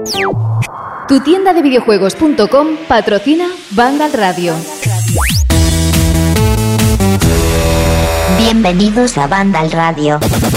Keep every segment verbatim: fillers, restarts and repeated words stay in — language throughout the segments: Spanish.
Tu tienda de videojuegos punto com patrocina Vandal Radio. Bienvenidos a Vandal Radio.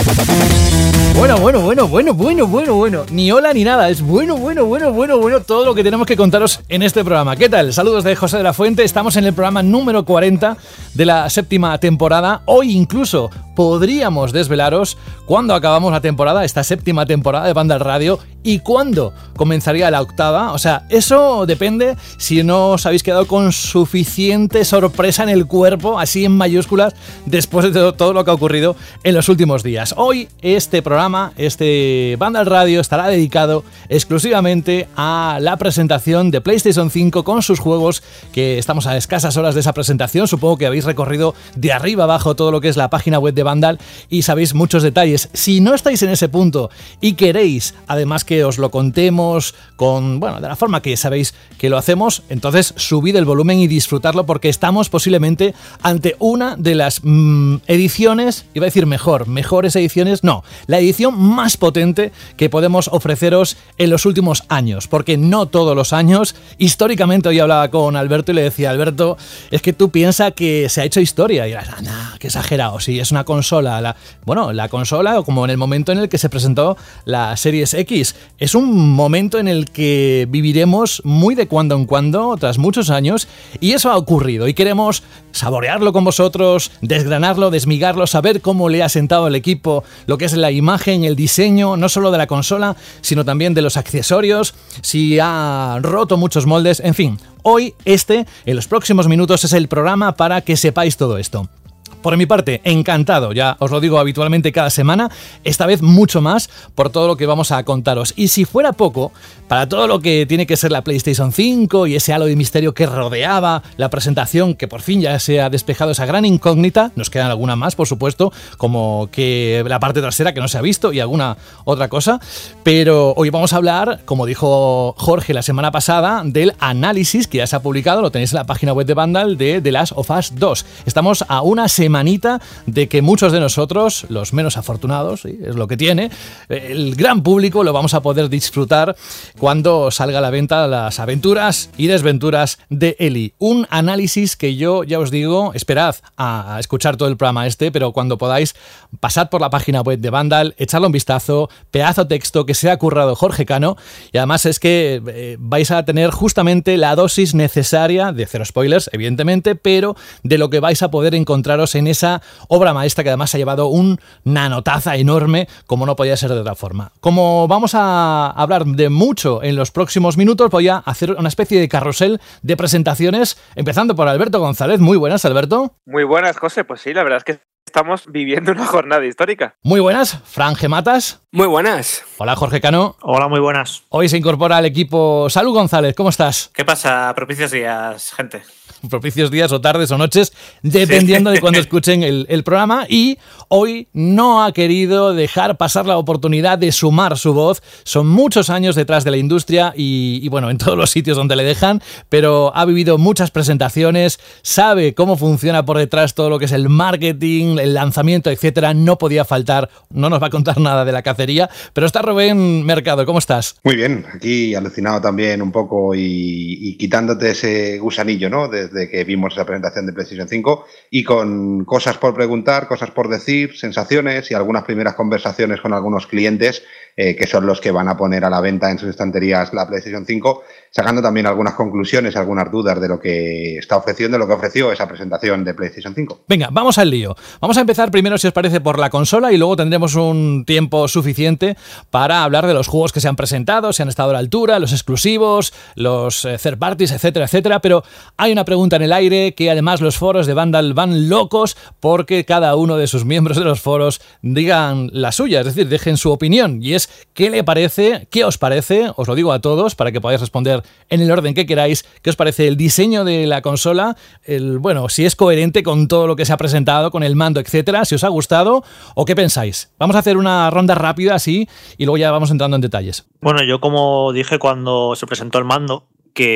Bueno, bueno, bueno, bueno, bueno, bueno, bueno. Ni hola ni nada. Es bueno, bueno, bueno, bueno, bueno todo lo que tenemos que contaros en este programa. ¿Qué tal? Saludos de José de la Fuente. Estamos en el programa número cuarenta de la séptima temporada. Hoy incluso podríamos desvelaros cuándo acabamos la temporada, esta séptima temporada de Vandal Radio, y cuándo comenzaría la octava. O sea, eso depende si no os habéis quedado con suficiente sorpresa en el cuerpo, así en mayúsculas, después de todo, todo lo que ha ocurrido en los últimos días. Hoy este programa, este Vandal Radio, estará dedicado exclusivamente a la presentación de PlayStation cinco con sus juegos, que estamos a escasas horas de esa presentación. Supongo que habéis recorrido de arriba abajo todo lo que es la página web de Vandal y sabéis muchos detalles. Si no estáis en ese punto y queréis, además, que os lo contemos con, bueno, de la forma que sabéis que lo hacemos, entonces subid el volumen y disfrutarlo, porque estamos posiblemente ante una de las mmm, ediciones, iba a decir mejor, mejores ediciones, no, la edición más potente que podemos ofreceros en los últimos años, porque no todos los años, históricamente. Hoy hablaba con Alberto y le decía: Alberto, es que tú piensas que se ha hecho historia, y dirás, ah, nah, qué exagerado, sí, es una consola, la, bueno, la consola, o como en el momento en el que se presentó la Series X, es un momento en el que viviremos muy de cuando en cuando, tras muchos años, y eso ha ocurrido, y queremos saborearlo con vosotros, desgranarlo, desmigarlo, saber cómo le ha sentado el equipo, lo que es la imagen, el diseño, no solo de la consola, sino también de los accesorios, si ha roto muchos moldes, en fin. Hoy, este, en los próximos minutos, es el programa para que sepáis todo esto. Por mi parte, encantado, ya os lo digo habitualmente cada semana, esta vez mucho más por todo lo que vamos a contaros. Y si fuera poco, para todo lo que tiene que ser la PlayStation cinco y ese halo de misterio que rodeaba la presentación, que por fin ya se ha despejado esa gran incógnita, nos quedan alguna más, por supuesto, como que la parte trasera que no se ha visto y alguna otra cosa, pero hoy vamos a hablar, como dijo Jorge la semana pasada, del análisis que ya se ha publicado, lo tenéis en la página web de Vandal, de The Last of Us dos. Estamos a una semana manita de que muchos de nosotros, los menos afortunados, ¿sí?, es lo que tiene, el gran público lo vamos a poder disfrutar cuando salga a la venta las aventuras y desventuras de Ellie. Un análisis que yo ya os digo, esperad a escuchar todo el programa este, pero cuando podáis, pasad por la página web de Vandal, echadle un vistazo, pedazo texto que se ha currado Jorge Cano, y además es que eh, vais a tener justamente la dosis necesaria, de cero spoilers, evidentemente, pero de lo que vais a poder encontraros en esa obra maestra que además ha llevado un nanotaza enorme, como no podía ser de otra forma. Como vamos a hablar de mucho en los próximos minutos, voy a hacer una especie de carrusel de presentaciones, empezando por Alberto González. Muy buenas, Alberto. Muy buenas, José. Pues sí, la verdad es que estamos viviendo una jornada histórica. Muy buenas, Fran G. Matas. Muy buenas. Hola, Jorge Cano. Hola, muy buenas. Hoy se incorpora al equipo Salud González. ¿Cómo estás? ¿Qué pasa? Propicios días, gente. Propicios días o tardes o noches, dependiendo sí. de cuando escuchen el, el programa. Y hoy no ha querido dejar pasar la oportunidad de sumar su voz. Son muchos años detrás de la industria y, y bueno, en todos los sitios donde le dejan, pero ha vivido muchas presentaciones, sabe cómo funciona por detrás todo lo que es el marketing, el lanzamiento, etcétera. No podía faltar, no nos va a contar nada de la cacería, pero está Rubén Mercado. ¿Cómo estás? Muy bien, aquí alucinado también un poco y, y quitándote ese gusanillo, ¿no? Desde que vimos la presentación de PlayStation cinco, y con cosas por preguntar, cosas por decir, sensaciones y algunas primeras conversaciones con algunos clientes eh, que son los que van a poner a la venta en sus estanterías la PlayStation cinco, sacando también algunas conclusiones, algunas dudas de lo que está ofreciendo, lo que ofreció esa presentación de PlayStation cinco. Venga, vamos al lío. Vamos a empezar primero, si os parece, por la consola, y luego tendremos un tiempo suficiente para hablar de los juegos que se han presentado, si han estado a la altura, los exclusivos, los eh, third parties, etcétera, etcétera. Pero hay una pregunta en el aire que además los foros de Vandal van locos porque cada uno de sus miembros de los foros digan la suya, es decir, dejen su opinión, y es ¿qué le parece, qué os parece? Os lo digo a todos para que podáis responder en el orden que queráis. ¿Qué os parece el diseño de la consola? El, bueno, si es coherente con todo lo que se ha presentado, con el mando, etcétera, si os ha gustado o qué pensáis. Vamos a hacer una ronda rápida así y luego ya vamos entrando en detalles. Bueno, yo como dije cuando se presentó el mando,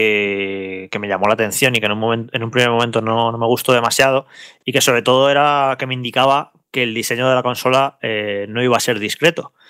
que, que me llamó la atención y que en un, momento, en un primer momento no, no me gustó demasiado, y que sobre todo era que me indicaba que el diseño de la consola eh, no iba a ser discreto.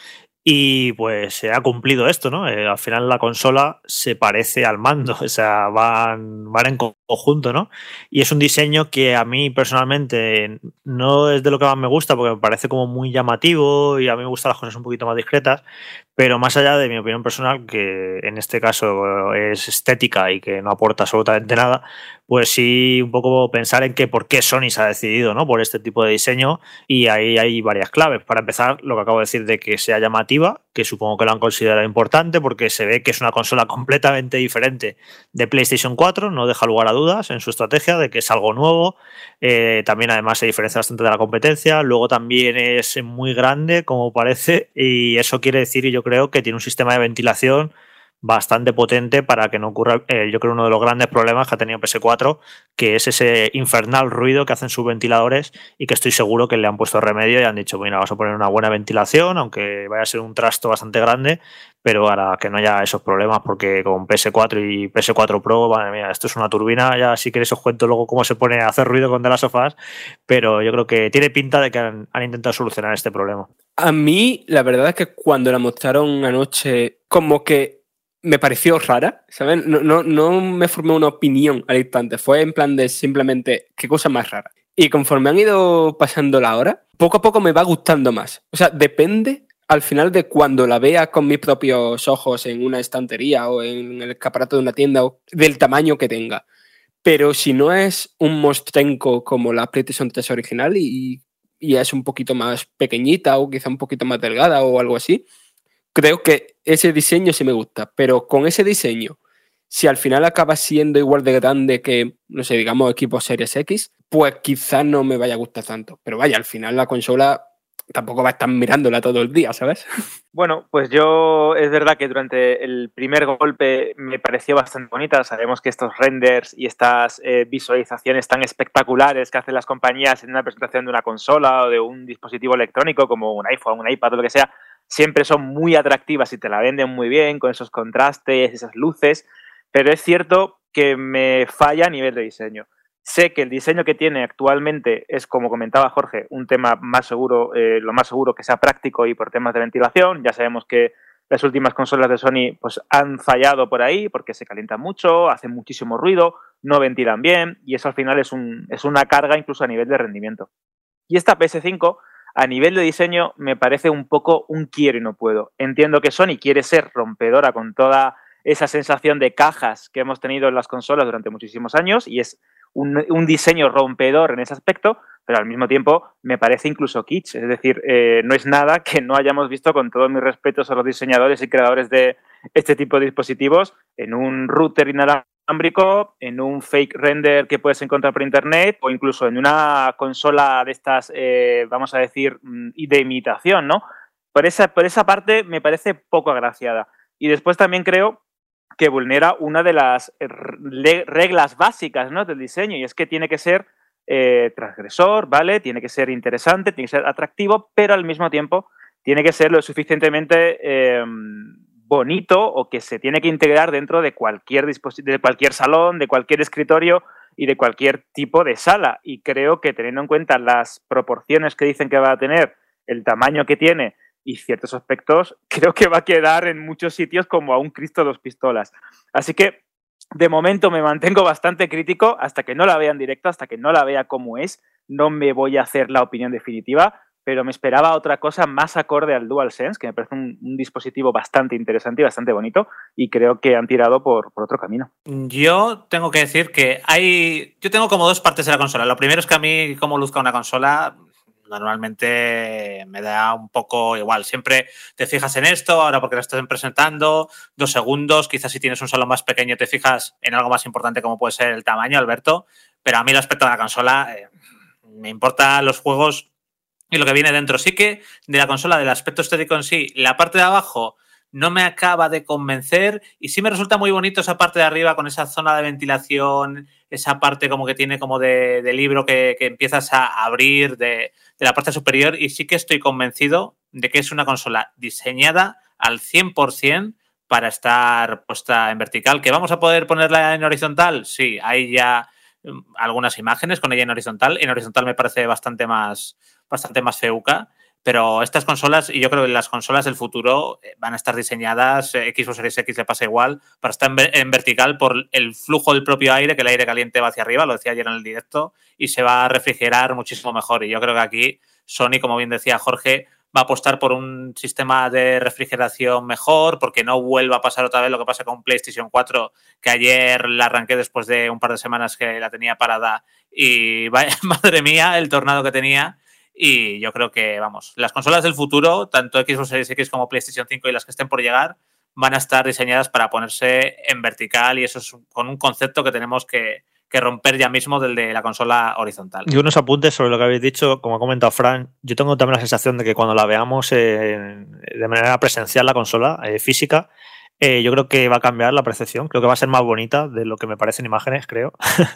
Y pues se ha cumplido esto, ¿no? Eh, al final la consola se parece al mando, o sea, van, van en conjunto, ¿no? Y es un diseño que a mí personalmente no es de lo que más me gusta porque me parece como muy llamativo y a mí me gustan las cosas un poquito más discretas, pero más allá de mi opinión personal, que en este caso es estética y que no aporta absolutamente nada, pues sí un poco pensar en que por qué Sony se ha decidido, ¿no? Por este tipo de diseño, y ahí hay varias claves. Para empezar, lo que acabo de decir de que sea llamativa, que supongo que lo han considerado importante porque se ve que es una consola completamente diferente de PlayStation cuatro, no deja lugar a dudas en su estrategia de que es algo nuevo. Eh, también además se diferencia bastante de la competencia. Luego también es muy grande, como parece, y eso quiere decir, y yo creo que tiene un sistema de ventilación bastante potente para que no ocurra, eh, yo creo, uno de los grandes problemas que ha tenido P S cuatro, que es ese infernal ruido que hacen sus ventiladores y que estoy seguro que le han puesto remedio y han dicho, mira, vamos a poner una buena ventilación, aunque vaya a ser un trasto bastante grande, pero para que no haya esos problemas, porque con P S cuatro y P S cuatro Pro, madre mía, esto es una turbina, ya si queréis os cuento luego cómo se pone a hacer ruido con The Last of Us, pero yo creo que tiene pinta de que han, han intentado solucionar este problema. A mí, la verdad es que cuando la mostraron anoche, como que me pareció rara, ¿sabes? No, no, no me formé una opinión al instante. Fue en plan de simplemente, qué cosa más rara. Y conforme han ido pasando la hora, poco a poco me va gustando más. O sea, depende al final de cuando la vea con mis propios ojos en una estantería o en el escaparate de una tienda, o del tamaño que tenga. Pero si no es un monstrenco como la PlayStation tres original y, y es un poquito más pequeñita o quizá un poquito más delgada o algo así, creo que ese diseño sí me gusta, pero con ese diseño, si al final acaba siendo igual de grande que, no sé, digamos, equipo Series X, pues quizás no me vaya a gustar tanto. Pero vaya, al final la consola tampoco va a estar mirándola todo el día, ¿sabes? Bueno, pues yo es verdad que durante el primer golpe me pareció bastante bonita. Sabemos que estos renders y estas eh, visualizaciones tan espectaculares que hacen las compañías en una presentación de una consola o de un dispositivo electrónico como un iPhone, un iPad o lo que sea, siempre son muy atractivas y te la venden muy bien con esos contrastes, esas luces, pero es cierto que me falla a nivel de diseño. Sé que el diseño que tiene actualmente es, como comentaba Jorge, un tema más seguro, eh, lo más seguro que sea práctico y por temas de ventilación. Ya sabemos que las últimas consolas de Sony pues, han fallado por ahí porque se calientan mucho, hacen muchísimo ruido, no ventilan bien y eso al final es, un, es una carga incluso a nivel de rendimiento. Y esta P S cinco, a nivel de diseño, me parece un poco un quiero y no puedo. Entiendo que Sony quiere ser rompedora con toda esa sensación de cajas que hemos tenido en las consolas durante muchísimos años y es un, un diseño rompedor en ese aspecto, pero al mismo tiempo me parece incluso kitsch. Es decir, eh, no es nada que no hayamos visto, con todos mis respetos a los diseñadores y creadores de este tipo de dispositivos, en un router inalámbrico, en un fake render que puedes encontrar por internet o incluso en una consola de estas, eh, vamos a decir, de imitación, ¿no? Por esa, por esa parte me parece poco agraciada. Y después también creo que vulnera una de las reglas básicas, ¿no?, del diseño, y es que tiene que ser eh, transgresor, ¿vale? Tiene que ser interesante, tiene que ser atractivo, pero al mismo tiempo tiene que ser lo suficientemente eh, bonito o que se tiene que integrar dentro de cualquier dispositivo, de cualquier salón, de cualquier escritorio y de cualquier tipo de sala. Y creo que, teniendo en cuenta las proporciones que dicen que va a tener, el tamaño que tiene y ciertos aspectos, creo que va a quedar en muchos sitios como a un Cristo dos pistolas. Así que, de momento, me mantengo bastante crítico hasta que no la vea en directo, hasta que no la vea como es. No me voy a hacer la opinión definitiva, pero me esperaba otra cosa más acorde al DualSense, que me parece un, un dispositivo bastante interesante y bastante bonito, y creo que han tirado por, por otro camino. Yo tengo que decir que hay... Yo tengo como dos partes de la consola. Lo primero es que a mí, como luzca una consola, normalmente me da un poco igual. Siempre te fijas en esto, ahora porque la estás presentando, dos segundos, quizás si tienes un salón más pequeño te fijas en algo más importante como puede ser el tamaño, Alberto, pero a mí el aspecto de la consola eh, me importan los juegos y lo que viene dentro. Sí que de la consola, del aspecto estético en sí, la parte de abajo no me acaba de convencer y sí me resulta muy bonito esa parte de arriba con esa zona de ventilación, esa parte como que tiene como de, de libro que, que empiezas a abrir de, de la parte superior, y sí que estoy convencido de que es una consola diseñada al cien por ciento para estar puesta en vertical. ¿Que vamos a poder ponerla en horizontal? Sí, hay ya algunas imágenes con ella en horizontal. En horizontal me parece bastante más, bastante más feuca. Pero estas consolas, y yo creo que las consolas del futuro van a estar diseñadas, Xbox Series X le pasa igual, para estar en, en vertical por el flujo del propio aire, que el aire caliente va hacia arriba, lo decía ayer en el directo, y se va a refrigerar muchísimo mejor. Y yo creo que aquí Sony, como bien decía Jorge, va a apostar por un sistema de refrigeración mejor, porque no vuelva a pasar otra vez lo que pasa con PlayStation cuatro, que ayer la arranqué después de un par de semanas que la tenía parada y vaya, madre mía, el tornado que tenía. Y yo creo que, vamos, las consolas del futuro, tanto Xbox Series X como PlayStation cinco y las que estén por llegar, van a estar diseñadas para ponerse en vertical, y eso es con un concepto que tenemos que, que romper ya mismo del de la consola horizontal. Y unos apuntes sobre lo que habéis dicho, como ha comentado Fran, yo tengo también la sensación de que cuando la veamos eh, de manera presencial, la consola eh, física, eh, yo creo que va a cambiar la percepción, creo que va a ser más bonita de lo que me parecen imágenes, creo.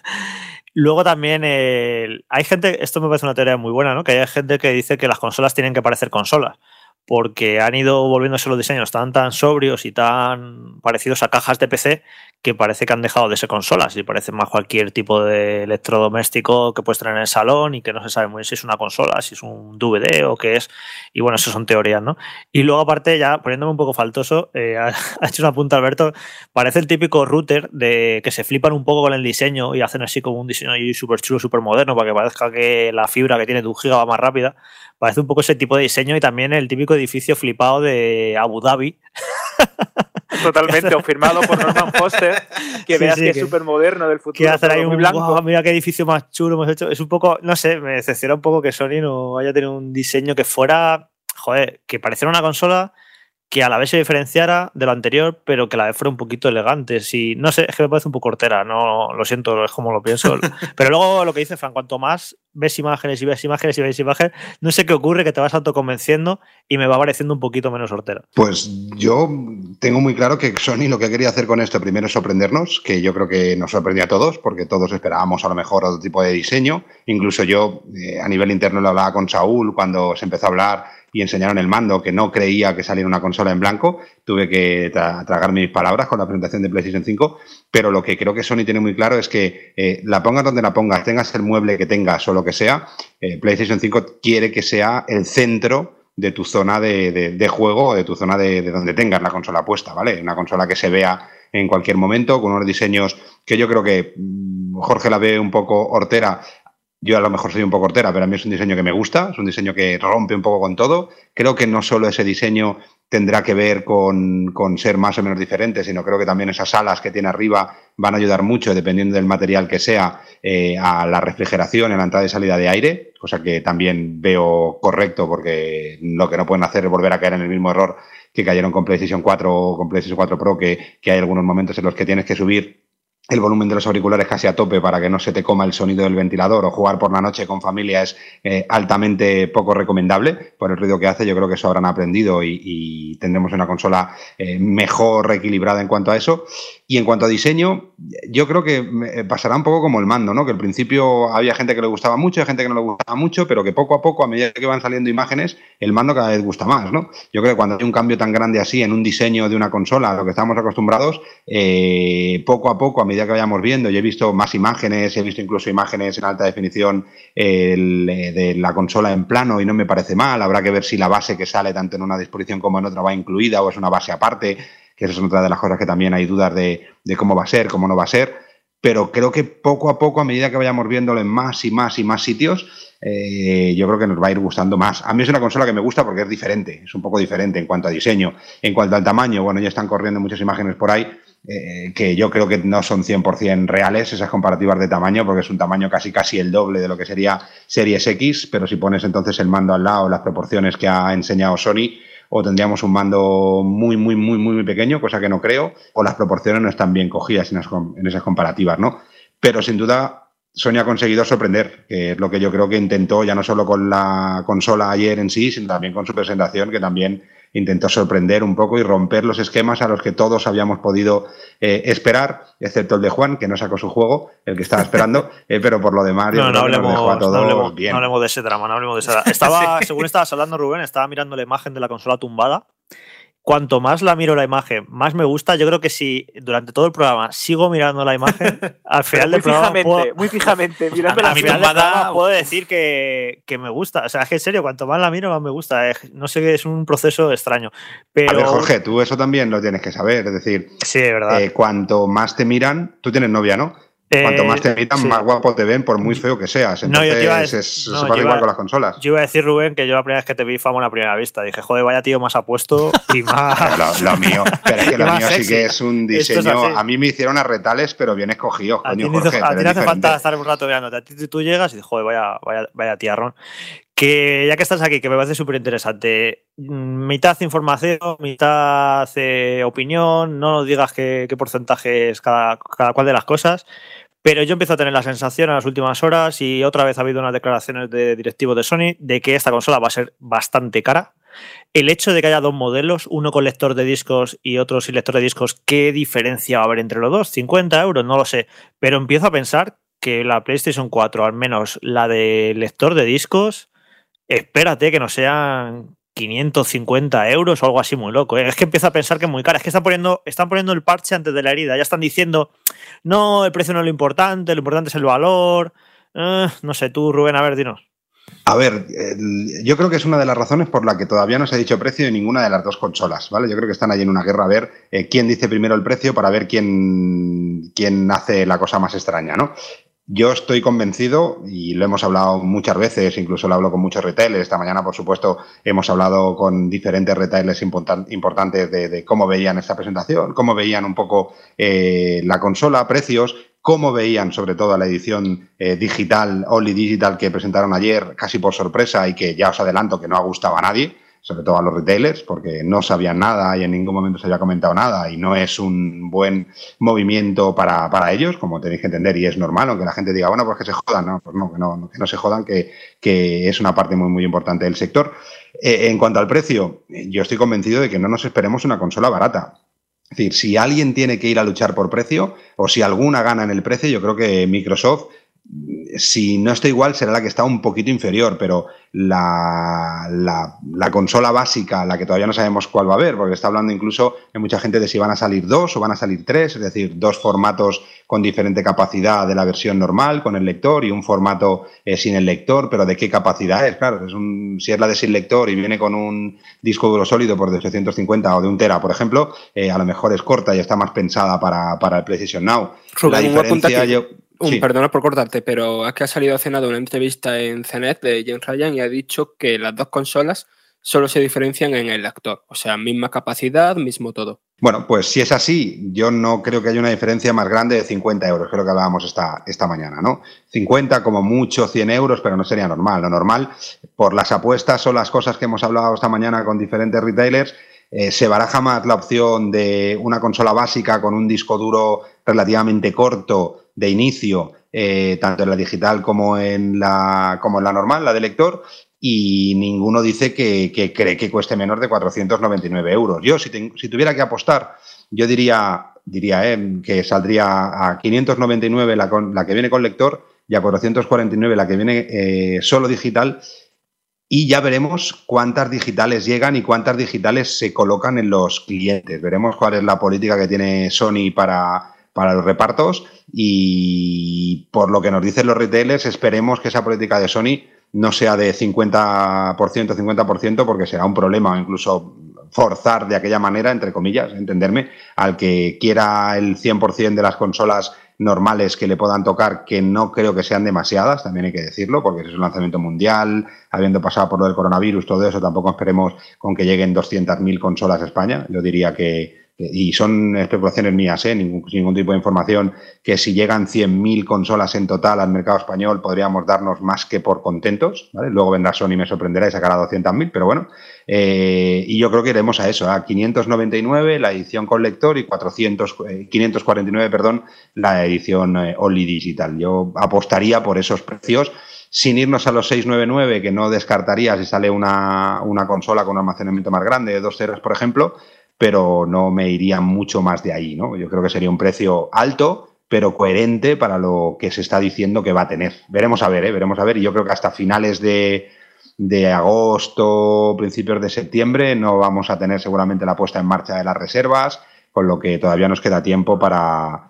Luego también eh, hay gente, esto me parece una teoría muy buena, ¿no? Que hay gente que dice que las consolas tienen que parecer consolas, porque han ido volviéndose los diseños tan tan sobrios y tan parecidos a cajas de P C que parece que han dejado de ser consolas y parecen más cualquier tipo de electrodoméstico que puedes tener en el salón y que no se sabe muy bien si es una consola, si es un D V D o qué es. Y bueno, eso son teorías, ¿no? Y luego, aparte, ya poniéndome un poco faltoso, eh, ha, ha hecho una punta Alberto, parece el típico router de que se flipan un poco con el diseño y hacen así como un diseño súper chulo, súper moderno, para que parezca que la fibra que tiene de un giga va más rápida. Parece un poco ese tipo de diseño, y también el típico edificio flipado de Abu Dhabi. Totalmente, o firmado por Norman Foster, que Sí, veas sí, que, que- es súper moderno del futuro. Que hacer ahí todo muy un blanco. "Guau, mira qué edificio más chulo hemos hecho". Es un poco, no sé, me decepciona un poco que Sony no haya tenido un diseño que fuera, joder, que pareciera una consola que a la vez se diferenciara de lo anterior, pero que a la vez fuera un poquito elegante. Si, no sé, es que me parece un poco hortera, no, lo siento, es como lo pienso. Pero luego lo que dice Fran, cuanto más ves imágenes y ves imágenes y ves imágenes, no sé qué ocurre, que te vas autoconvenciendo y me va pareciendo un poquito menos hortera. Pues yo tengo muy claro que Sony lo que quería hacer con esto primero es sorprendernos, que yo creo que nos sorprendió a todos, porque todos esperábamos a lo mejor otro tipo de diseño. Incluso yo, eh, a nivel interno, lo hablaba con Saúl cuando se empezó a hablar y enseñaron el mando, que no creía que saliera una consola en blanco. Tuve que tra tragar mis palabras con la presentación de PlayStation cinco, pero lo que creo que Sony tiene muy claro es que eh, la pongas donde la pongas, tengas el mueble que tengas o lo que sea, eh, PlayStation cinco quiere que sea el centro de tu zona de, de, de juego, o de tu zona de, de donde tengas la consola puesta, ¿vale? Una consola que se vea en cualquier momento, con unos diseños que yo creo que mmm, Jorge la ve un poco hortera. Yo a lo mejor soy un poco hortera, pero a mí es un diseño que me gusta, es un diseño que rompe un poco con todo. Creo que no solo ese diseño tendrá que ver con, con ser más o menos diferente, sino creo que también esas alas que tiene arriba van a ayudar mucho, dependiendo del material que sea, eh, a la refrigeración en la entrada y salida de aire, cosa que también veo correcto, porque lo que no pueden hacer es volver a caer en el mismo error que cayeron con PlayStation cuatro o con PlayStation cuatro Pro, que, que hay algunos momentos en los que tienes que subir el volumen de los auriculares casi a tope para que no se te coma el sonido del ventilador, o jugar por la noche con familia es eh, altamente poco recomendable por el ruido que hace. Yo creo que eso habrán aprendido y, y tendremos una consola eh, mejor equilibrada en cuanto a eso. Y en cuanto a diseño, yo creo que pasará un poco como el mando, ¿no? Que al principio había gente que le gustaba mucho, hay gente que no le gustaba mucho, pero que poco a poco, a medida que van saliendo imágenes, el mando cada vez gusta más, ¿no? Yo creo que cuando hay un cambio tan grande así en un diseño de una consola, a lo que estamos acostumbrados, eh, poco a poco, a medida que vayamos viendo, yo he visto más imágenes, he visto incluso imágenes en alta definición el, de la consola en plano, y no me parece mal. Habrá que ver si la base que sale tanto en una disposición como en otra va incluida o es una base aparte, que esa es otra de las cosas que también hay dudas de, de cómo va a ser, cómo no va a ser. Pero creo que poco a poco, a medida que vayamos viéndolo en más y más y más sitios, eh, yo creo que nos va a ir gustando más. A mí es una consola que me gusta porque es diferente, es un poco diferente en cuanto a diseño. En cuanto al tamaño, bueno, ya están corriendo muchas imágenes por ahí, eh, que yo creo que no son cien por cien reales esas comparativas de tamaño, porque es un tamaño casi casi el doble de lo que sería Series X, pero si pones entonces el mando al lado, las proporciones que ha enseñado Sony, o tendríamos un mando muy, muy, muy, muy pequeño, cosa que no creo, o las proporciones no están bien cogidas en esas, en esas comparativas, ¿no? Pero sin duda Sony ha conseguido sorprender, que es lo que yo creo que intentó, ya no solo con la consola ayer en sí, sino también con su presentación, que también intentó sorprender un poco y romper los esquemas a los que todos habíamos podido eh, esperar, excepto el de Juan, que no sacó su juego, el que estaba esperando, eh, pero por lo demás No, yo no, creo que nos dejó a todos no, hablemos, bien. no hablemos de ese drama, no hablemos de ese drama. Estaba, según estabas hablando, Rubén, estaba mirando la imagen de la consola tumbada cuanto más la miro la imagen, más me gusta. Yo creo que si durante todo el programa sigo mirando la imagen, al final del programa fijamente, puedo, muy fijamente, mirando a, la al final del filmada, programa puedo decir que, que me gusta. O sea, es que en serio, cuanto más la miro, más me gusta. Es, no sé, es un proceso extraño. Pero... A ver, Jorge, tú eso también lo tienes que saber. Es decir, sí, de verdad. Eh, cuanto más te miran, tú tienes novia, ¿no? Cuanto más te miran, sí. más guapo te ven, por muy feo que seas. Entonces, no, yo te iba a, es, es, no, eso pasa igual a, con las consolas. Yo iba a decir, Rubén, que yo la primera vez que te vi fue a una primera vista. Dije, joder, vaya tío más apuesto y más... lo, lo mío, pero es que lo mío sexy. Sí que es un diseño... Es a mí me hicieron a retales, pero bien escogidos, coño, a Jorge. Ti, a ti no hace falta estar un rato mirándote. A ti tú llegas y dices, joder, vaya, vaya, vaya tiarrón. Que ya que estás aquí, que me parece súper interesante, mitad información, mitad eh, opinión, no nos digas qué, qué porcentaje es cada, cada cual de las cosas, pero yo empiezo a tener la sensación en las últimas horas, y otra vez ha habido unas declaraciones de directivos de Sony, de que esta consola va a ser bastante cara. El hecho de que haya dos modelos, uno con lector de discos y otro sin lector de discos, ¿qué diferencia va a haber entre los dos? ¿cincuenta euros? No lo sé, pero empiezo a pensar que la PlayStation cuatro, al menos la de lector de discos, espérate que no sean quinientos cincuenta euros o algo así muy loco. ¿eh? Es que empiezo a pensar que es muy cara. Es que están poniendo, están poniendo el parche antes de la herida. Ya están diciendo, no, el precio no es lo importante, lo importante es el valor. Eh, no sé, tú, Rubén, a ver, dinos. A ver, el, yo creo que es una de las razones por la que todavía no se ha dicho precio de ninguna de las dos consolas, ¿vale? Yo creo que están ahí en una guerra a ver eh, quién dice primero el precio para ver quién, quién hace la cosa más extraña, ¿no? Yo estoy convencido, y lo hemos hablado muchas veces, incluso lo hablo con muchos retailers. Esta mañana, por supuesto, hemos hablado con diferentes retailers important, importantes de, de cómo veían esta presentación, cómo veían un poco eh, la consola, precios, cómo veían sobre todo la edición eh, digital, Only Digital, que presentaron ayer casi por sorpresa y que ya os adelanto que no ha gustado a nadie, sobre todo a los retailers, porque no sabían nada y en ningún momento se había comentado nada y no es un buen movimiento para, para ellos, como tenéis que entender, y es normal, aunque la gente diga, bueno, pues que se jodan, no, pues no, que no, que no se jodan, que, que es una parte muy, muy importante del sector. Eh, en cuanto al precio, yo estoy convencido de que no nos esperemos una consola barata. Es decir, si alguien tiene que ir a luchar por precio, o si alguna gana en el precio, yo creo que Microsoft, si no está igual, será la que está un poquito inferior, pero la, la, la consola básica, la que todavía no sabemos cuál va a haber, porque está hablando incluso de mucha gente de si van a salir dos o van a salir tres, es decir, dos formatos con diferente capacidad de la versión normal, con el lector, y un formato eh, sin el lector, pero ¿de qué capacidad es? Claro, es un, si es la de sin lector y viene con un disco duro sólido por de ochocientos cincuenta o de un tera, por ejemplo, eh, a lo mejor es corta y está más pensada para, para el PlayStation Now. Rubén, la diferencia yo... Un, sí. Perdona por cortarte, pero es que ha salido hace nada una entrevista en C N E T de James Ryan y ha dicho que las dos consolas solo se diferencian en el lector. O sea, misma capacidad, mismo todo. Bueno, pues si es así, yo no creo que haya una diferencia más grande de cincuenta euros, creo que hablábamos esta, esta mañana, ¿no? cincuenta como mucho, cien euros, pero no sería normal. Lo normal, por las apuestas o las cosas que hemos hablado esta mañana con diferentes retailers, Eh, se baraja más la opción de una consola básica con un disco duro relativamente corto de inicio, eh, tanto en la digital como en la, como en la normal, la de lector, y ninguno dice que, que cree que cueste menos de cuatrocientos noventa y nueve euros. Yo, si, te, si tuviera que apostar, yo diría, diría eh, que saldría a quinientos noventa y nueve la, con, la que viene con lector y a cuatrocientos cuarenta y nueve la que viene eh, solo digital. Y ya veremos cuántas digitales llegan y cuántas digitales se colocan en los clientes. Veremos cuál es la política que tiene Sony para, para los repartos y, por lo que nos dicen los retailers, esperemos que esa política de Sony no sea de cincuenta por ciento, cincuenta por ciento, porque será un problema, o incluso forzar de aquella manera, entre comillas, entenderme, al que quiera el cien por ciento de las consolas normales que le puedan tocar, que no creo que sean demasiadas, también hay que decirlo, porque es un lanzamiento mundial, habiendo pasado por lo del coronavirus, todo eso, tampoco esperemos con que lleguen doscientas mil consolas a España. Yo diría que, y son especulaciones mías, ¿eh? ningún, ningún tipo de información, que si llegan cien mil consolas en total al mercado español podríamos darnos más que por contentos, ¿vale? Luego vendrá Sony y me sorprenderá y sacará doscientas mil, pero bueno, eh, y yo creo que iremos a eso, a quinientos noventa y nueve la edición con lector y cuatrocientos, eh, quinientos cuarenta y nueve, perdón, la edición eh, Only Digital. Yo apostaría por esos precios, sin irnos a los seiscientos noventa y nueve, que no descartaría si sale una, una consola con un almacenamiento más grande, de dos teras, por ejemplo, pero no me iría mucho más de ahí, ¿no? Yo creo que sería un precio alto, pero coherente para lo que se está diciendo que va a tener. Veremos a ver, ¿eh? Veremos a ver, y yo creo que hasta finales de, de agosto, principios de septiembre, no vamos a tener seguramente la puesta en marcha de las reservas, con lo que todavía nos queda tiempo para,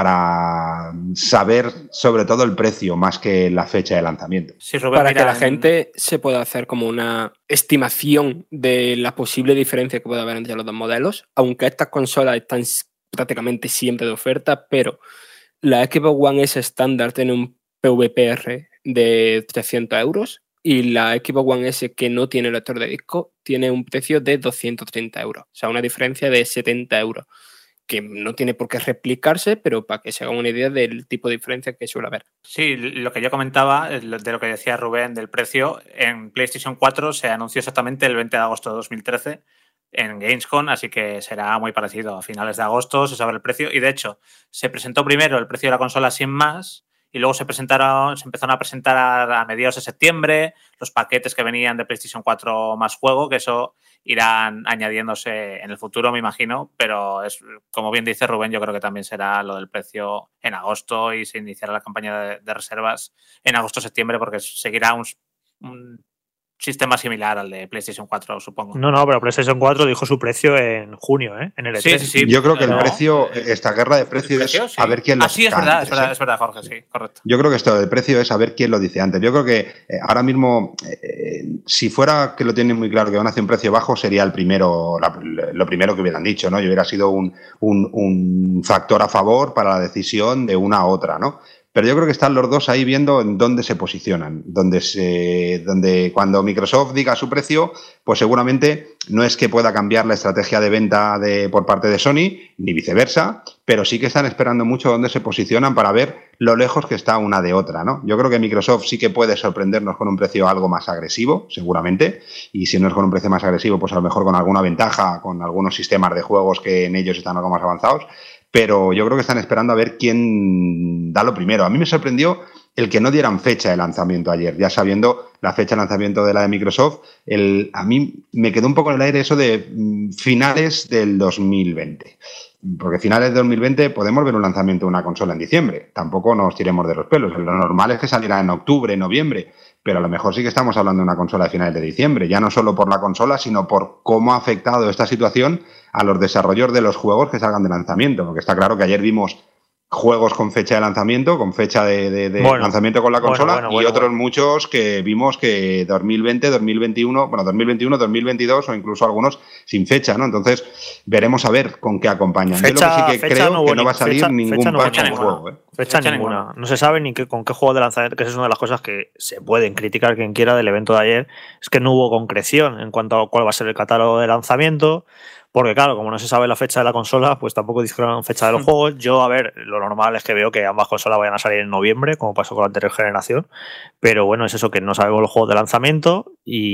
para saber sobre todo el precio más que la fecha de lanzamiento. Sí, Rubén, para mira, que la gente se pueda hacer como una estimación de la posible diferencia que puede haber entre los dos modelos, aunque estas consolas están prácticamente siempre de oferta, pero la Xbox One S estándar tiene un P V P R de trescientos euros y la Xbox One S que no tiene lector de disco tiene un precio de doscientos treinta euros, o sea, una diferencia de setenta euros, que no tiene por qué replicarse, pero para que se hagan una idea del tipo de diferencia que suele haber. Sí, lo que yo comentaba, de lo que decía Rubén del precio, en PlayStation cuatro se anunció exactamente el veinte de agosto de dos mil trece en Gamescom, así que será muy parecido. A finales de agosto se sabe el precio y, de hecho, se presentó primero el precio de la consola sin más y luego se presentaron, se empezaron a presentar a, a mediados de septiembre los paquetes que venían de PlayStation cuatro más juego, que eso irán añadiéndose en el futuro, me imagino, pero es, como bien dice Rubén, yo creo que también será lo del precio en agosto y se iniciará la campaña de, de reservas en agosto-septiembre, porque seguirá un, un sistema similar al de PlayStation cuatro, supongo. No, no, pero PlayStation cuatro dijo su precio en junio, ¿eh? En el E tres. Sí, sí, sí. Yo creo que el no. precio, esta guerra de precios precio, es sí. a ver quién lo Ah, sí, es dice verdad, antes, es verdad, ¿eh? es verdad, Jorge, sí, correcto. Yo creo que esto del precio es saber quién lo dice antes. Yo creo que eh, ahora mismo, eh, si fuera que lo tienen muy claro que van a hacer un precio bajo, sería el primero, la, lo primero que hubieran dicho, ¿no? Y hubiera sido un, un, un factor a favor para la decisión de una a otra, ¿no? Pero yo creo que están los dos ahí viendo en dónde se posicionan, donde se, donde cuando Microsoft diga su precio, pues seguramente no es que pueda cambiar la estrategia de venta de, por parte de Sony, ni viceversa, pero sí que están esperando mucho dónde se posicionan para ver lo lejos que está una de otra, ¿no? Yo creo que Microsoft sí que puede sorprendernos con un precio algo más agresivo, seguramente, y si no es con un precio más agresivo, pues a lo mejor con alguna ventaja, con algunos sistemas de juegos que en ellos están algo más avanzados. Pero yo creo que están esperando a ver quién da lo primero. A mí me sorprendió el que no dieran fecha de lanzamiento ayer, ya sabiendo la fecha de lanzamiento de la de Microsoft. El, a mí me quedó un poco en el aire eso de mm, finales del dos mil veinte. Porque finales de dos mil veinte podemos ver un lanzamiento de una consola en diciembre. Tampoco nos tiremos de los pelos. Lo normal es que saliera en octubre, noviembre. Pero a lo mejor sí que estamos hablando de una consola de finales de diciembre. Ya no solo por la consola, sino por cómo ha afectado esta situación a los desarrollos de los juegos que salgan de lanzamiento. Porque está claro que ayer vimos juegos con fecha de lanzamiento, con fecha de, de, de bueno, lanzamiento con la consola, bueno, bueno, bueno, y otros bueno. muchos que vimos que dos mil veinte, dos mil veintiuno, bueno, dos mil veintiuno, dos mil veintidós o incluso algunos sin fecha, ¿no? Entonces, veremos a ver con qué acompañan. Fecha, Yo lo que sí que creo no que no va a salir fecha, ningún fecha no patch en juego, ¿eh? Fecha, fecha ninguna. ninguna. No se sabe ni qué, con qué juego de lanzamiento, que esa es una de las cosas que se pueden criticar quien quiera del evento de ayer, es que no hubo concreción en cuanto a cuál va a ser el catálogo de lanzamiento. Porque claro, como no se sabe la fecha de la consola, pues tampoco dijeron fecha de los juegos. Yo, a ver, lo normal es que veo que ambas consolas vayan a salir en noviembre, como pasó con la anterior generación. Pero bueno, es eso, que no sabemos los juegos de lanzamiento.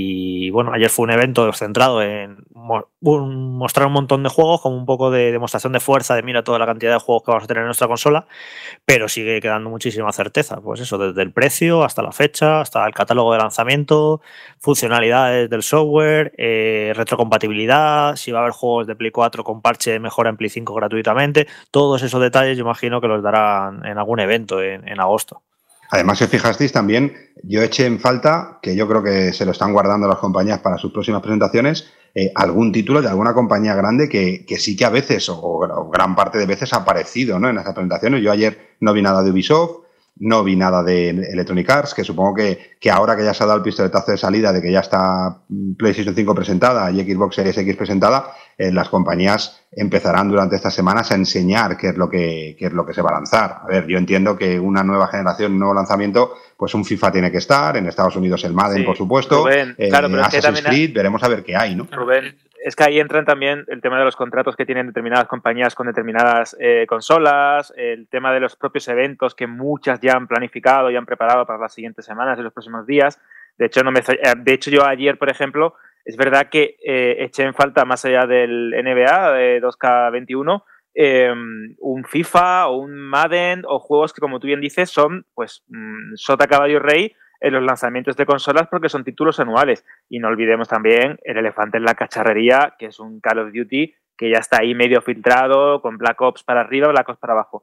Y bueno, ayer fue un evento centrado en mo- un, mostrar un montón de juegos, como un poco de demostración de fuerza, de mira toda la cantidad de juegos que vamos a tener en nuestra consola. Pero sigue quedando muchísima certeza. Pues eso, desde el precio hasta la fecha, hasta el catálogo de lanzamiento, funcionalidades del software, eh, retrocompatibilidad, si va a haber juegos juegos de Play cuatro con parche de mejora en Play cinco gratuitamente. Todos esos detalles yo imagino que los darán en algún evento en, en agosto. Además, si fijasteis también, yo eché en falta, que yo creo que se lo están guardando las compañías para sus próximas presentaciones, eh, algún título de alguna compañía grande que, que sí que a veces, o, o gran parte de veces, ha aparecido, ¿no?, en esas presentaciones. Yo ayer no vi nada de Ubisoft, no vi nada de Electronic Arts, que supongo que, que ahora que ya se ha dado el pistoletazo de salida de que ya está PlayStation cinco presentada y Xbox Series X presentada, eh, las compañías empezarán durante estas semanas a enseñar qué es lo que qué es lo que se va a lanzar. A ver, yo entiendo que una nueva generación, un nuevo lanzamiento, pues un FIFA tiene que estar, en Estados Unidos el Madden, sí, por supuesto, Rubén, eh, claro, pero Assassin's es que Creed, veremos a ver qué hay, ¿no? Rubén, es que ahí entran también el tema de los contratos que tienen determinadas compañías con determinadas eh, consolas, el tema de los propios eventos que muchas ya han planificado y han preparado para las siguientes semanas y los próximos días. De hecho, no me, de hecho yo ayer, por ejemplo, es verdad que eh, eché en falta, más allá del N B A de dos K veintiuno, eh, un FIFA o un Madden o juegos que, como tú bien dices, son pues mmm, sota, caballo y rey en los lanzamientos de consolas porque son títulos anuales. Y no olvidemos también el elefante en la cacharrería, que es un Call of Duty que ya está ahí medio filtrado, con Black Ops para arriba, Black Ops para abajo.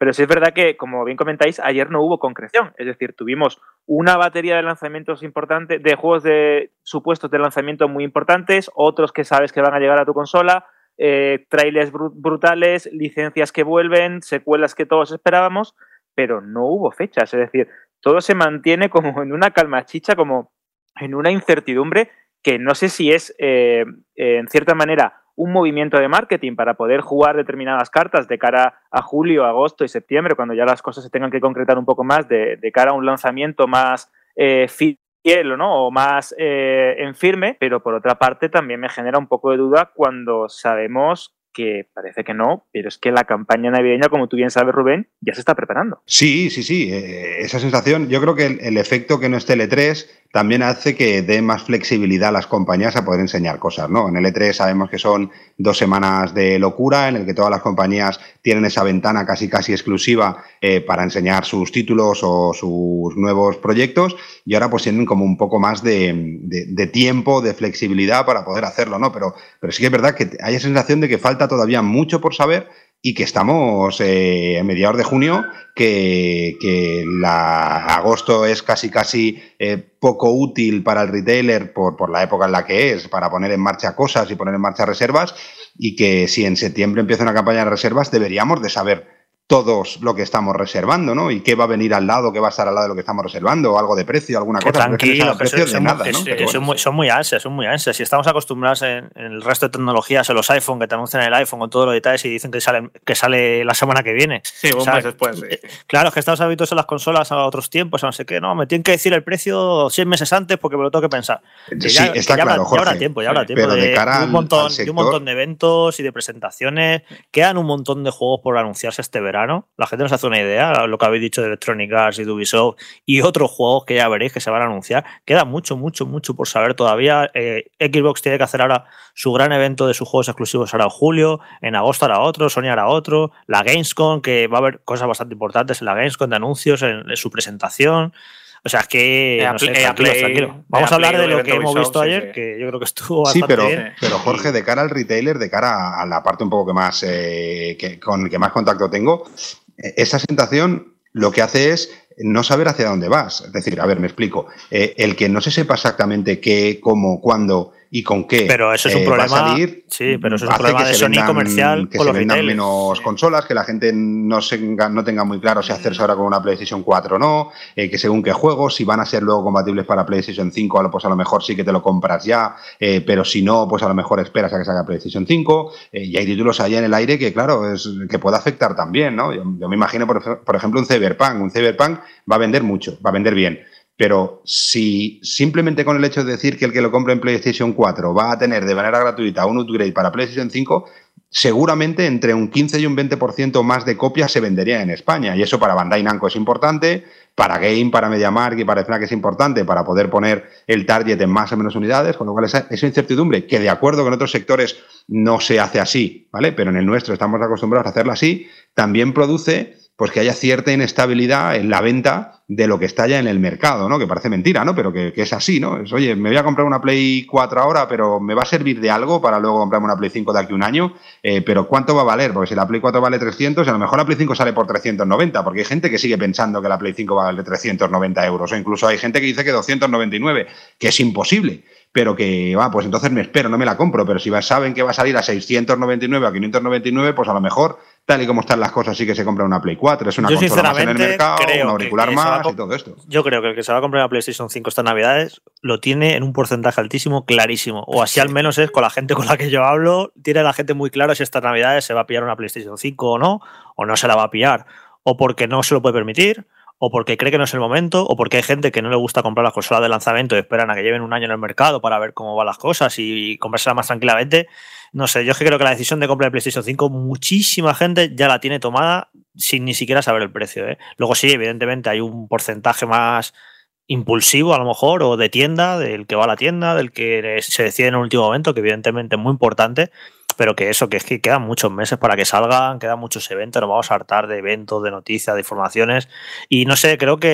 Pero sí es verdad que, como bien comentáis, ayer no hubo concreción. Es decir, tuvimos una batería de lanzamientos importantes, de juegos de supuestos de lanzamiento muy importantes, otros que sabes que van a llegar a tu consola, eh, trailers br- brutales, licencias que vuelven, secuelas que todos esperábamos, pero no hubo fechas. Es decir, todo se mantiene como en una calma chicha, como en una incertidumbre que no sé si es, eh, eh, en cierta manera, un movimiento de marketing para poder jugar determinadas cartas de cara a julio, agosto y septiembre, cuando ya las cosas se tengan que concretar un poco más, de, de cara a un lanzamiento más eh, fiel, ¿no? O más eh, en firme, pero por otra parte también me genera un poco de duda cuando sabemos que parece que no, pero es que la campaña navideña, como tú bien sabes, Rubén, ya se está preparando. Sí, sí, sí, eh, esa sensación, yo creo que el, el efecto que no esté el E tres también hace que dé más flexibilidad a las compañías a poder enseñar cosas, ¿no? En el E tres sabemos que son dos semanas de locura en el que todas las compañías tienen esa ventana casi casi exclusiva eh, para enseñar sus títulos o sus nuevos proyectos, y ahora pues tienen como un poco más de, de, de tiempo, de flexibilidad para poder hacerlo, ¿no? Pero, pero sí que es verdad que hay esa sensación de que falta todavía mucho por saber y que estamos eh, a mediados de junio, que, que la, agosto es casi casi eh, poco útil para el retailer por, por la época en la que es, para poner en marcha cosas y poner en marcha reservas, y que si en septiembre empieza una campaña de reservas deberíamos de saber todos lo que estamos reservando, ¿no? Y qué va a venir al lado, qué va a estar al lado de lo que estamos reservando, o algo de precio, alguna que cosa. Tranquilo, que son, de son, nada, es, ¿no? que bueno, son, muy, son muy ansias, son muy ansias. Si estamos acostumbrados en, en el resto de tecnologías, en los iPhone, que te anuncian el iPhone con todos los detalles y dicen que sale, que sale la semana que viene. Sí, un o sea, mes después. Sí. Claro, es que estamos habituados en las consolas a otros tiempos, a no sé qué, no, me tienen que decir el precio seis meses antes porque me lo tengo que pensar. Que sí, ya, está que ya claro, habrá, Jorge. Ya habrá tiempo, ya habrá sí, tiempo. Pero de, de, cara de un montón, al sector... de un montón de eventos y de presentaciones. Quedan un montón de juegos por anunciarse este verano. La gente nos hace una idea, lo que habéis dicho de Electronic Arts y de Ubisoft y otros juegos que ya veréis que se van a anunciar. Queda mucho, mucho, mucho por saber todavía. Eh, Xbox tiene que hacer ahora su gran evento de sus juegos exclusivos ahora en julio, en agosto hará otro, Sony hará otro, la Gamescom, que va a haber cosas bastante importantes en la Gamescom de anuncios, en, en su presentación. O sea, es que, eh, no sé, eh, tranquilo, Play, tranquilo. Vamos eh, a hablar Play, de lo que hemos Ubisoft, visto sí, ayer, sí. que yo creo que estuvo Sí, bastante pero, bien. pero Jorge, de cara al retailer, de cara a la parte un poco que más, eh, que, con que más contacto tengo, esa sensación lo que hace es no saber hacia dónde vas. Es decir, a ver, me explico. Eh, el que no se sepa exactamente qué, cómo, cuándo y con qué pero eso es un eh, problema, va a salir, sí, pero eso es un hace problema que de se Sony vendan, comercial que con se los vendan retailers. menos Sí. consolas, que la gente no, se, no tenga muy claro si hacerse ahora con una PlayStation cuatro o no, eh, que según qué juegos, si van a ser luego compatibles para PlayStation cinco, pues a lo mejor sí que te lo compras ya, eh, pero si no, pues a lo mejor esperas a que salga PlayStation cinco, eh, y hay títulos allá en el aire que, claro, es, que puede afectar también, ¿no? Yo, yo me imagino, por, por ejemplo, un Cyberpunk. Un Cyberpunk va a vender mucho, va a vender bien. Pero si simplemente con el hecho de decir que el que lo compre en PlayStation cuatro va a tener de manera gratuita un upgrade para PlayStation cinco, seguramente entre un quince y un veinte por ciento más de copias se venderían en España. Y eso para Bandai Namco es importante, para Game, para MediaMarkt y para Fnac es importante para poder poner el target en más o menos unidades, con lo cual esa, esa incertidumbre, que de acuerdo con otros sectores no se hace así, ¿vale? Pero en el nuestro estamos acostumbrados a hacerlo así, también produce pues que haya cierta inestabilidad en la venta de lo que está ya en el mercado, ¿no? Que parece mentira, ¿no? Pero que, que es así, ¿no? Es, oye, me voy a comprar una Play cuatro ahora, pero ¿me va a servir de algo para luego comprarme una Play cinco de aquí a un año? Eh, pero ¿cuánto va a valer? Porque si la Play cuatro vale trescientos, a lo mejor la Play cinco sale por trescientos noventa, porque hay gente que sigue pensando que la Play cinco va a valer trescientos noventa euros, o incluso hay gente que dice que doscientos noventa y nueve, que es imposible. Pero que, va, pues entonces me espero, no me la compro. Pero si saben que va a salir a seiscientos noventa y nueve o a quinientos noventa y nueve, pues a lo mejor, tal y como están las cosas, sí que se compra una Play cuatro. Es una yo consola más en el mercado, un auricular que, que más y todo esto. Yo creo que el que se va a comprar una PlayStation cinco estas navidades lo tiene en un porcentaje altísimo, clarísimo. O así al menos es con la gente con la que yo hablo. Tiene la gente muy claro si estas navidades se va a pillar una PlayStation cinco o no, o no se la va a pillar. O porque no se lo puede permitir, o porque cree que no es el momento, o porque hay gente que no le gusta comprar las consolas de lanzamiento y esperan a que lleven un año en el mercado para ver cómo van las cosas y comprárselas más tranquilamente. No sé, yo es que creo que la decisión de comprar el PlayStation cinco, muchísima gente ya la tiene tomada sin ni siquiera saber el precio, ¿eh? Luego sí, evidentemente hay un porcentaje más impulsivo a lo mejor, o de tienda, del que va a la tienda, del que se decide en el último momento, que evidentemente es muy importante. Pero que eso, que es que quedan muchos meses para que salgan, quedan muchos eventos, nos vamos a hartar de eventos, de noticias, de informaciones. Y no sé, creo que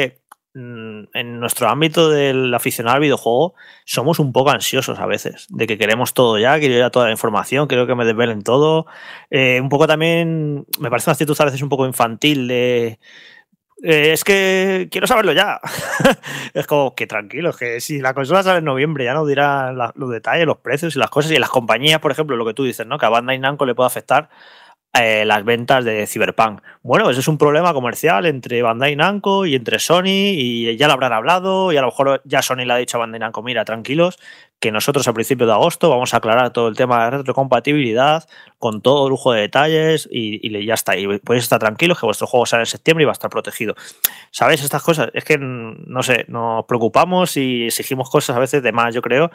en nuestro ámbito del aficionado al videojuego somos un poco ansiosos a veces, de que queremos todo ya, quiero ya toda la información, quiero que me desvelen todo. Eh, un poco también, me parece una actitud a veces un poco infantil de... Eh, es que quiero saberlo ya. Es como que tranquilo, que si la consola sale en noviembre ya nos dirán la, los detalles, los precios y las cosas. Y en las compañías, por ejemplo, lo que tú dices, ¿no? Que a Bandai Namco le puede afectar eh, las ventas de Cyberpunk. Bueno, ese es un problema comercial entre Bandai Namco y entre Sony, y ya lo habrán hablado, y a lo mejor ya Sony le ha dicho a Bandai Namco, mira, tranquilos, que nosotros a principios de agosto vamos a aclarar todo el tema de retrocompatibilidad con todo lujo de detalles y, y ya está. Y podéis estar tranquilos que vuestro juego sale en septiembre y va a estar protegido. ¿Sabéis estas cosas? Es que, no sé, nos preocupamos y exigimos cosas a veces de más, yo creo,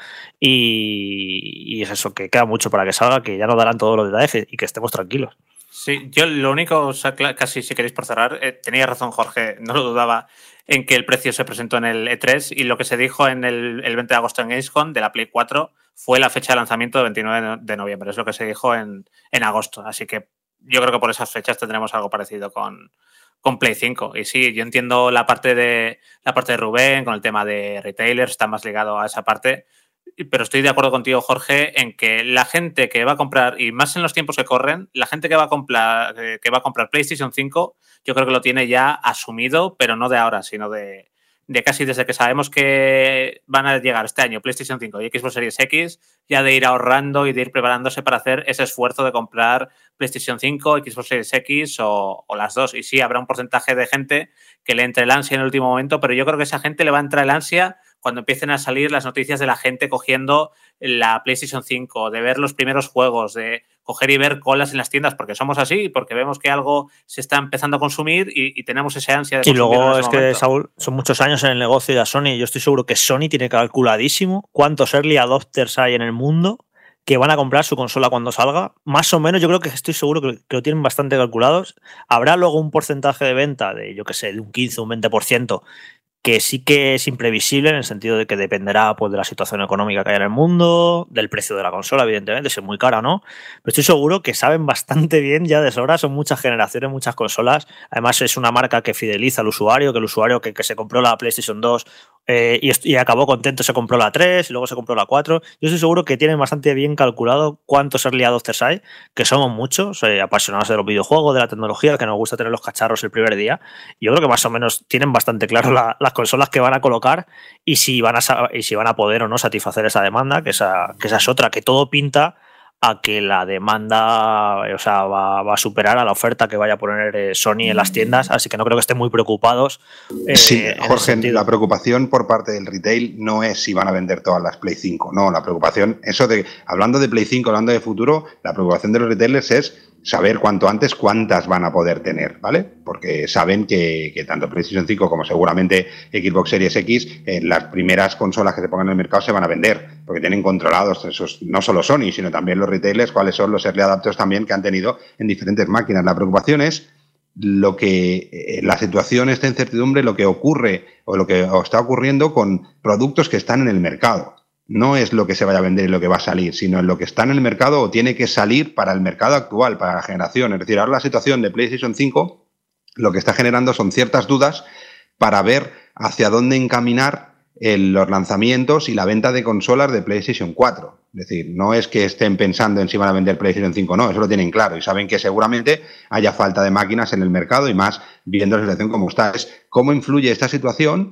y, y es eso, que queda mucho para que salga, que ya nos darán todos los detalles y que estemos tranquilos. Sí, yo lo único, o sea, casi si queréis por cerrar, eh, tenía razón Jorge, no lo dudaba, en que el precio se presentó en el E tres y lo que se dijo en el, el veinte de agosto en Gamescom de la Play cuatro fue la fecha de lanzamiento del veintinueve de noviembre, es lo que se dijo en, en agosto, así que yo creo que por esas fechas tendremos algo parecido con, con Play cinco. Y sí, yo entiendo la parte de la parte de Rubén con el tema de retailers, está más ligado a esa parte, pero estoy de acuerdo contigo, Jorge, en que la gente que va a comprar, y más en los tiempos que corren, la gente que va a comprar, que va a comprar PlayStation cinco, yo creo que lo tiene ya asumido, pero no de ahora, sino de, de casi desde que sabemos que van a llegar este año PlayStation cinco y Xbox Series X, ya de ir ahorrando y de ir preparándose para hacer ese esfuerzo de comprar PlayStation cinco, Xbox Series X o, o las dos. Y sí, habrá un porcentaje de gente que le entre el ansia en el último momento, pero yo creo que esa gente le va a entrar el ansia cuando empiecen a salir las noticias de la gente cogiendo la PlayStation cinco, de ver los primeros juegos, de coger y ver colas en las tiendas, porque somos así, porque vemos que algo se está empezando a consumir y, y tenemos ese ansia de y luego es momento. Que, Saúl, son muchos años en el negocio de Sony. Yo estoy seguro que Sony tiene calculadísimo cuántos early adopters hay en el mundo que van a comprar su consola cuando salga. Más o menos, yo creo que estoy seguro que, que lo tienen bastante calculados. Habrá luego un porcentaje de venta de, yo qué sé, de un quince o un veinte por ciento, que sí que es imprevisible en el sentido de que dependerá pues, de la situación económica que haya en el mundo, del precio de la consola, evidentemente, si es muy cara o no. Pero estoy seguro que saben bastante bien ya de sobra, son muchas generaciones, muchas consolas. Además, es una marca que fideliza al usuario, que el usuario que, que se compró la PlayStation dos eh, y, y acabó contento se compró la tres y luego se compró la cuatro. Yo estoy seguro que tienen bastante bien calculado cuántos early adopters hay, que somos muchos, eh, apasionados de los videojuegos, de la tecnología, que nos gusta tener los cacharros el primer día. Yo creo que más o menos tienen bastante claro la, las consolas que van a colocar y si van a, y si van a poder o no satisfacer esa demanda, que esa, que esa es otra, que todo pinta a que la demanda, o sea, va, va a superar a la oferta que vaya a poner Sony en las tiendas, así que no creo que estén muy preocupados. Eh, sí, Jorge, la preocupación por parte del retail no es si van a vender todas las Play cinco, no, la preocupación, eso de, hablando de Play cinco, hablando de futuro, la preocupación de los retailers es saber cuanto antes cuántas van a poder tener, ¿vale? Porque saben que, que tanto PlayStation cinco como seguramente Xbox Series X, eh, las primeras consolas que se pongan en el mercado se van a vender, porque tienen controlados esos, no solo Sony, sino también los retailers, cuáles son los early adapters también que han tenido en diferentes máquinas. La preocupación es lo que eh, la situación, esta incertidumbre, lo que ocurre o lo que está ocurriendo con productos que están en el mercado. No es lo que se vaya a vender y lo que va a salir, sino en lo que está en el mercado o tiene que salir para el mercado actual, para la generación. Es decir, ahora la situación de PlayStation cinco lo que está generando son ciertas dudas para ver hacia dónde encaminar el, los lanzamientos y la venta de consolas de PlayStation cuatro. Es decir, no es que estén pensando en si van a vender PlayStation cinco, no, eso lo tienen claro y saben que seguramente haya falta de máquinas en el mercado y más viendo la situación como está. Es cómo influye esta situación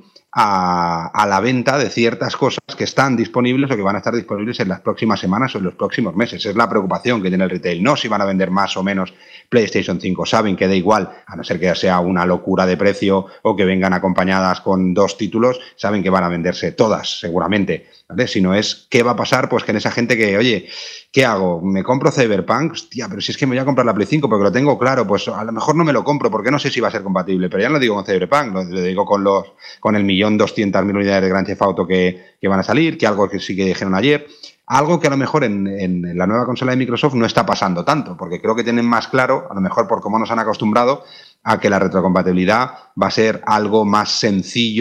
A, a la venta de ciertas cosas que están disponibles o que van a estar disponibles en las próximas semanas o en los próximos meses. Es la preocupación que tiene el retail. No si van a vender más o menos PlayStation cinco. Saben que da igual, a no ser que sea una locura de precio o que vengan acompañadas con dos títulos, saben que van a venderse todas, seguramente, ¿vale? Si no es, ¿qué va a pasar? Pues que en esa gente que, oye, ¿qué hago? ¿Me compro Cyberpunk? Hostia, pero si es que me voy a comprar la Play cinco porque lo tengo claro, pues a lo mejor no me lo compro porque no sé si va a ser compatible, pero ya no lo digo con Cyberpunk, lo, lo digo con los con el millón doscientas mil unidades de Grand Theft Auto que, que van a salir, que algo que sí que dijeron ayer, algo que a lo mejor en, en, en la nueva consola de Microsoft no está pasando tanto, porque creo que tienen más claro, a lo mejor por cómo nos han acostumbrado, a que la retrocompatibilidad va a ser algo más sencillo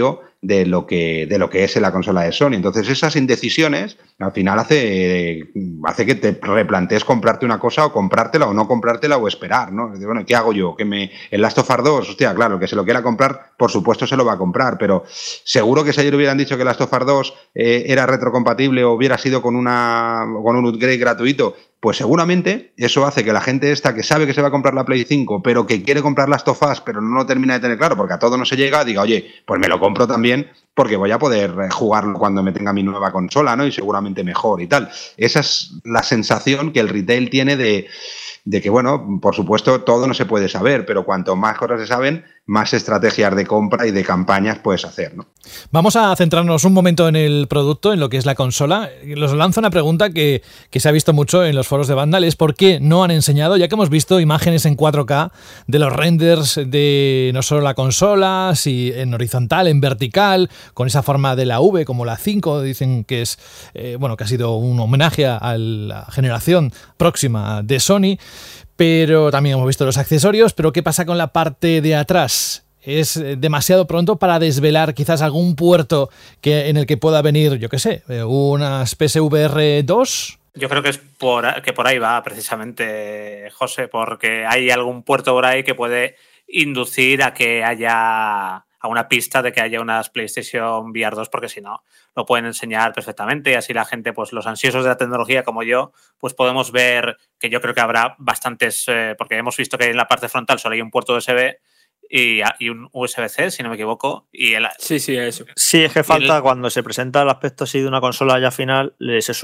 de lo que, de lo que es en la consola de Sony. Entonces esas indecisiones al final hace, hace que te replantees comprarte una cosa o comprártela o no comprártela o esperar, ¿no? Es decir, bueno, ¿qué hago yo? Que me, el Last of Us dos, hostia, claro, el que se lo quiera comprar, por supuesto se lo va a comprar, pero seguro que si ayer hubieran dicho que el Last of Us dos eh, era retrocompatible o hubiera sido con, una, con un upgrade gratuito, pues seguramente eso hace que la gente esta que sabe que se va a comprar la Play cinco, pero que quiere comprar Last of Us, pero no lo termina de tener claro, porque a todo no se llega, diga, oye, pues me lo compro también porque voy a poder jugarlo cuando me tenga mi nueva consola, ¿no? Y seguramente mejor y tal. Esa es la sensación que el retail tiene de, de que, bueno, por supuesto, todo no se puede saber, pero cuanto más cosas se saben, más estrategias de compra y de campañas puedes hacer, ¿no? Vamos a centrarnos un momento en el producto, en lo que es la consola. Les lanzo una pregunta que, que se ha visto mucho en los foros de Vandal, es ¿por qué no han enseñado, ya que hemos visto imágenes en cuatro K de los renders de no solo la consola, si en horizontal, en vertical, con esa forma de la V como la cinco, dicen que es eh, bueno, que ha sido un homenaje a la generación próxima de Sony, pero también hemos visto los accesorios. Pero ¿qué pasa con la parte de atrás? ¿Es demasiado pronto para desvelar quizás algún puerto que, en el que pueda venir, yo qué sé, unas P S V R dos? Yo creo que es por, que por ahí va precisamente, José, porque hay algún puerto por ahí que puede inducir a que haya a una pista de que haya unas PlayStation V R dos, porque si no, lo pueden enseñar perfectamente y así la gente, pues los ansiosos de la tecnología como yo, pues podemos ver que yo creo que habrá bastantes, eh, porque hemos visto que en la parte frontal solo hay un puerto U S B y, y un U S B C, si no me equivoco. Y el, sí, sí, eso. Sí, es que falta, el, cuando se presenta el aspecto así de una consola ya final, se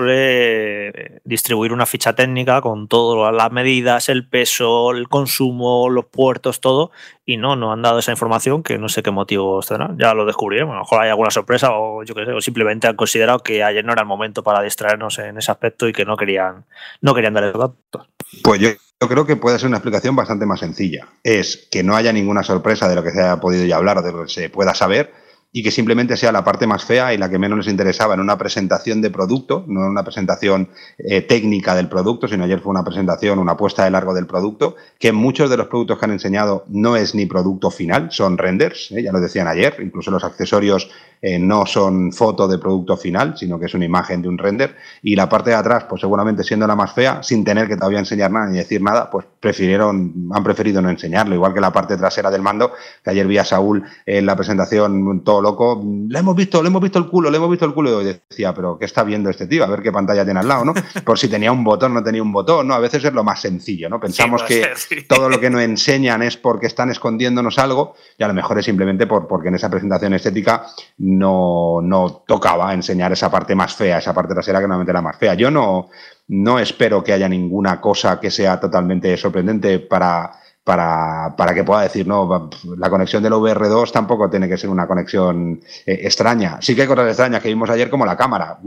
suele distribuir una ficha técnica con todas las medidas, el peso, el consumo, los puertos, todo, y no, no han dado esa información, que no sé qué motivos tendrán. Ya lo descubriremos, a lo mejor hay alguna sorpresa o yo qué sé, o simplemente han considerado que ayer no era el momento para distraernos en ese aspecto y que no querían, no querían dar esos datos. Pues yo Yo creo que puede ser una explicación bastante más sencilla. Es que no haya ninguna sorpresa de lo que se haya podido ya hablar o de lo que se pueda saber y que simplemente sea la parte más fea y la que menos les interesaba en una presentación de producto, no en una presentación eh, técnica del producto, sino ayer fue una presentación, una puesta de largo del producto, que muchos de los productos que han enseñado no es ni producto final, son renders, ¿eh? Ya lo decían ayer, incluso los accesorios eh, no son foto de producto final, sino que es una imagen de un render, y la parte de atrás, pues seguramente siendo la más fea, sin tener que todavía enseñar nada ni decir nada, pues prefirieron, han preferido no enseñarlo, igual que la parte trasera del mando, que ayer vi a Saúl en la presentación todo loco, le hemos visto, le hemos visto el culo, le hemos visto el culo, y decía, pero ¿qué está viendo este tío? A ver qué pantalla tiene al lado, ¿no? Por si tenía un botón, no tenía un botón, ¿no? A veces es lo más sencillo, ¿no? Pensamos sí, que ser, sí. todo lo que nos enseñan es porque están escondiéndonos algo, y a lo mejor es simplemente por, porque en esa presentación estética no, no tocaba enseñar esa parte más fea, esa parte trasera que normalmente era más fea. Yo no, no espero que haya ninguna cosa que sea totalmente sorprendente para... Para, para que pueda decir, no, la conexión del V R dos tampoco tiene que ser una conexión eh, extraña. Sí que hay cosas extrañas que vimos ayer, como la cámara,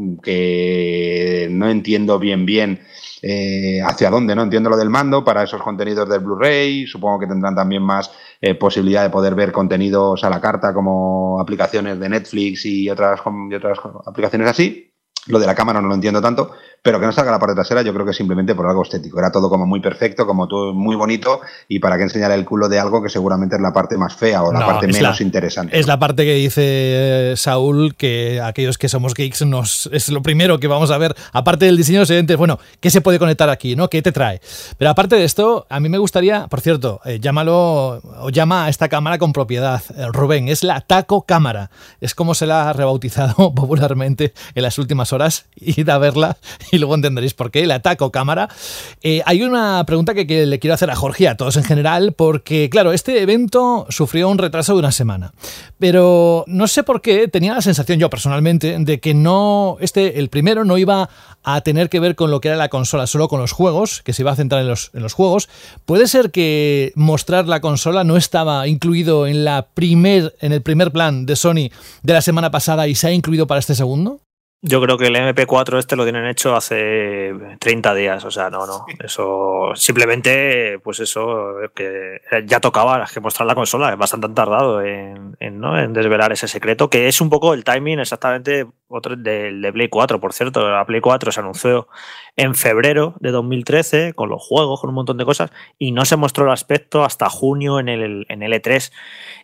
que no entiendo bien bien eh, hacia dónde, no entiendo lo del mando para esos contenidos del Blu-ray. Supongo que tendrán también más eh, posibilidad de poder ver contenidos a la carta, como aplicaciones de Netflix y otras, y otras aplicaciones así. Lo de la cámara no lo entiendo tanto, pero que no salga la parte trasera yo creo que simplemente por algo estético. Era todo como muy perfecto, como todo muy bonito, y para qué enseñar el culo de algo que seguramente es la parte más fea o la no, parte menos la, interesante. Es la parte que dice Saúl, que aquellos que somos geeks nos, es lo primero que vamos a ver, aparte del diseño de los bueno, ¿qué se puede conectar aquí? ¿No? ¿Qué te trae? Pero aparte de esto, a mí me gustaría, por cierto, eh, llámalo, o llama a esta cámara con propiedad, eh, Rubén, es la Taco Cámara, es como se la ha rebautizado popularmente en las últimas horas. Id a verla y luego entenderéis por qué, la Taco Cámara. Eh, hay una pregunta que, que le quiero hacer a Jorge y a todos en general, porque claro, este evento sufrió un retraso de una semana, pero no sé por qué tenía la sensación yo personalmente de que no, este, el primero no iba a tener que ver con lo que era la consola, solo con los juegos, que se iba a centrar en los, en los juegos. ¿Puede ser que mostrar la consola no estaba incluido en, la primer, en el primer plan de Sony de la semana pasada y se ha incluido para este segundo? Yo creo que el eme pe cuatro este lo tienen hecho hace treinta días, o sea, no, no, eso simplemente, pues eso, que ya tocaba que mostrar la consola, es bastante tardado en, en, ¿no? en desvelar ese secreto, que es un poco el timing exactamente otro del de Play cuatro, por cierto, la Play cuatro se anunció en febrero de dos mil trece, con los juegos, con un montón de cosas, y no se mostró el aspecto hasta junio en el, en el E tres,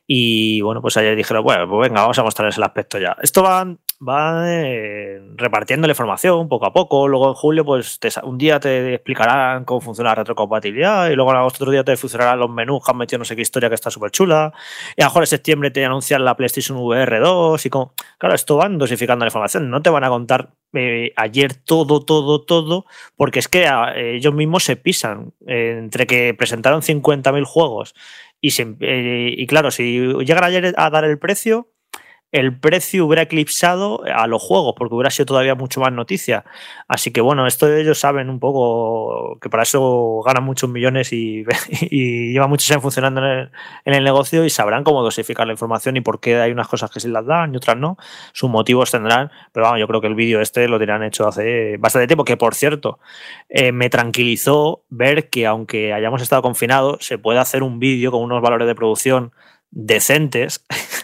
y bueno, pues ayer dijeron, bueno, pues venga, vamos a mostrarles el aspecto ya. Esto va... va eh, repartiendo la información poco a poco. Luego en julio, pues te, un día te explicarán cómo funciona la retrocompatibilidad y luego en agosto otro día te funcionarán los menús que han metido no sé qué historia que está súper chula. Y a lo mejor en septiembre te anuncian la PlayStation V R dos y como... Claro, esto van dosificando la información. No te van a contar eh, ayer todo, todo, todo, porque es que eh, ellos mismos se pisan. Eh, entre que presentaron cincuenta mil juegos y, se, eh, y claro, si llegan ayer a dar el precio, el precio hubiera eclipsado a los juegos porque hubiera sido todavía mucho más noticia. Así que bueno, esto ellos saben un poco que para eso ganan muchos millones y, y llevan muchos años funcionando en el, en el negocio y sabrán cómo dosificar la información y por qué hay unas cosas que sí las dan y otras no. Sus motivos tendrán, pero vamos, yo creo que el vídeo este lo tenían hecho hace bastante tiempo, que por cierto, eh, me tranquilizó ver que aunque hayamos estado confinados, se puede hacer un vídeo con unos valores de producción decentes.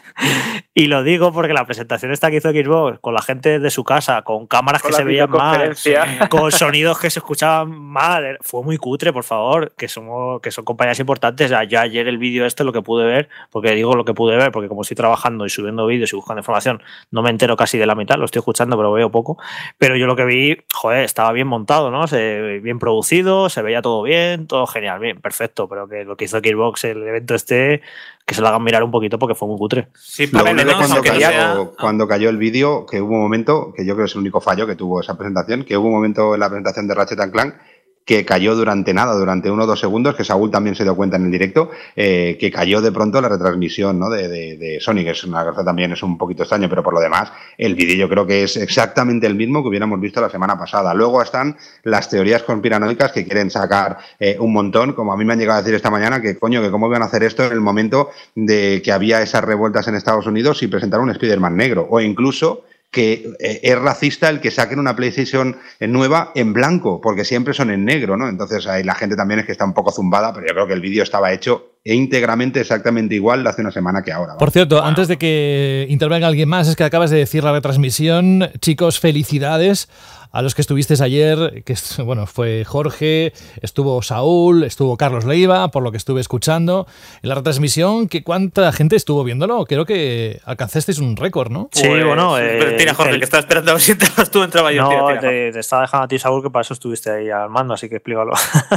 Y lo digo porque la presentación esta que hizo Xbox con la gente de su casa, con cámaras con que se veían mal, con sonidos que se escuchaban mal, fue muy cutre, por favor, que somos que son compañías importantes. Ya ayer el vídeo este lo que pude ver, porque digo lo que pude ver, porque como estoy trabajando y subiendo vídeos y buscando información, no me entero casi de la mitad, lo estoy escuchando pero veo poco, pero yo lo que vi, joder, estaba bien montado, ¿no? Se, bien producido, se veía todo bien, todo genial, bien, perfecto, pero que lo que hizo Xbox, el evento este, que se lo hagan mirar un poquito porque fue muy cutre. Sí, lo bueno no, cuando, cayó, sea... cuando cayó el vídeo, que hubo un momento, que yo creo que es el único fallo que tuvo esa presentación, que hubo un momento en la presentación de Ratchet and Clank que cayó durante nada, durante uno o dos segundos, que Saúl también se dio cuenta en el directo, eh, que cayó de pronto la retransmisión, ¿no? de, de, de Sony, que es una cosa también es un poquito extraño, pero por lo demás, el vídeo yo creo que es exactamente el mismo que hubiéramos visto la semana pasada. Luego están las teorías conspiranoicas que quieren sacar eh, un montón, como a mí me han llegado a decir esta mañana, que coño, que cómo iban a hacer esto en el momento de que había esas revueltas en Estados Unidos y presentar un Spider-Man negro, o incluso que es racista el que saquen una PlayStation nueva en blanco, porque siempre son en negro, ¿no? Entonces ahí la gente también es que está un poco zumbada, pero yo creo que el vídeo estaba hecho íntegramente exactamente igual de hace una semana que ahora, ¿vale? Por cierto, wow. Antes de que intervenga alguien más, es que acabas de decir la retransmisión. Chicos, felicidades a los que estuvisteis ayer, que bueno, fue Jorge, estuvo Saúl, estuvo Carlos Leiva, por lo que estuve escuchando. En la retransmisión, ¿que ¿cuánta gente estuvo viéndolo? Creo que alcanzasteis un récord, ¿no? Sí, pues, bueno... Eh, tira, Jorge, el, que estaba esperando a ver si entrabas tú, entraba yo. No, tira, tira, te, te estaba dejando a ti, Saúl, que para eso estuviste ahí al mando, así que explícalo.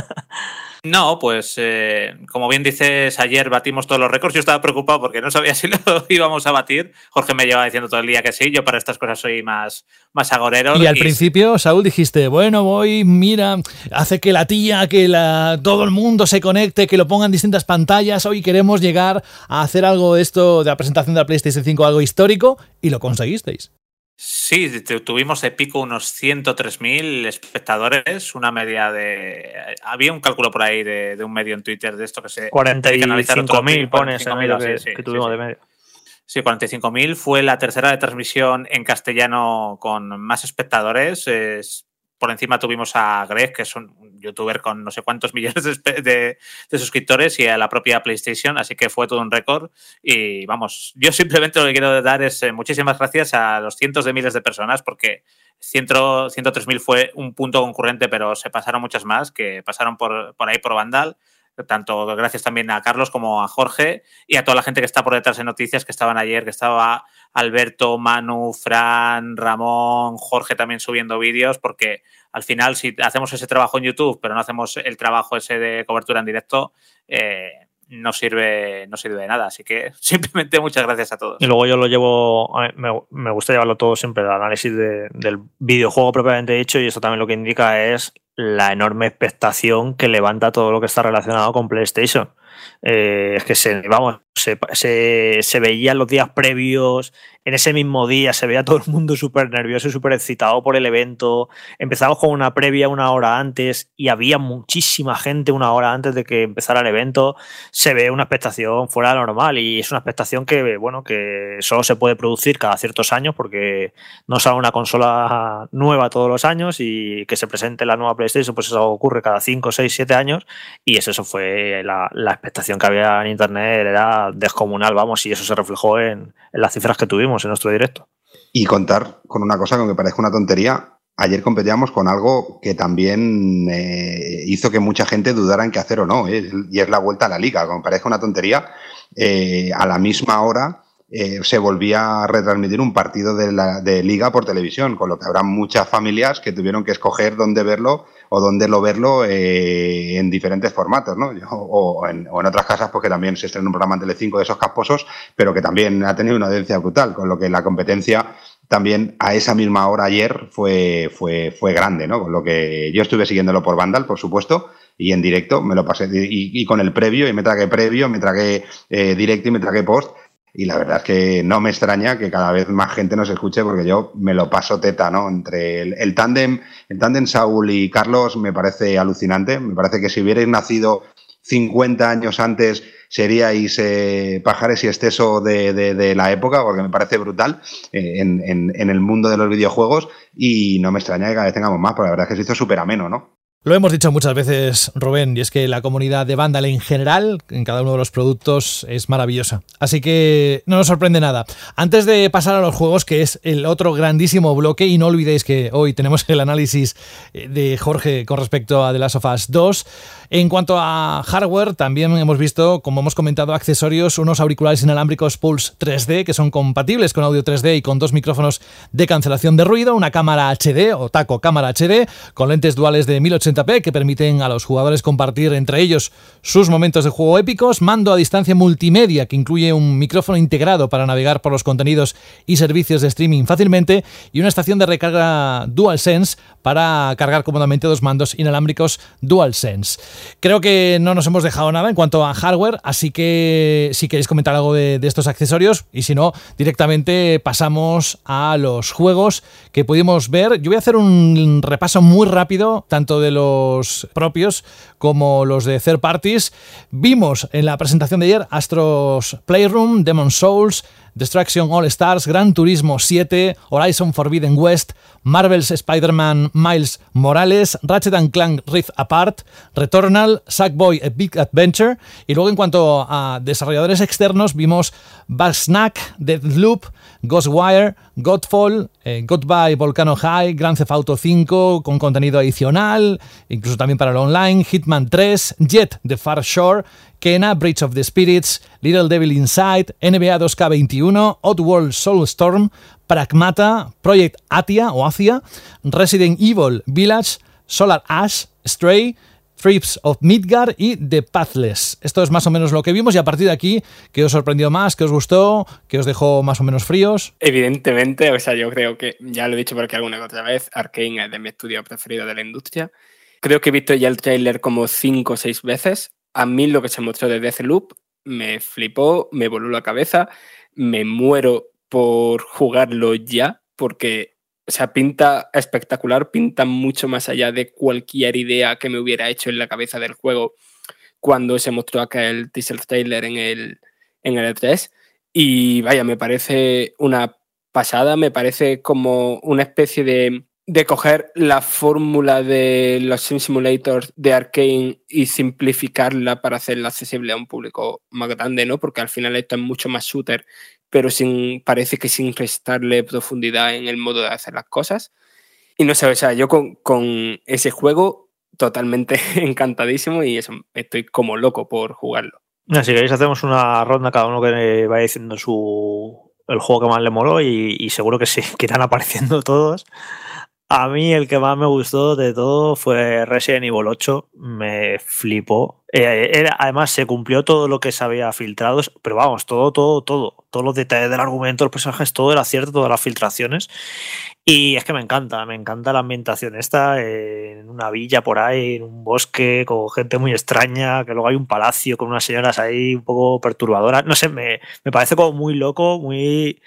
No, pues eh, como bien dices, ayer batimos todos los récords. Yo estaba preocupado porque no sabía si lo íbamos a batir. Jorge me llevaba diciendo todo el día que sí. Yo para estas cosas soy más, más agorero. Y al y... principio, Saúl, dijiste, bueno, voy, mira, hace que la tía, que la, todo el mundo se conecte, que lo pongan en distintas pantallas. Hoy queremos llegar a hacer algo de esto, de la presentación de la PlayStation cinco, algo histórico, y lo conseguisteis. Sí, tuvimos de pico unos ciento tres mil espectadores, una media de... Había un cálculo por ahí de, de un medio en Twitter de esto que se... cuarenta y cinco mil pones en medio que, sí, que tuvimos sí, de medio. Sí, cuarenta y cinco mil. Fue la tercera de transmisión en castellano con más espectadores. Es, por encima tuvimos a Greg, que es un youtuber con no sé cuántos millones de, de, de suscriptores, y a la propia PlayStation, así que fue todo un récord. Y vamos, yo simplemente lo que quiero dar es eh, muchísimas gracias a los cientos de miles de personas, porque ciento tres mil fue un punto concurrente, pero se pasaron muchas más que pasaron por, por ahí por Vandal. Tanto gracias también a Carlos como a Jorge y a toda la gente que está por detrás de noticias, que estaban ayer, que estaba Alberto, Manu, Fran, Ramón, Jorge también subiendo vídeos, porque al final si hacemos ese trabajo en YouTube pero no hacemos el trabajo ese de cobertura en directo, eh, no sirve no sirve de nada. Así que simplemente muchas gracias a todos. Y luego yo lo llevo, me, me gusta llevarlo todo siempre al análisis de, del videojuego propiamente dicho, y eso también lo que indica es la enorme expectación que levanta todo lo que está relacionado con PlayStation. Eh, es que se, vamos, se, se, se veían los días previos, en ese mismo día se veía todo el mundo súper nervioso y súper excitado por el evento. Empezamos con una previa una hora antes y había muchísima gente una hora antes de que empezara el evento. Se ve una expectación fuera de lo normal y es una expectación que, bueno, que solo se puede producir cada ciertos años porque no sale una consola nueva todos los años y que se presente la nueva PlayStation, pues eso ocurre cada cinco, seis, siete años y eso, eso fue la, la expectación que había en internet, era descomunal, vamos, y eso se reflejó en, en las cifras que tuvimos en nuestro directo. Y contar con una cosa que me parezca una tontería. Ayer competíamos con algo que también eh, hizo que mucha gente dudara en qué hacer o no, ¿eh? Y es la vuelta a la liga. Como parezca una tontería, eh, a la misma hora eh, se volvía a retransmitir un partido de, la, de liga por televisión, con lo que habrá muchas familias que tuvieron que escoger dónde verlo o dónde lo verlo eh, en diferentes formatos, ¿no? O, o, en, o en otras casas, porque también se estrena un programa en Telecinco de esos casposos, pero que también ha tenido una audiencia brutal, con lo que la competencia también a esa misma hora ayer fue, fue, fue grande, ¿no? Con lo que yo estuve siguiéndolo por Vandal, por supuesto, y en directo me lo pasé, y, y con el previo, y me tragué previo, me tragué eh, directo y me tragué post. Y la verdad es que no me extraña que cada vez más gente nos escuche porque yo me lo paso teta, ¿no? Entre el, el tándem, el tándem Saúl y Carlos me parece alucinante. Me parece que si hubierais nacido cincuenta años antes seríais eh, pajares y exceso de, de, de la época, porque me parece brutal eh, en, en, en el mundo de los videojuegos y no me extraña que cada vez tengamos más, porque la verdad es que se hizo súper ameno, ¿no? Lo hemos dicho muchas veces, Rubén, y es que la comunidad de Vandal en general, en cada uno de los productos, es maravillosa. Así que no nos sorprende nada. Antes de pasar a los juegos, que es el otro grandísimo bloque, y no olvidéis que hoy tenemos el análisis de Jorge con respecto a The Last of Us dos. En cuanto a hardware, también hemos visto, como hemos comentado, accesorios, unos auriculares inalámbricos Pulse tres D, que son compatibles con audio tres D y con dos micrófonos de cancelación de ruido, una cámara H D o taco cámara H D, con lentes duales de mil ochenta p que permiten a los jugadores compartir entre ellos sus momentos de juego épicos, mando a distancia multimedia que incluye un micrófono integrado para navegar por los contenidos y servicios de streaming fácilmente y una estación de recarga DualSense para cargar cómodamente dos mandos inalámbricos DualSense. Creo que no nos hemos dejado nada en cuanto a hardware, así que si queréis comentar algo de, de estos accesorios y si no, directamente pasamos a los juegos que pudimos ver. Yo voy a hacer un repaso muy rápido, tanto de los propios como los de third parties. Vimos en la presentación de ayer Astro's Playroom, Demon's Souls, Destruction All Stars, Gran Turismo siete, Horizon Forbidden West, Marvel's Spider-Man Miles Morales, Ratchet and Clank Rift Apart, Returnal, Sackboy A Big Adventure, y luego en cuanto a desarrolladores externos vimos Bugsnax, Deathloop, Ghostwire, Godfall, eh, Goodbye Volcano High, Grand Theft Auto cinco con contenido adicional, incluso también para el online, Hitman tres, Jet The Far Shore, Kena, Bridge of the Spirits, Little Devil Inside, N B A dos K veintiuno, Oddworld Soulstorm, Pragmata, Project Atia o Acia, Resident Evil Village, Solar Ash, Stray, Thieves of Midgard y The Pathless. Esto es más o menos lo que vimos y a partir de aquí, ¿qué os sorprendió más? ¿Qué os gustó? ¿Qué os dejó más o menos fríos? Evidentemente, o sea, yo creo que, ya lo he dicho por aquí alguna otra vez, Arkane es de mi estudio preferido de la industria. Creo que he visto ya el tráiler como cinco o seis veces. A mí lo que se mostró de Deathloop me flipó, me voló la cabeza, me muero por jugarlo ya, porque, o sea, pinta espectacular, pinta mucho más allá de cualquier idea que me hubiera hecho en la cabeza del juego cuando se mostró acá el teaser trailer en el, en el E tres. Y vaya, me parece una pasada, me parece como una especie de... de coger la fórmula de los Sim Simulators de Arkane y simplificarla para hacerla accesible a un público más grande, ¿no? Porque al final esto es mucho más shooter, pero sin, parece que sin restarle profundidad en el modo de hacer las cosas. Y no sé, o sea, yo con, con ese juego totalmente encantadísimo y eso, estoy como loco por jugarlo. Si queréis hacemos una ronda, cada uno que vaya diciendo su el juego que más le moló y, y seguro que sí, que irán apareciendo todos. A mí el que más me gustó de todo fue Resident Evil ocho, me flipó. Eh, era, además, se cumplió todo lo que se había filtrado, pero vamos, todo, todo, todo. Todos los detalles del argumento, los personajes, todo era cierto, todas las filtraciones. Y es que me encanta, me encanta la ambientación esta, eh, en una villa por ahí, en un bosque, con gente muy extraña, que luego hay un palacio con unas señoras ahí un poco perturbadoras. No sé, me, me parece como muy loco, muy...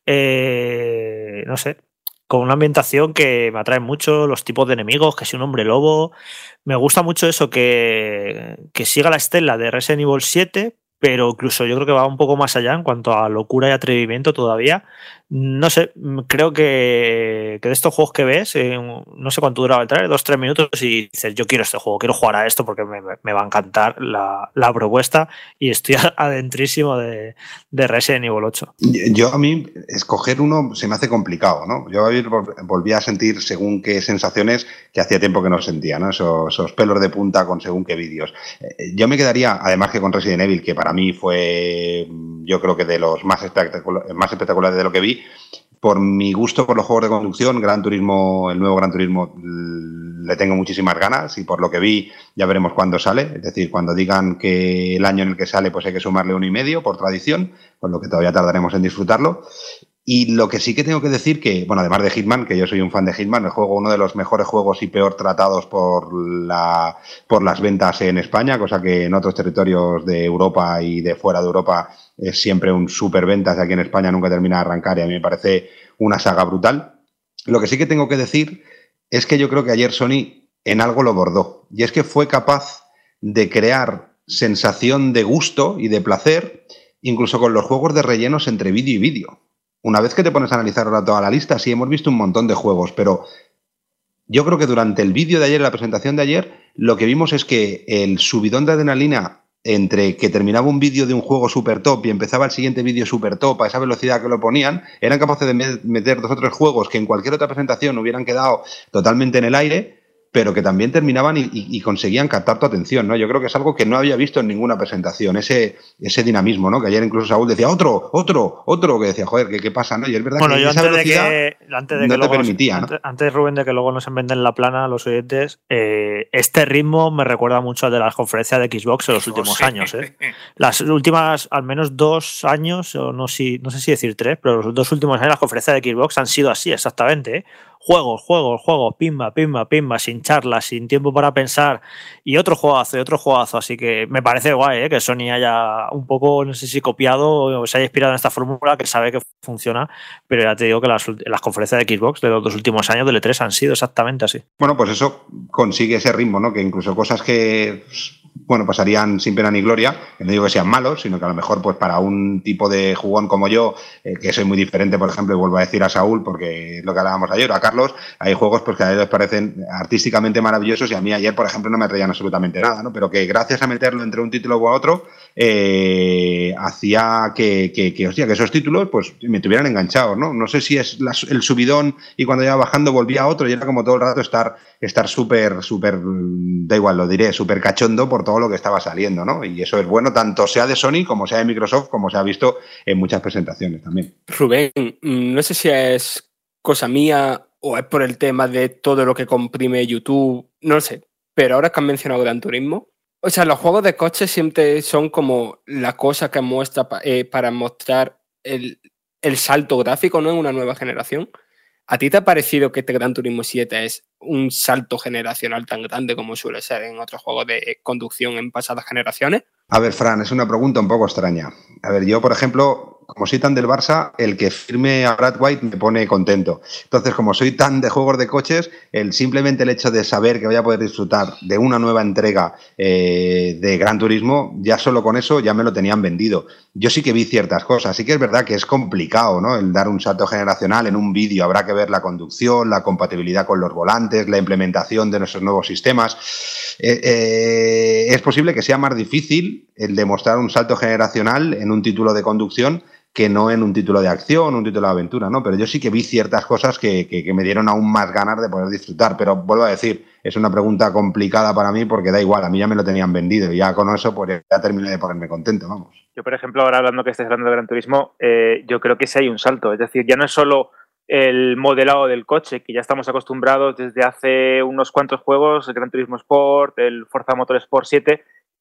Eh, no sé, con una ambientación que me atrae mucho, los tipos de enemigos, que si un hombre lobo. Me gusta mucho eso, que, que siga la estela de Resident Evil siete, pero incluso yo creo que va un poco más allá en cuanto a locura y atrevimiento todavía. No sé, creo que, que de estos juegos que ves, eh, no sé cuánto duraba el trailer, dos, tres minutos, y dices, yo quiero este juego, quiero jugar a esto porque me, me va a encantar la, la propuesta, y estoy adentrísimo de, de Resident Evil ocho. Yo, a mí, escoger uno se me hace complicado, ¿no? Yo volví a sentir según qué sensaciones que hacía tiempo que no sentía, ¿no? Esos, esos pelos de punta con según qué vídeos. Yo me quedaría, además que con Resident Evil, que para mí fue, yo creo que de los más, espectacular, más espectaculares de lo que vi, por mi gusto por los juegos de conducción, Gran Turismo, el nuevo Gran Turismo, le tengo muchísimas ganas, y por lo que vi ya veremos cuándo sale. Es decir, cuando digan que el año en el que sale pues hay que sumarle uno y medio por tradición, con lo que todavía tardaremos en disfrutarlo. Y lo que sí que tengo que decir que, bueno, además de Hitman, que yo soy un fan de Hitman, el juego, uno de los mejores juegos y peor tratados por la por las ventas en España, cosa que en otros territorios de Europa y de fuera de Europa es siempre un super ventas, y aquí en España nunca termina de arrancar, y a mí me parece una saga brutal. Lo que sí que tengo que decir es que yo creo que ayer Sony en algo lo bordó, y es que fue capaz de crear sensación de gusto y de placer, incluso con los juegos de rellenos entre vídeo y vídeo. Una vez que te pones a analizar ahora toda la lista, sí, hemos visto un montón de juegos, pero yo creo que durante el vídeo de ayer, la presentación de ayer, lo que vimos es que el subidón de adrenalina entre que terminaba un vídeo de un juego super top y empezaba el siguiente vídeo super top a esa velocidad que lo ponían, eran capaces de meter dos o tres juegos que en cualquier otra presentación hubieran quedado totalmente en el aire, pero que también terminaban y, y, y conseguían captar tu atención, ¿no? Yo creo que es algo que no había visto en ninguna presentación, ese, ese dinamismo, ¿no? Que ayer incluso Saúl decía, otro, otro, otro, que decía, joder, ¿qué, qué pasa, no? Y es verdad bueno, que yo esa antes velocidad de que, antes de no que te luego permitía, nos, ¿no? Antes, antes, Rubén, de que luego nos envenden la plana a los oyentes, eh, este ritmo me recuerda mucho al de las conferencias de Xbox en los últimos sí. años, ¿eh? Las últimas, al menos dos años, o no, si, no sé si decir tres, pero los dos últimos años las conferencias de Xbox han sido así, exactamente, ¿eh? Juegos, juegos, juegos, pimba, pimba, pimba, sin charlas, sin tiempo para pensar, y otro juegazo, y otro juegazo. Así que me parece guay, ¿eh? Que Sony haya un poco, no sé si copiado o se haya inspirado en esta fórmula, que sabe que funciona, pero ya te digo que las, las conferencias de Xbox de los dos últimos años del E tres han sido exactamente así. Bueno, pues eso consigue ese ritmo, ¿no? Que incluso cosas que, bueno, pasarían sin pena ni gloria, que no digo que sean malos, sino que a lo mejor pues para un tipo de jugón como yo, eh, que soy muy diferente, por ejemplo, y vuelvo a decir a Saúl, porque es lo que hablábamos ayer, a Carlos, hay juegos pues que a ellos les parecen artísticamente maravillosos, y a mí ayer, por ejemplo, no me atraían absolutamente nada, ¿no? Pero que gracias a meterlo entre un título u otro, eh, hacía que, que, que, hostia, que esos títulos pues me tuvieran enganchados, ¿no? No sé si es la, el subidón y cuando iba bajando volvía a otro, y era como todo el rato estar estar súper, súper, da igual, lo diré, súper cachondo por todo lo que estaba saliendo, ¿no? Y eso es bueno, tanto sea de Sony como sea de Microsoft, como se ha visto en muchas presentaciones también. Rubén, no sé si es cosa mía o es por el tema de todo lo que comprime YouTube, no lo sé, pero ahora que han mencionado Gran Turismo, o sea, los juegos de coches siempre son como la cosa que muestra eh, para mostrar el, el salto gráfico, ¿no? En una nueva generación. ¿A ti te ha parecido que este Gran Turismo siete es un salto generacional tan grande como suele ser en otros juegos de conducción en pasadas generaciones? A ver, Fran, es una pregunta un poco extraña. A ver, yo, por ejemplo, como soy tan del Barça, el que firme a Brad White me pone contento. Entonces, como soy tan de juegos de coches, el simplemente el hecho de saber que voy a poder disfrutar de una nueva entrega eh, de Gran Turismo, ya solo con eso ya me lo tenían vendido. Yo sí que vi ciertas cosas. Sí que es verdad que es complicado, ¿no? El dar un salto generacional en un vídeo. Habrá que ver la conducción, la compatibilidad con los volantes, la implementación de nuestros nuevos sistemas. Eh, eh, es posible que sea más difícil el demostrar un salto generacional en un título de conducción que no en un título de acción, un título de aventura, ¿no? Pero yo sí que vi ciertas cosas que, que, que me dieron aún más ganas de poder disfrutar. Pero vuelvo a decir, es una pregunta complicada para mí porque da igual, a mí ya me lo tenían vendido y ya con eso pues ya terminé de ponerme contento, vamos. Yo, por ejemplo, ahora hablando que estés hablando de Gran Turismo, eh, yo creo que sí hay un salto. Es decir, ya no es solo el modelado del coche, que ya estamos acostumbrados desde hace unos cuantos juegos, el Gran Turismo Sport, el Forza Motorsport siete,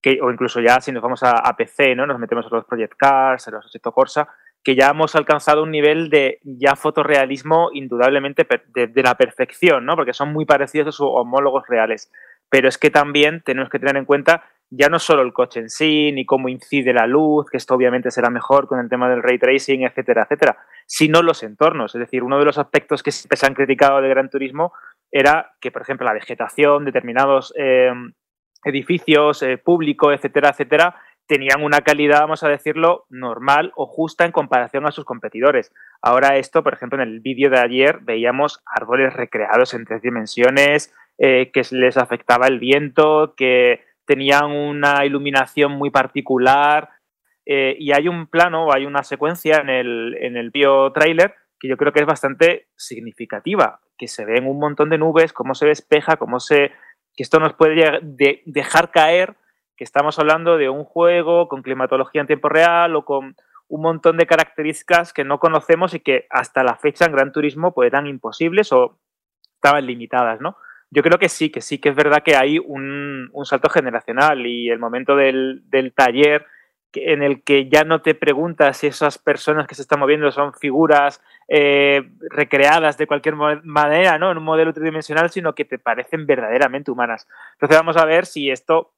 que, o incluso ya si nos vamos a, a P C, ¿no? Nos metemos a los Project Cars, a los Assetto Corsa, que ya hemos alcanzado un nivel de ya fotorrealismo indudablemente de, de la perfección, ¿no? Porque son muy parecidos a sus homólogos reales. Pero es que también tenemos que tener en cuenta ya no solo el coche en sí, ni cómo incide la luz, que esto obviamente será mejor con el tema del ray tracing, etcétera, etcétera, sino los entornos. Es decir, uno de los aspectos que siempre se han criticado de Gran Turismo era que, por ejemplo, la vegetación, determinados eh, edificios, eh, público, etcétera, etcétera, tenían una calidad, vamos a decirlo, normal o justa en comparación a sus competidores. Ahora esto, por ejemplo, en el vídeo de ayer veíamos árboles recreados en tres dimensiones, eh, que les afectaba el viento, que tenían una iluminación muy particular, eh, y hay un plano, hay una secuencia en el, en el bio trailer que yo creo que es bastante significativa, que se ven un montón de nubes, cómo se despeja, cómo se... que esto nos puede de, dejar caer que estamos hablando de un juego con climatología en tiempo real o con un montón de características que no conocemos y que hasta la fecha en Gran Turismo pues eran imposibles o estaban limitadas, ¿no? Yo creo que sí, que sí, que es verdad que hay un, un salto generacional y el momento del, del taller que, en el que ya no te preguntas si esas personas que se están moviendo son figuras eh, recreadas de cualquier manera, ¿no? En un modelo tridimensional, sino que te parecen verdaderamente humanas. Entonces vamos a ver si esto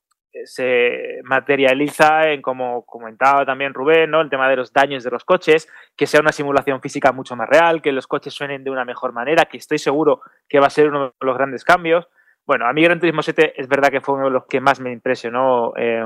se materializa en, como comentaba también Rubén, ¿no? El tema de los daños de los coches, que sea una simulación física mucho más real, que los coches suenen de una mejor manera, que estoy seguro que va a ser uno de los grandes cambios. Bueno, a mí Gran Turismo siete es verdad que fue uno de los que más me impresionó. Eh,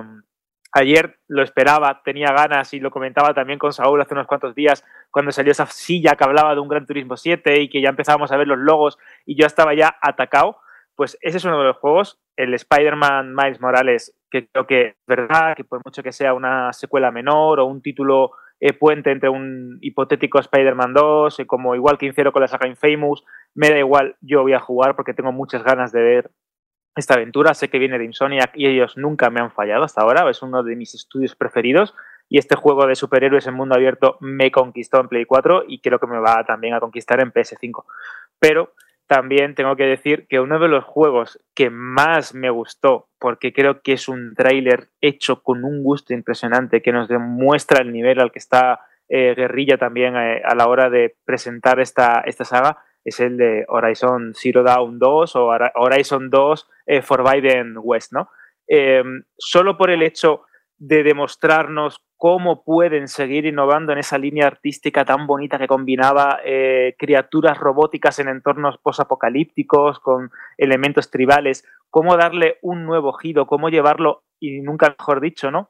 ayer lo esperaba, tenía ganas y lo comentaba también con Saúl hace unos cuantos días cuando salió esa silla que hablaba de un Gran Turismo siete y que ya empezábamos a ver los logos y yo estaba ya atacado. Pues ese es uno de los juegos, el Spider-Man Miles Morales, que creo que es verdad, que por mucho que sea una secuela menor o un título eh, puente entre un hipotético Spider-Man dos, eh, como igual que hicieron con la saga Infamous, me da igual, yo voy a jugar porque tengo muchas ganas de ver esta aventura. Sé que viene de Insomniac y ellos nunca me han fallado hasta ahora, es uno de mis estudios preferidos y este juego de superhéroes en mundo abierto me conquistó en Play cuatro y creo que me va también a conquistar en P S cinco. Pero también tengo que decir que uno de los juegos que más me gustó, porque creo que es un tráiler hecho con un gusto impresionante, que nos demuestra el nivel al que está eh, Guerrilla también eh, a la hora de presentar esta, esta saga, es el de Horizon Zero Dawn dos o Horizon dos eh, Forbidden West, ¿no? Eh, solo por el hecho de demostrarnos cómo pueden seguir innovando en esa línea artística tan bonita que combinaba eh, criaturas robóticas en entornos posapocalípticos con elementos tribales, cómo darle un nuevo giro, cómo llevarlo, y nunca mejor dicho, ¿no?,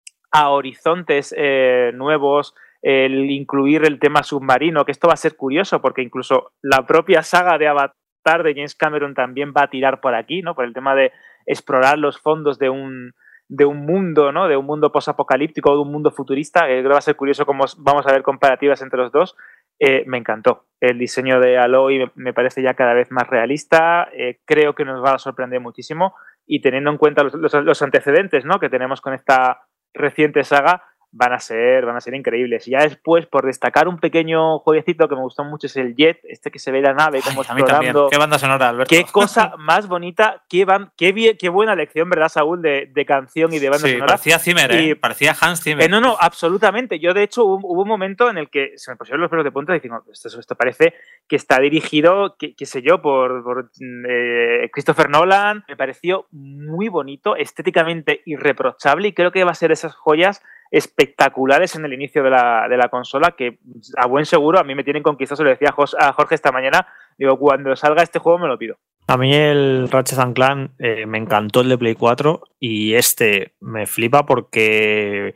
a horizontes eh, nuevos, el incluir el tema submarino, que esto va a ser curioso porque incluso la propia saga de Avatar de James Cameron también va a tirar por aquí, ¿no?, por el tema de explorar los fondos de un de un mundo, ¿no?, de un mundo posapocalíptico o de un mundo futurista, que creo que va a ser curioso cómo vamos a ver comparativas entre los dos. Eh, me encantó. El diseño de Aloy me, me parece ya cada vez más realista, eh, creo que nos va a sorprender muchísimo y teniendo en cuenta los, los, los antecedentes, ¿no?, que tenemos con esta reciente saga, van a ser, van a ser increíbles. Y ya después, por destacar un pequeño jueguecito que me gustó mucho, es el Jet, este que se ve la nave como Ay, explorando. Qué banda sonora, Alberto. Qué cosa más bonita, qué, van, qué, bien, qué buena lección, ¿verdad, Saúl? De, de canción y de banda sí, sonora. Parecía Zimmer, y, ¿eh? Parecía Hans Zimmer. Eh, no, no, absolutamente. Yo, de hecho, hubo, hubo un momento en el que se me pusieron los pelos de punta diciendo, esto, esto parece que está dirigido, qué, qué sé yo, por, por eh, Christopher Nolan. Me pareció muy bonito, estéticamente irreprochable y creo que va a ser esas joyas espectaculares en el inicio de la, de la consola que a buen seguro a mí me tienen conquistado. Se lo decía a Jorge esta mañana, digo, cuando salga este juego me lo pido. A mí el Ratchet and Clank eh, me encantó el de Play cuatro y este me flipa porque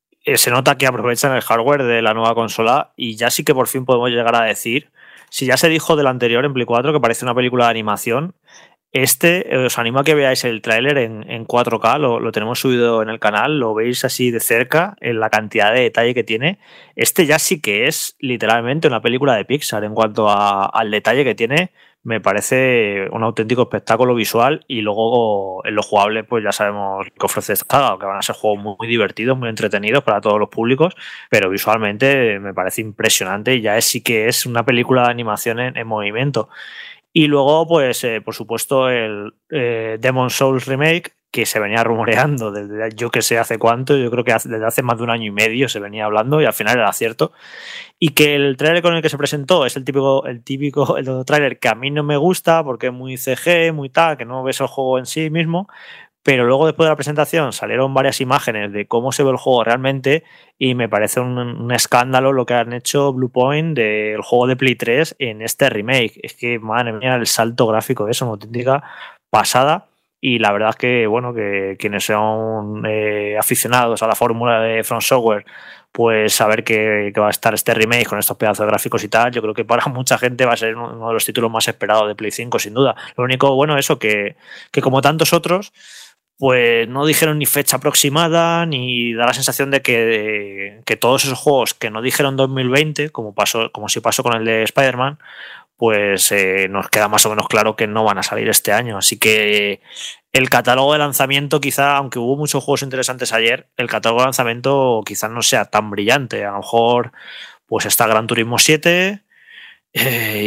se nota que aprovechan el hardware de la nueva consola y ya sí que por fin podemos llegar a decir, si ya se dijo del anterior en Play cuatro que parece una película de animación, este, os animo a que veáis el tráiler en, en cuatro K, lo, lo tenemos subido en el canal, lo veis así de cerca, en la cantidad de detalle que tiene. Este ya sí que es literalmente una película de Pixar en cuanto a, al detalle que tiene. Me parece un auténtico espectáculo visual y luego en lo jugable pues ya sabemos que ofrece esta saga, que van a ser juegos muy, muy divertidos, muy entretenidos para todos los públicos, pero visualmente me parece impresionante y ya es, sí que es una película de animación en, en movimiento. Y luego, pues, eh, por supuesto, el eh, Demon's Souls Remake, que se venía rumoreando desde yo que sé hace cuánto, yo creo que desde hace más de un año y medio se venía hablando y al final era cierto. Y que el tráiler con el que se presentó es el típico, el típico el tráiler que a mí no me gusta porque es muy C G, muy tal, que no ves el juego en sí mismo, pero luego después de la presentación salieron varias imágenes de cómo se ve el juego realmente y me parece un, un escándalo lo que han hecho Bluepoint del juego de Play tres en este remake. Es que, madre mía, el salto gráfico es una auténtica pasada. Y la verdad es que, bueno, que quienes son eh, aficionados a la fórmula de From Software, pues saber que, que va a estar este remake con estos pedazos de gráficos y tal, yo creo que para mucha gente va a ser uno de los títulos más esperados de Play cinco, sin duda. Lo único, bueno, eso, que, que como tantos otros, pues no dijeron ni fecha aproximada, ni da la sensación de que, que todos esos juegos que no dijeron dos mil veinte, como pasó, como si pasó con el de Spider-Man, pues eh, nos queda más o menos claro que no van a salir este año. Así que el catálogo de lanzamiento quizá, aunque hubo muchos juegos interesantes ayer, el catálogo de lanzamiento quizás no sea tan brillante. A lo mejor pues está Gran Turismo siete eh,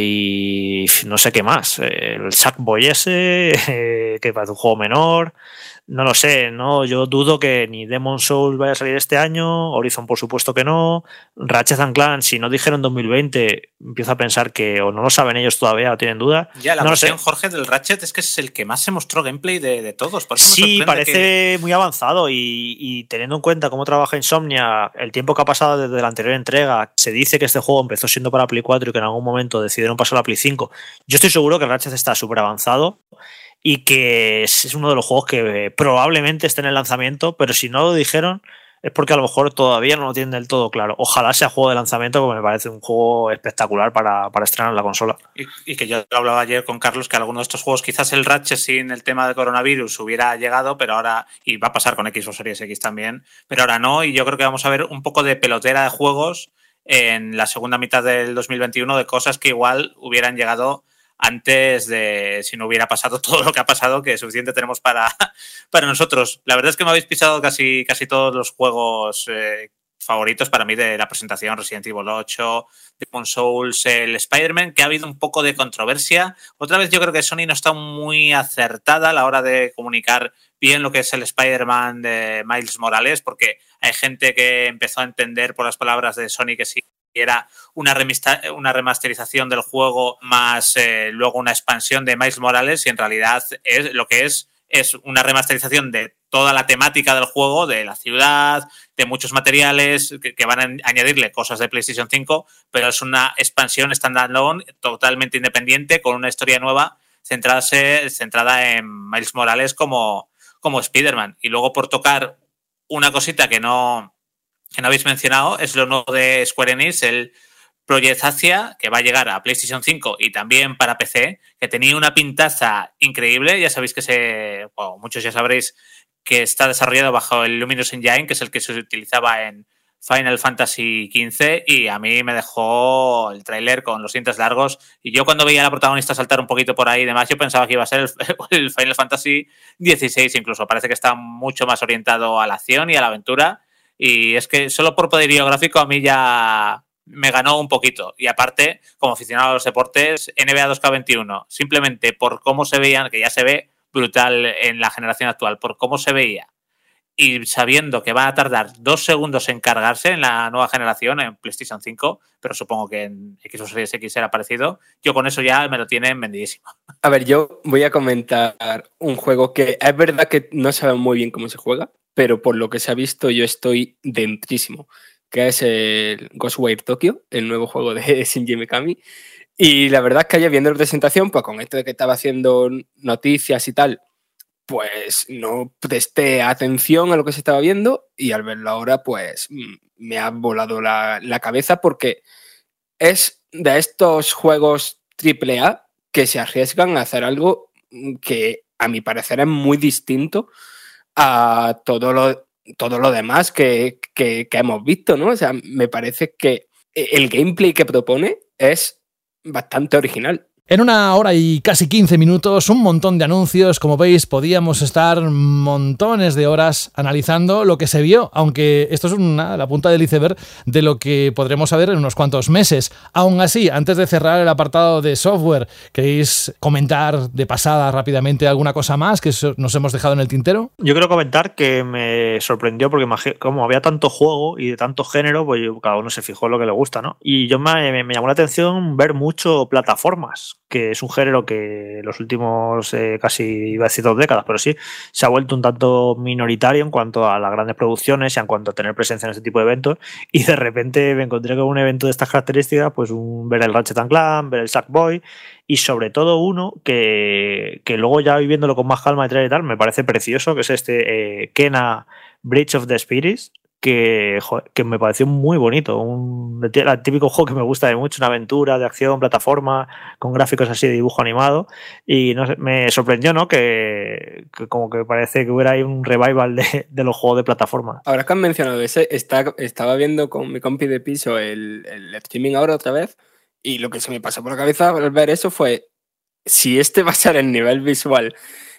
y no sé qué más. El Sackboy ese, eh, que parece un juego menor. No lo sé, no, yo dudo que ni Demon's Souls vaya a salir este año, Horizon por supuesto que no, Ratchet and Clank, si no dijeron dos mil veinte, empiezo a pensar que o no lo saben ellos todavía o tienen duda. Ya, la no versión, Jorge, del Ratchet es que es el que más se mostró gameplay de, de todos. Por eso sí, me parece que... muy avanzado y, y teniendo en cuenta cómo trabaja Insomnia, el tiempo que ha pasado desde la anterior entrega, se dice que este juego empezó siendo para Play cuatro y que en algún momento decidieron pasar a Play cinco. Yo estoy seguro que el Ratchet está súper avanzado y que es uno de los juegos que probablemente esté en el lanzamiento, pero si no lo dijeron es porque a lo mejor todavía no lo tienen del todo claro. Ojalá sea juego de lanzamiento, porque me parece un juego espectacular para, para estrenar en la consola. Y, y que yo lo hablaba ayer con Carlos, que algunos de estos juegos, quizás el Ratchet sin el tema de coronavirus hubiera llegado, pero ahora, y va a pasar con Xbox Series X también, pero ahora no, y yo creo que vamos a ver un poco de pelotera de juegos en la segunda mitad del dos mil veintiuno de cosas que igual hubieran llegado antes de, si no hubiera pasado todo lo que ha pasado, que suficiente tenemos para, para nosotros. La verdad es que me habéis pisado casi, casi todos los juegos eh, favoritos para mí de la presentación, Resident Evil ocho, Demon's Souls, el Spider-Man, que ha habido un poco de controversia. Otra vez yo creo que Sony no está muy acertada a la hora de comunicar bien lo que es el Spider-Man de Miles Morales, porque hay gente que empezó a entender por las palabras de Sony que sí era una, una remasterización del juego más eh, luego una expansión de Miles Morales, y en realidad es lo que es es una remasterización de toda la temática del juego, de la ciudad, de muchos materiales que, que van a añadirle cosas de PlayStation cinco, pero es una expansión standalone totalmente independiente con una historia nueva centrarse, centrada en Miles Morales como, como Spider-Man. Y luego, por tocar una cosita que no que no habéis mencionado, es lo nuevo de Square Enix, el Project Asia, que va a llegar a PlayStation cinco y también para P C, que tenía una pintaza increíble. Ya sabéis que se, bueno, muchos ya sabréis que está desarrollado bajo el Luminous Engine, que es el que se utilizaba en Final Fantasy quince, y a mí me dejó el tráiler con los dientes largos, y yo cuando veía a la protagonista saltar un poquito por ahí y demás, yo pensaba que iba a ser el, el Final Fantasy dieciséis incluso. Parece que está mucho más orientado a la acción y a la aventura, y es que solo por poderío gráfico a mí ya me ganó un poquito. Y aparte, como aficionado a los deportes, N B A dos K veintiuno, simplemente por cómo se veían, que ya se ve brutal en la generación actual, por cómo se veía, y sabiendo que va a tardar dos segundos en cargarse en la nueva generación, en PlayStation cinco, pero supongo que en Xbox Series X será parecido, yo con eso ya me lo tienen vendidísimo. A ver, yo voy a comentar un juego que es verdad que no sabemos muy bien cómo se juega, pero por lo que se ha visto yo estoy dentrísimo, que es el Ghostwire Tokyo, el nuevo juego de Shinji Mikami. Y la verdad es que ayer viendo la presentación, pues con esto de que estaba haciendo noticias y tal, pues no presté atención a lo que se estaba viendo, y al verlo ahora pues me ha volado la, la cabeza, porque es de estos juegos triple A que se arriesgan a hacer algo que a mi parecer es muy distinto a todo lo, todo lo demás que, que, que hemos visto, ¿no? O sea, me parece que el gameplay que propone es bastante original. En una hora y casi quince minutos, un montón de anuncios. Como veis, podíamos estar montones de horas analizando lo que se vio, aunque esto es una, la punta del iceberg de lo que podremos saber en unos cuantos meses. Aún así, antes de cerrar el apartado de software, ¿queréis comentar de pasada rápidamente alguna cosa más que nos hemos dejado en el tintero? Yo quiero comentar que me sorprendió porque como había tanto juego y de tanto género, pues cada uno se fijó en lo que le gusta, ¿no? Y yo me, me llamó la atención ver mucho plataformas, que es un género que los últimos eh, casi, iba a decir dos décadas, pero sí, se ha vuelto un tanto minoritario en cuanto a las grandes producciones y en cuanto a tener presencia en este tipo de eventos, y de repente me encontré con un evento de estas características, pues un, ver el Ratchet and Clank, ver el Sackboy, y sobre todo uno que, que luego ya viviéndolo con más calma y tal y tal, me parece precioso, que es este eh, Kena Bridge of the Spirits, que, joder, que me pareció muy bonito, un el típico juego que me gusta de mucho, una aventura de acción, plataforma, con gráficos así de dibujo animado, y no sé, me sorprendió, ¿no? Que, que como que parece que hubiera ahí un revival de, de los juegos de plataforma. Ahora que han mencionado ese, está, estaba viendo con mi compi de piso el, el streaming ahora otra vez, y lo que se me pasó por la cabeza al ver eso fue, si este va a ser el nivel visual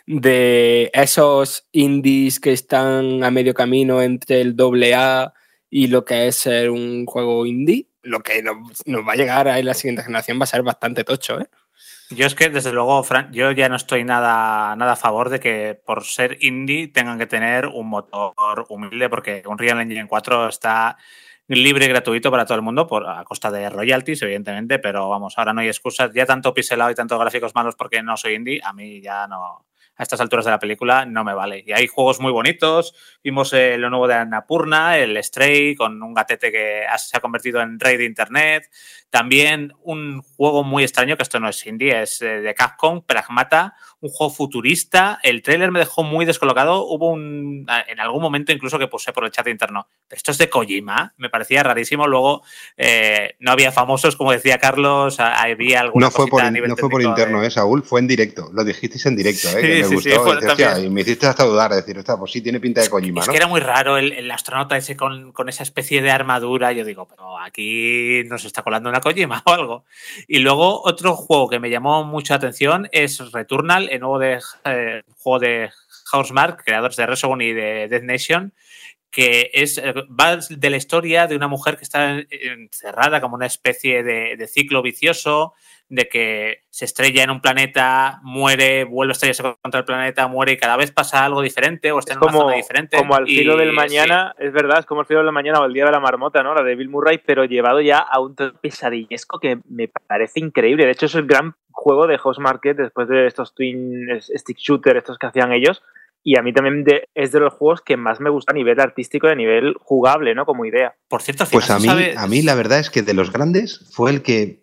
de esos indies que están a medio camino entre el doble A y lo que es ser un juego indie, lo que nos, nos va a llegar a la siguiente generación va a ser bastante tocho, ¿eh? Yo es que, desde luego, Fran, yo ya no estoy nada, nada a favor de que por ser indie tengan que tener un motor humilde, porque Unreal Engine cuatro está libre y gratuito para todo el mundo, por, a costa de royalties, evidentemente, pero vamos, ahora no hay excusas. Ya tanto pixelado y tanto gráficos malos porque no soy indie, a mí ya no... A estas alturas de la película no me vale. Y hay juegos muy bonitos. Vimos eh, lo nuevo de Annapurna, el Stray, con un gatete que se ha convertido en rey de internet. También un juego muy extraño, que esto no es indie, es eh, de Capcom, Pragmata, un juego futurista. El tráiler me dejó muy descolocado. Hubo un en algún momento incluso que puse por el chat interno, pero esto es de Kojima, me parecía rarísimo. Luego eh, no había famosos, como decía Carlos, había alguna no fue por, a nivel No fue por interno, de... eh, Saúl, fue en directo. Lo dijisteis en directo, eh, sí, que me sí, gustó. sí, fue, y, decía, y me hiciste hasta dudar, de decir, pues sí, tiene pinta de Kojima, es ¿no? que era muy raro el, el astronauta ese con, con esa especie de armadura. Yo digo, pero aquí nos está colando una Kojima o algo. Y luego otro juego que me llamó mucha atención es Returnal, el nuevo de, eh, juego de Housemarque, creadores de Resogun y de Death Nation, que es, va de la historia de una mujer que está encerrada como una especie de, de ciclo vicioso, de que se estrella en un planeta, muere, vuelve a estrellarse contra el planeta, muere y cada vez pasa algo diferente o está es en una como, zona diferente. Como al filo y, del mañana, sí. Es verdad, es como el filo del mañana o el día de la marmota, ¿no? La de Bill Murray, pero llevado ya a un pesadillesco que me parece increíble. De hecho, es el gran juego de Housemarque después de estos twin stick shooter, estos que hacían ellos. Y a mí también de, es de los juegos que más me gusta a nivel artístico y a nivel jugable, ¿no? Como idea. Por cierto, pues a mí, ¿sabes? a mí la verdad es que de los grandes fue el que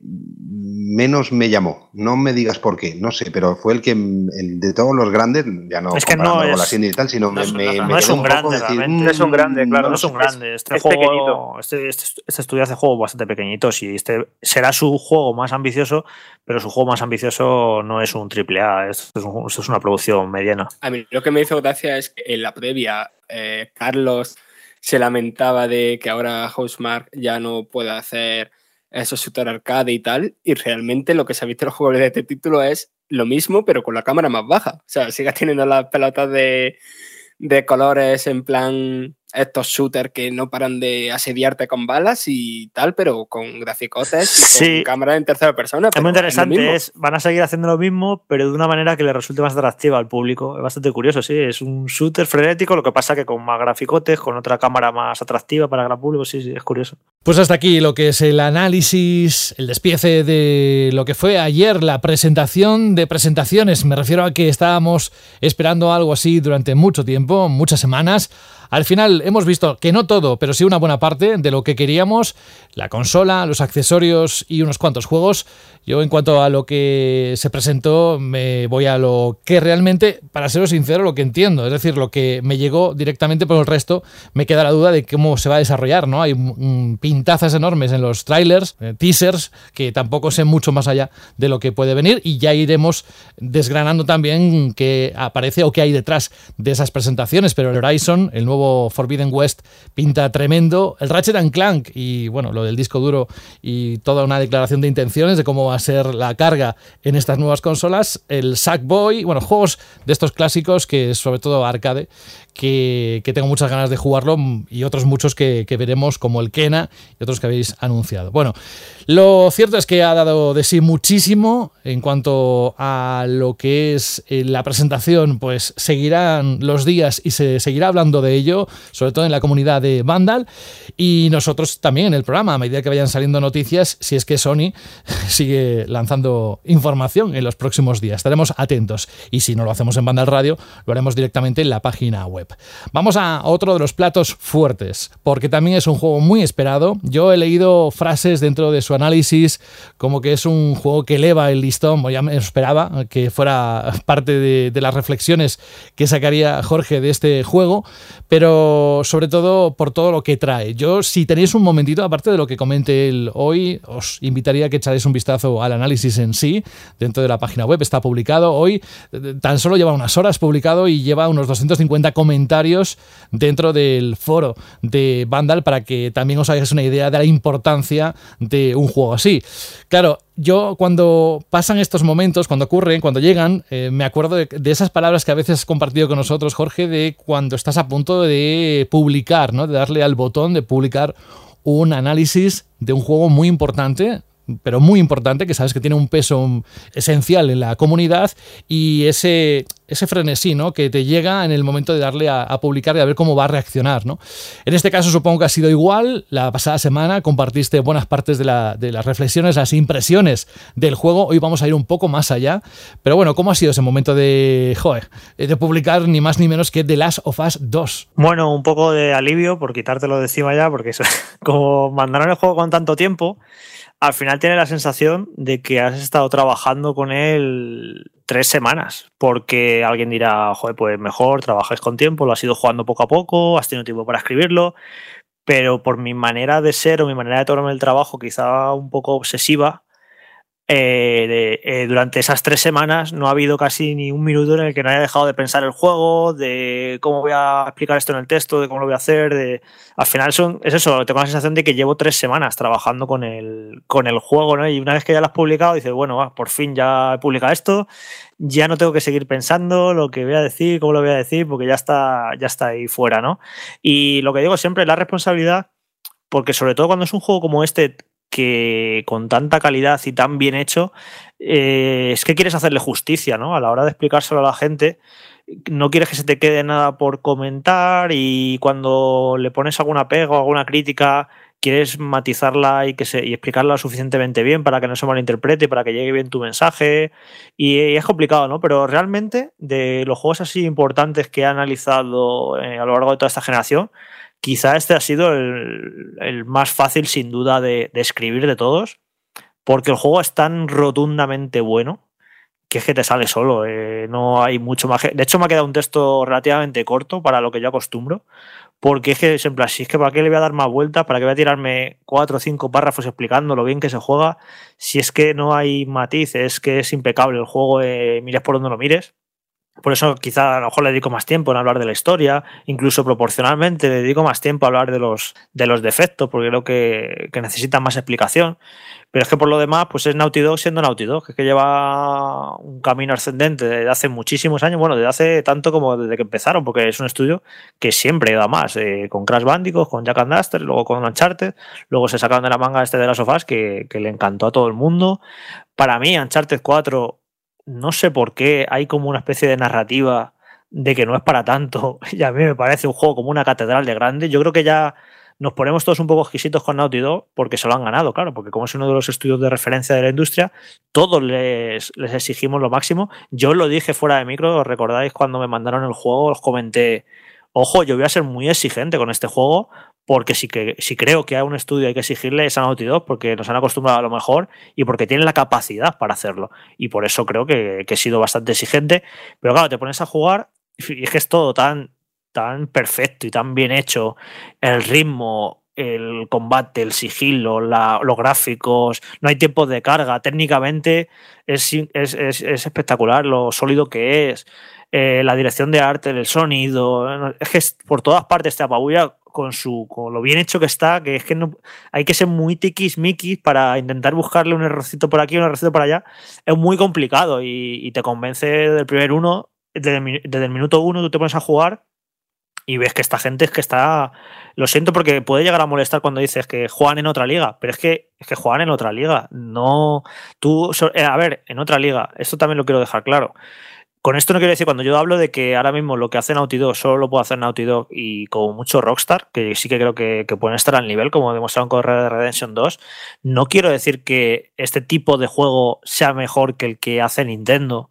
menos me llamó. No me digas por qué, no sé, pero fue el que el de todos los grandes, ya no es que no es, las indie y tal, sino no me, es, me, no, me no es un, un grande, decir, realmente. No es un grande, claro. No, no es un grande. Este es juego, pequeñito. Este, este, este estudio hace juegos bastante pequeñitos y este será su juego más ambicioso, pero su juego más ambicioso no es un triple A, esto es, un, esto es una producción mediana. A mí lo que me hizo gracia es que en la previa eh, Carlos se lamentaba de que ahora Housemarque ya no puede hacer esos shooter arcade y tal, y realmente lo que se ha visto en los juegos de este título es lo mismo, pero con la cámara más baja. O sea, sigue teniendo las pelotas de, de colores en plan estos shooters que no paran de asediarte con balas y tal, pero con graficotes y sí. con cámara en tercera persona. Es muy interesante, es, van a seguir haciendo lo mismo, pero de una manera que le resulte más atractiva al público. Es bastante curioso, sí, es un shooter frenético, lo que pasa que con más graficotes, con otra cámara más atractiva para el público, sí, sí, es curioso. Pues hasta aquí lo que es el análisis, el despiece de lo que fue ayer la presentación de presentaciones. Me refiero a que estábamos esperando algo así durante mucho tiempo, muchas semanas. Al final hemos visto que no todo, pero sí una buena parte de lo que queríamos, la consola, los accesorios y unos cuantos juegos. Yo en cuanto a lo que se presentó me voy a lo que realmente, para ser sincero, lo que entiendo, es decir, lo que me llegó directamente, por el resto me queda la duda de cómo se va a desarrollar, ¿no? Hay mm, pintazas enormes en los trailers, eh, teasers, que tampoco sé mucho más allá de lo que puede venir y ya iremos desgranando también qué aparece o qué hay detrás de esas presentaciones, pero el Horizon, el nuevo nuevo Forbidden West pinta tremendo. El Ratchet and Clank y bueno, lo del disco duro y toda una declaración de intenciones de cómo va a ser la carga en estas nuevas consolas. El Sackboy, bueno, juegos de estos clásicos que sobre todo arcade, que, que tengo muchas ganas de jugarlo, y otros muchos que, que veremos como el Kena y otros que habéis anunciado. Bueno, lo cierto es que ha dado de sí muchísimo. En cuanto a lo que es la presentación, pues seguirán los días y se seguirá hablando de ello, sobre todo en la comunidad de Vandal, y nosotros también en el programa, a medida que vayan saliendo noticias, si es que Sony sigue lanzando información en los próximos días. Estaremos atentos, y si no lo hacemos en Vandal Radio, lo haremos directamente en la página web. Vamos a otro de los platos fuertes, porque también es un juego muy esperado. Yo he leído frases dentro de su análisis como que es un juego que eleva el listón. Ya me esperaba que fuera parte de, de las reflexiones que sacaría Jorge de este juego, pero sobre todo por todo lo que trae. Yo, si tenéis un momentito, aparte de lo que comente él hoy, os invitaría a que echaréis un vistazo al análisis en sí dentro de la página web. Está publicado hoy, tan solo lleva unas horas publicado, y lleva unos doscientos cincuenta comentarios dentro del foro de Vandal, para que también os hagáis una idea de la importancia de un juego así. Claro, yo cuando pasan estos momentos, cuando ocurren, cuando llegan, eh, me acuerdo de, de esas palabras que a veces has compartido con nosotros, Jorge, de cuando estás a punto de publicar, ¿no? De darle al botón de publicar un análisis de un juego muy importante, pero muy importante, que sabes que tiene un peso esencial en la comunidad, y ese, ese frenesí, ¿no? Que te llega en el momento de darle a, a publicar y a ver cómo va a reaccionar, ¿no? En este caso supongo que ha sido igual. La pasada semana compartiste buenas partes de, la, de las reflexiones, las impresiones del juego. Hoy vamos a ir un poco más allá, pero bueno, ¿cómo ha sido ese momento de, joder, de publicar ni más ni menos que The Last of Us dos? Bueno, un poco de alivio por quitártelo de encima ya, porque eso, como mandaron el juego con tanto tiempo, al final tienes la sensación de que has estado trabajando con él tres semanas, porque alguien dirá, joder, pues mejor, trabajáis con tiempo, lo has ido jugando poco a poco, has tenido tiempo para escribirlo, pero por mi manera de ser o mi manera de tomarme el trabajo, quizá un poco obsesiva, eh, de, eh, durante esas tres semanas no ha habido casi ni un minuto en el que no haya dejado de pensar el juego, de cómo voy a explicar esto en el texto, de cómo lo voy a hacer. De... Al final son, es eso, tengo la sensación de que llevo tres semanas trabajando con el, con el juego, ¿no? Y una vez que ya lo has publicado, dices, bueno, va, por fin ya he publicado esto, ya no tengo que seguir pensando lo que voy a decir, cómo lo voy a decir, porque ya está, ya está ahí fuera, ¿no? Y lo que digo siempre es la responsabilidad, porque sobre todo cuando es un juego como este, que con tanta calidad y tan bien hecho, eh, es que quieres hacerle justicia, ¿no? A la hora de explicárselo a la gente, no quieres que se te quede nada por comentar, y cuando le pones alguna pega o alguna crítica, quieres matizarla y, que se, y explicarla suficientemente bien para que no se malinterprete, para que llegue bien tu mensaje, y, y es complicado, ¿no? Pero realmente, de los juegos así importantes que he analizado eh, a lo largo de toda esta generación, quizá este ha sido el, el más fácil, sin duda, de, de escribir de todos, porque el juego es tan rotundamente bueno que es que te sale solo. Eh, no hay mucho más. De hecho, me ha quedado un texto relativamente corto para lo que yo acostumbro, porque es que, en plan, si es que para qué le voy a dar más vueltas, para qué voy a tirarme cuatro o cinco párrafos explicando lo bien que se juega, si es que no hay matiz, es que es impecable el juego, eh, mires por donde lo mires. Por eso quizá a lo mejor le dedico más tiempo en hablar de la historia, incluso proporcionalmente le dedico más tiempo a hablar de los, de los defectos, porque creo que, que necesitan más explicación. Pero es que por lo demás, pues es Naughty Dog siendo Naughty Dog, que es que lleva un camino ascendente desde hace muchísimos años, bueno, desde hace tanto como desde que empezaron, porque es un estudio que siempre da más, eh, con Crash Bandicoot, con Jak and Daxter, luego con Uncharted, luego se sacaron de la manga este de las sofás que, que le encantó a todo el mundo. Para mí, Uncharted cuatro, no sé por qué, hay como una especie de narrativa de que no es para tanto, y a mí me parece un juego como una catedral de grande. Yo creo que ya nos ponemos todos un poco exquisitos con Naughty Dog porque se lo han ganado, claro, porque como es uno de los estudios de referencia de la industria, todos les, les exigimos lo máximo. Yo lo dije fuera de micro, ¿os recordáis cuando me mandaron el juego? Os comenté, ojo, yo voy a ser muy exigente con este juego, porque si, que, si creo que a un estudio hay que exigirle es a Naughty Dog, porque nos han acostumbrado a lo mejor y porque tienen la capacidad para hacerlo. Y por eso creo que, que he sido bastante exigente. Pero claro, te pones a jugar y es que es todo tan, tan perfecto y tan bien hecho, el ritmo, el combate, el sigilo, la, los gráficos, no hay tiempos de carga, técnicamente es, es, es, es espectacular lo sólido que es, eh, la dirección de arte, el sonido, es que es, por todas partes te apabulla con, su, con lo bien hecho que está, que es que no, hay que ser muy tiquismiquis para intentar buscarle un errorcito por aquí, un errorcito por allá, es muy complicado y, y te convence del primer uno, desde el, desde el minuto uno tú te pones a jugar y ves que esta gente es que está... Lo siento porque puede llegar a molestar cuando dices que juegan en otra liga, pero es que, es que juegan en otra liga. No... Tú... A ver, en otra liga. Esto también lo quiero dejar claro. Con esto no quiero decir, cuando yo hablo de que ahora mismo lo que hace Naughty Dog solo lo puede hacer Naughty Dog y como mucho Rockstar, que sí que creo que, que pueden estar al nivel, como demostraron con Red Dead Redemption dos, no quiero decir que este tipo de juego sea mejor que el que hace Nintendo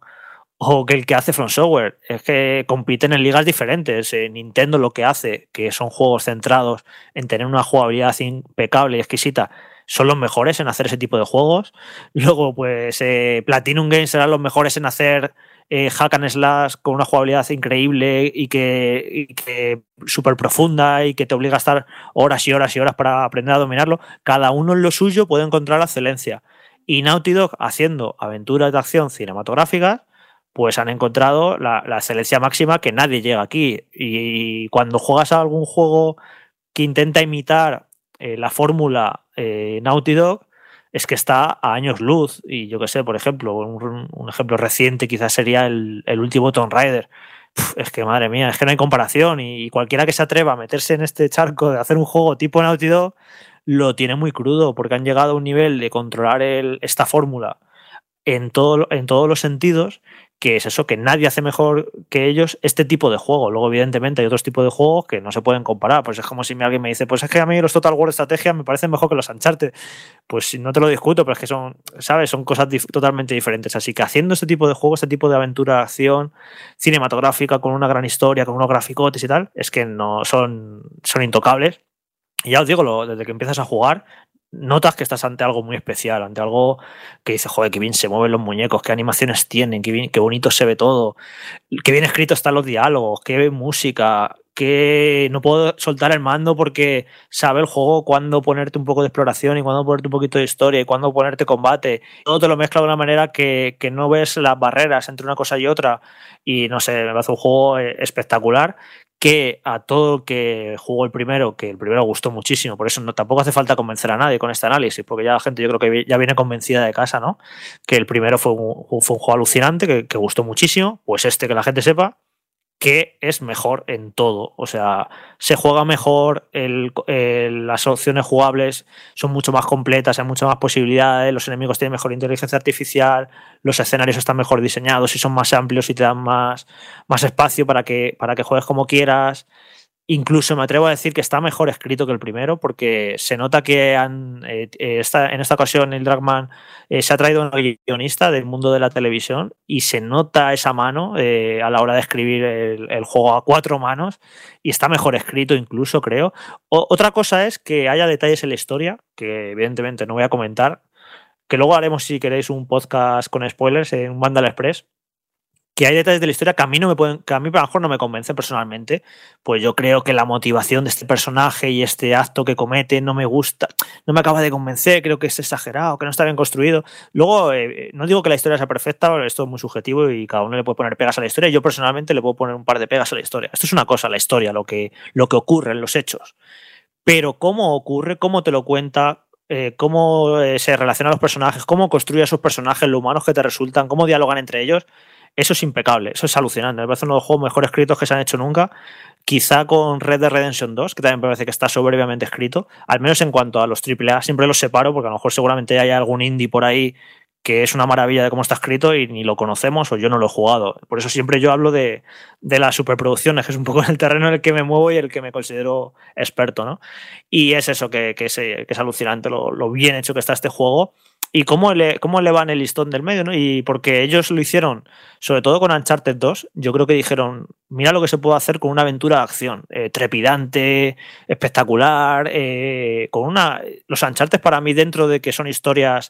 o que el que hace From Software. Es que compiten en ligas diferentes. Eh, Nintendo lo que hace, que son juegos centrados en tener una jugabilidad impecable y exquisita, son los mejores en hacer ese tipo de juegos. Luego, pues, eh, Platinum Games serán los mejores en hacer eh, hack and slash con una jugabilidad increíble y que, y que súper profunda y que te obliga a estar horas y horas y horas para aprender a dominarlo. Cada uno en lo suyo puede encontrar la excelencia. Y Naughty Dog, haciendo aventuras de acción cinematográficas, pues han encontrado la, la excelencia máxima, que nadie llega aquí. Y cuando juegas a algún juego que intenta imitar eh, la fórmula eh, Naughty Dog, es que está a años luz. Y yo qué sé, por ejemplo, un, un ejemplo reciente quizás sería el, el último Tomb Raider. Uf, es que madre mía, es que no hay comparación. Y cualquiera que se atreva a meterse en este charco de hacer un juego tipo Naughty Dog lo tiene muy crudo, porque han llegado a un nivel de controlar el, esta fórmula en, todo, en todos los sentidos, que es eso, que nadie hace mejor que ellos este tipo de juego. Luego, evidentemente, hay otros tipos de juegos que no se pueden comparar. Pues es como si alguien me dice, pues es que a mí los Total War Estrategia me parecen mejor que los Uncharted. Pues no te lo discuto, pero es que son, ¿sabes? Son cosas dif- totalmente diferentes. Así que haciendo este tipo de juegos, este tipo de aventura, acción cinematográfica, con una gran historia, con unos graficotes y tal, es que no son, son intocables. Y ya os digo, lo, desde que empiezas a jugar, notas que estás ante algo muy especial, ante algo que dices, joder, qué bien se mueven los muñecos, qué animaciones tienen, qué, bien, qué bonito se ve todo, qué bien escrito están los diálogos, qué música, que no puedo soltar el mando porque sabe el juego cuándo ponerte un poco de exploración y cuándo ponerte un poquito de historia y cuándo ponerte combate. Todo te lo mezcla de una manera que, que no ves las barreras entre una cosa y otra. Y no sé, me parece un juego espectacular, que a todo el que jugó el primero, que el primero gustó muchísimo, por eso no, tampoco hace falta convencer a nadie con este análisis, porque ya la gente yo creo que ya viene convencida de casa, ¿no? Que el primero fue un, fue un juego alucinante, que, que gustó muchísimo, pues este, que la gente sepa que es mejor en todo. O sea, se juega mejor, el, el, las opciones jugables son mucho más completas, hay muchas más posibilidades, los enemigos tienen mejor inteligencia artificial, los escenarios están mejor diseñados y son más amplios y te dan más, más espacio para que, para que juegues como quieras. Incluso me atrevo a decir que está mejor escrito que el primero, porque se nota que han, eh, esta, en esta ocasión el Dragman eh, se ha traído un guionista del mundo de la televisión y se nota esa mano eh, a la hora de escribir el, el juego a cuatro manos, y está mejor escrito incluso, creo. O, otra cosa es que haya detalles en la historia, que evidentemente no voy a comentar, que luego haremos, si queréis, un podcast con spoilers en Vandal Express, que hay detalles de la historia que a mí no me pueden, que a mí a lo mejor no me convencen personalmente. Pues yo creo que la motivación de este personaje y este acto que comete no me gusta, no me acaba de convencer, creo que es exagerado, que no está bien construido. Luego, eh, no digo que la historia sea perfecta, esto es muy subjetivo y cada uno le puede poner pegas a la historia. Yo personalmente le puedo poner un par de pegas a la historia. Esto es una cosa, la historia, lo que, lo que ocurre en los hechos. Pero cómo ocurre, cómo te lo cuenta, eh, cómo eh, se relacionan los personajes, cómo construye a sus personajes, lo humanos que te resultan, cómo dialogan entre ellos, eso es impecable, eso es alucinante. Me parece uno de los juegos mejor escritos que se han hecho nunca. Quizá con Red Dead Redemption dos, que también me parece que está soberbiamente escrito, al menos en cuanto a los triple A, siempre los separo, porque a lo mejor seguramente hay algún indie por ahí que es una maravilla de cómo está escrito y ni lo conocemos o yo no lo he jugado. Por eso siempre yo hablo de, de las superproducciones, que es un poco el terreno en el que me muevo y el que me considero experto, ¿no? Y es eso, que, que, es, que es alucinante lo, lo bien hecho que está este juego. Y cómo le, cómo le van el listón del medio, ¿no? Y porque ellos lo hicieron, sobre todo con Uncharted dos, yo creo que dijeron, mira lo que se puede hacer con una aventura de acción, eh, trepidante, espectacular, eh, con una... Los Uncharted para mí, dentro de que son historias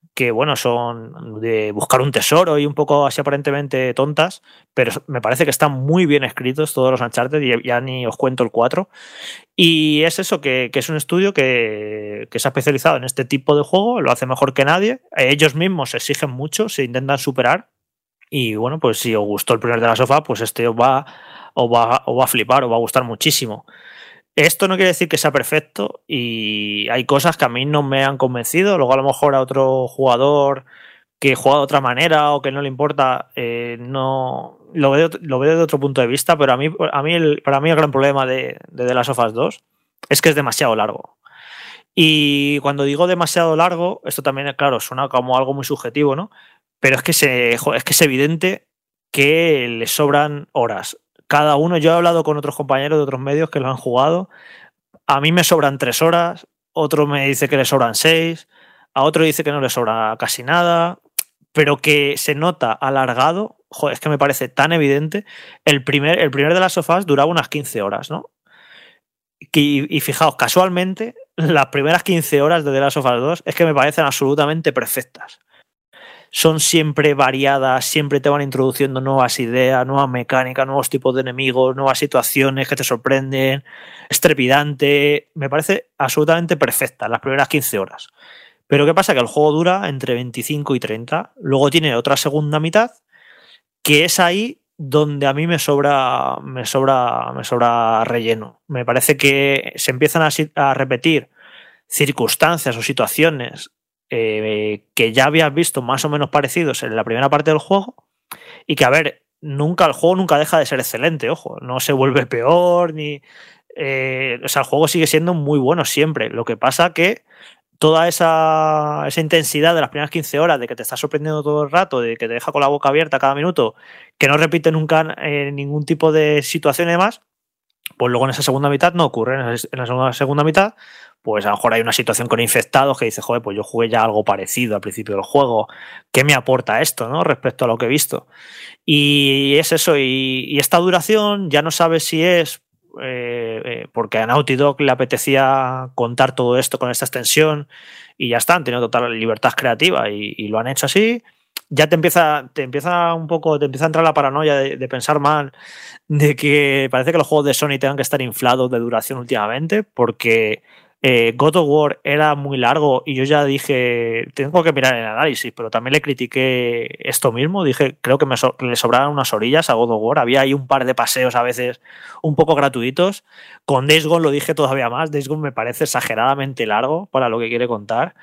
que, bueno, son de buscar un tesoro y un poco así aparentemente tontas, pero me parece que están muy bien escritos todos los Uncharted, y ya ni os cuento el cuatro. Y es eso, que, que es un estudio que, que se ha especializado en este tipo de juego, lo hace mejor que nadie. Ellos mismos se exigen mucho, se intentan superar. Y bueno, pues si os gustó el primer de la sofá, pues este os va, os va, os va a flipar, os va a gustar muchísimo. Esto no quiere decir que sea perfecto, y hay cosas que a mí no me han convencido. Luego a lo mejor a otro jugador que juega de otra manera o que no le importa, eh, no lo veo, lo veo de otro punto de vista, pero a mí, a mí el, para mí el gran problema de, de The Last of Us dos es que es demasiado largo. Y cuando digo demasiado largo, esto también, claro, suena como algo muy subjetivo, ¿no? Pero es que, se, es que es evidente que le sobran horas. Cada uno, yo he hablado con otros compañeros de otros medios que lo han jugado. A mí me sobran tres horas, otro me dice que le sobran seis, a otro dice que no le sobra casi nada, pero que se nota alargado. Joder, es que me parece tan evidente. El primer, el primer de las sofás duraba unas quince horas, ¿no? Y, y fijaos, casualmente, las primeras quince horas de The Last of Us dos es que me parecen absolutamente perfectas. Son siempre variadas, siempre te van introduciendo nuevas ideas, nuevas mecánicas, nuevos tipos de enemigos, nuevas situaciones que te sorprenden. Es trepidante. Me parece absolutamente perfecta las primeras quince horas. Pero ¿qué pasa? Que el juego dura entre veinticinco y treinta. Luego tiene otra segunda mitad, que es ahí donde a mí me sobra, me sobra, me sobra relleno. Me parece que se empiezan a, a repetir circunstancias o situaciones Eh, que ya habías visto más o menos parecidos en la primera parte del juego, y que, a ver, nunca el juego nunca deja de ser excelente, ojo, no se vuelve peor, ni eh, o sea, el juego sigue siendo muy bueno siempre. Lo que pasa que toda esa, esa intensidad de las primeras quince horas, de que te está sorprendiendo todo el rato, de que te deja con la boca abierta cada minuto, que no repite nunca eh, ningún tipo de situación y demás, pues luego en esa segunda mitad no ocurre. En la segunda, segunda mitad, pues a lo mejor hay una situación con infectados que dices, joder, pues yo jugué ya algo parecido al principio del juego. ¿Qué me aporta esto, no? Respecto a lo que he visto. Y es eso, y, y esta duración ya no sabes si es eh, eh, porque a Naughty Dog le apetecía contar todo esto con esta extensión y ya está, han tenido total libertad creativa y, y lo han hecho así. Ya te empieza, te empieza un poco, te empieza a entrar la paranoia de, de pensar mal, de que parece que los juegos de Sony tengan que estar inflados de duración últimamente, porque eh, God of War era muy largo y yo ya dije, tengo que mirar el análisis, pero también le critiqué esto mismo, dije, creo que me so le sobraban unas orillas a God of War, había ahí un par de paseos a veces un poco gratuitos. Con Days Gone lo dije todavía más, Days Gone me parece exageradamente largo para lo que quiere contar,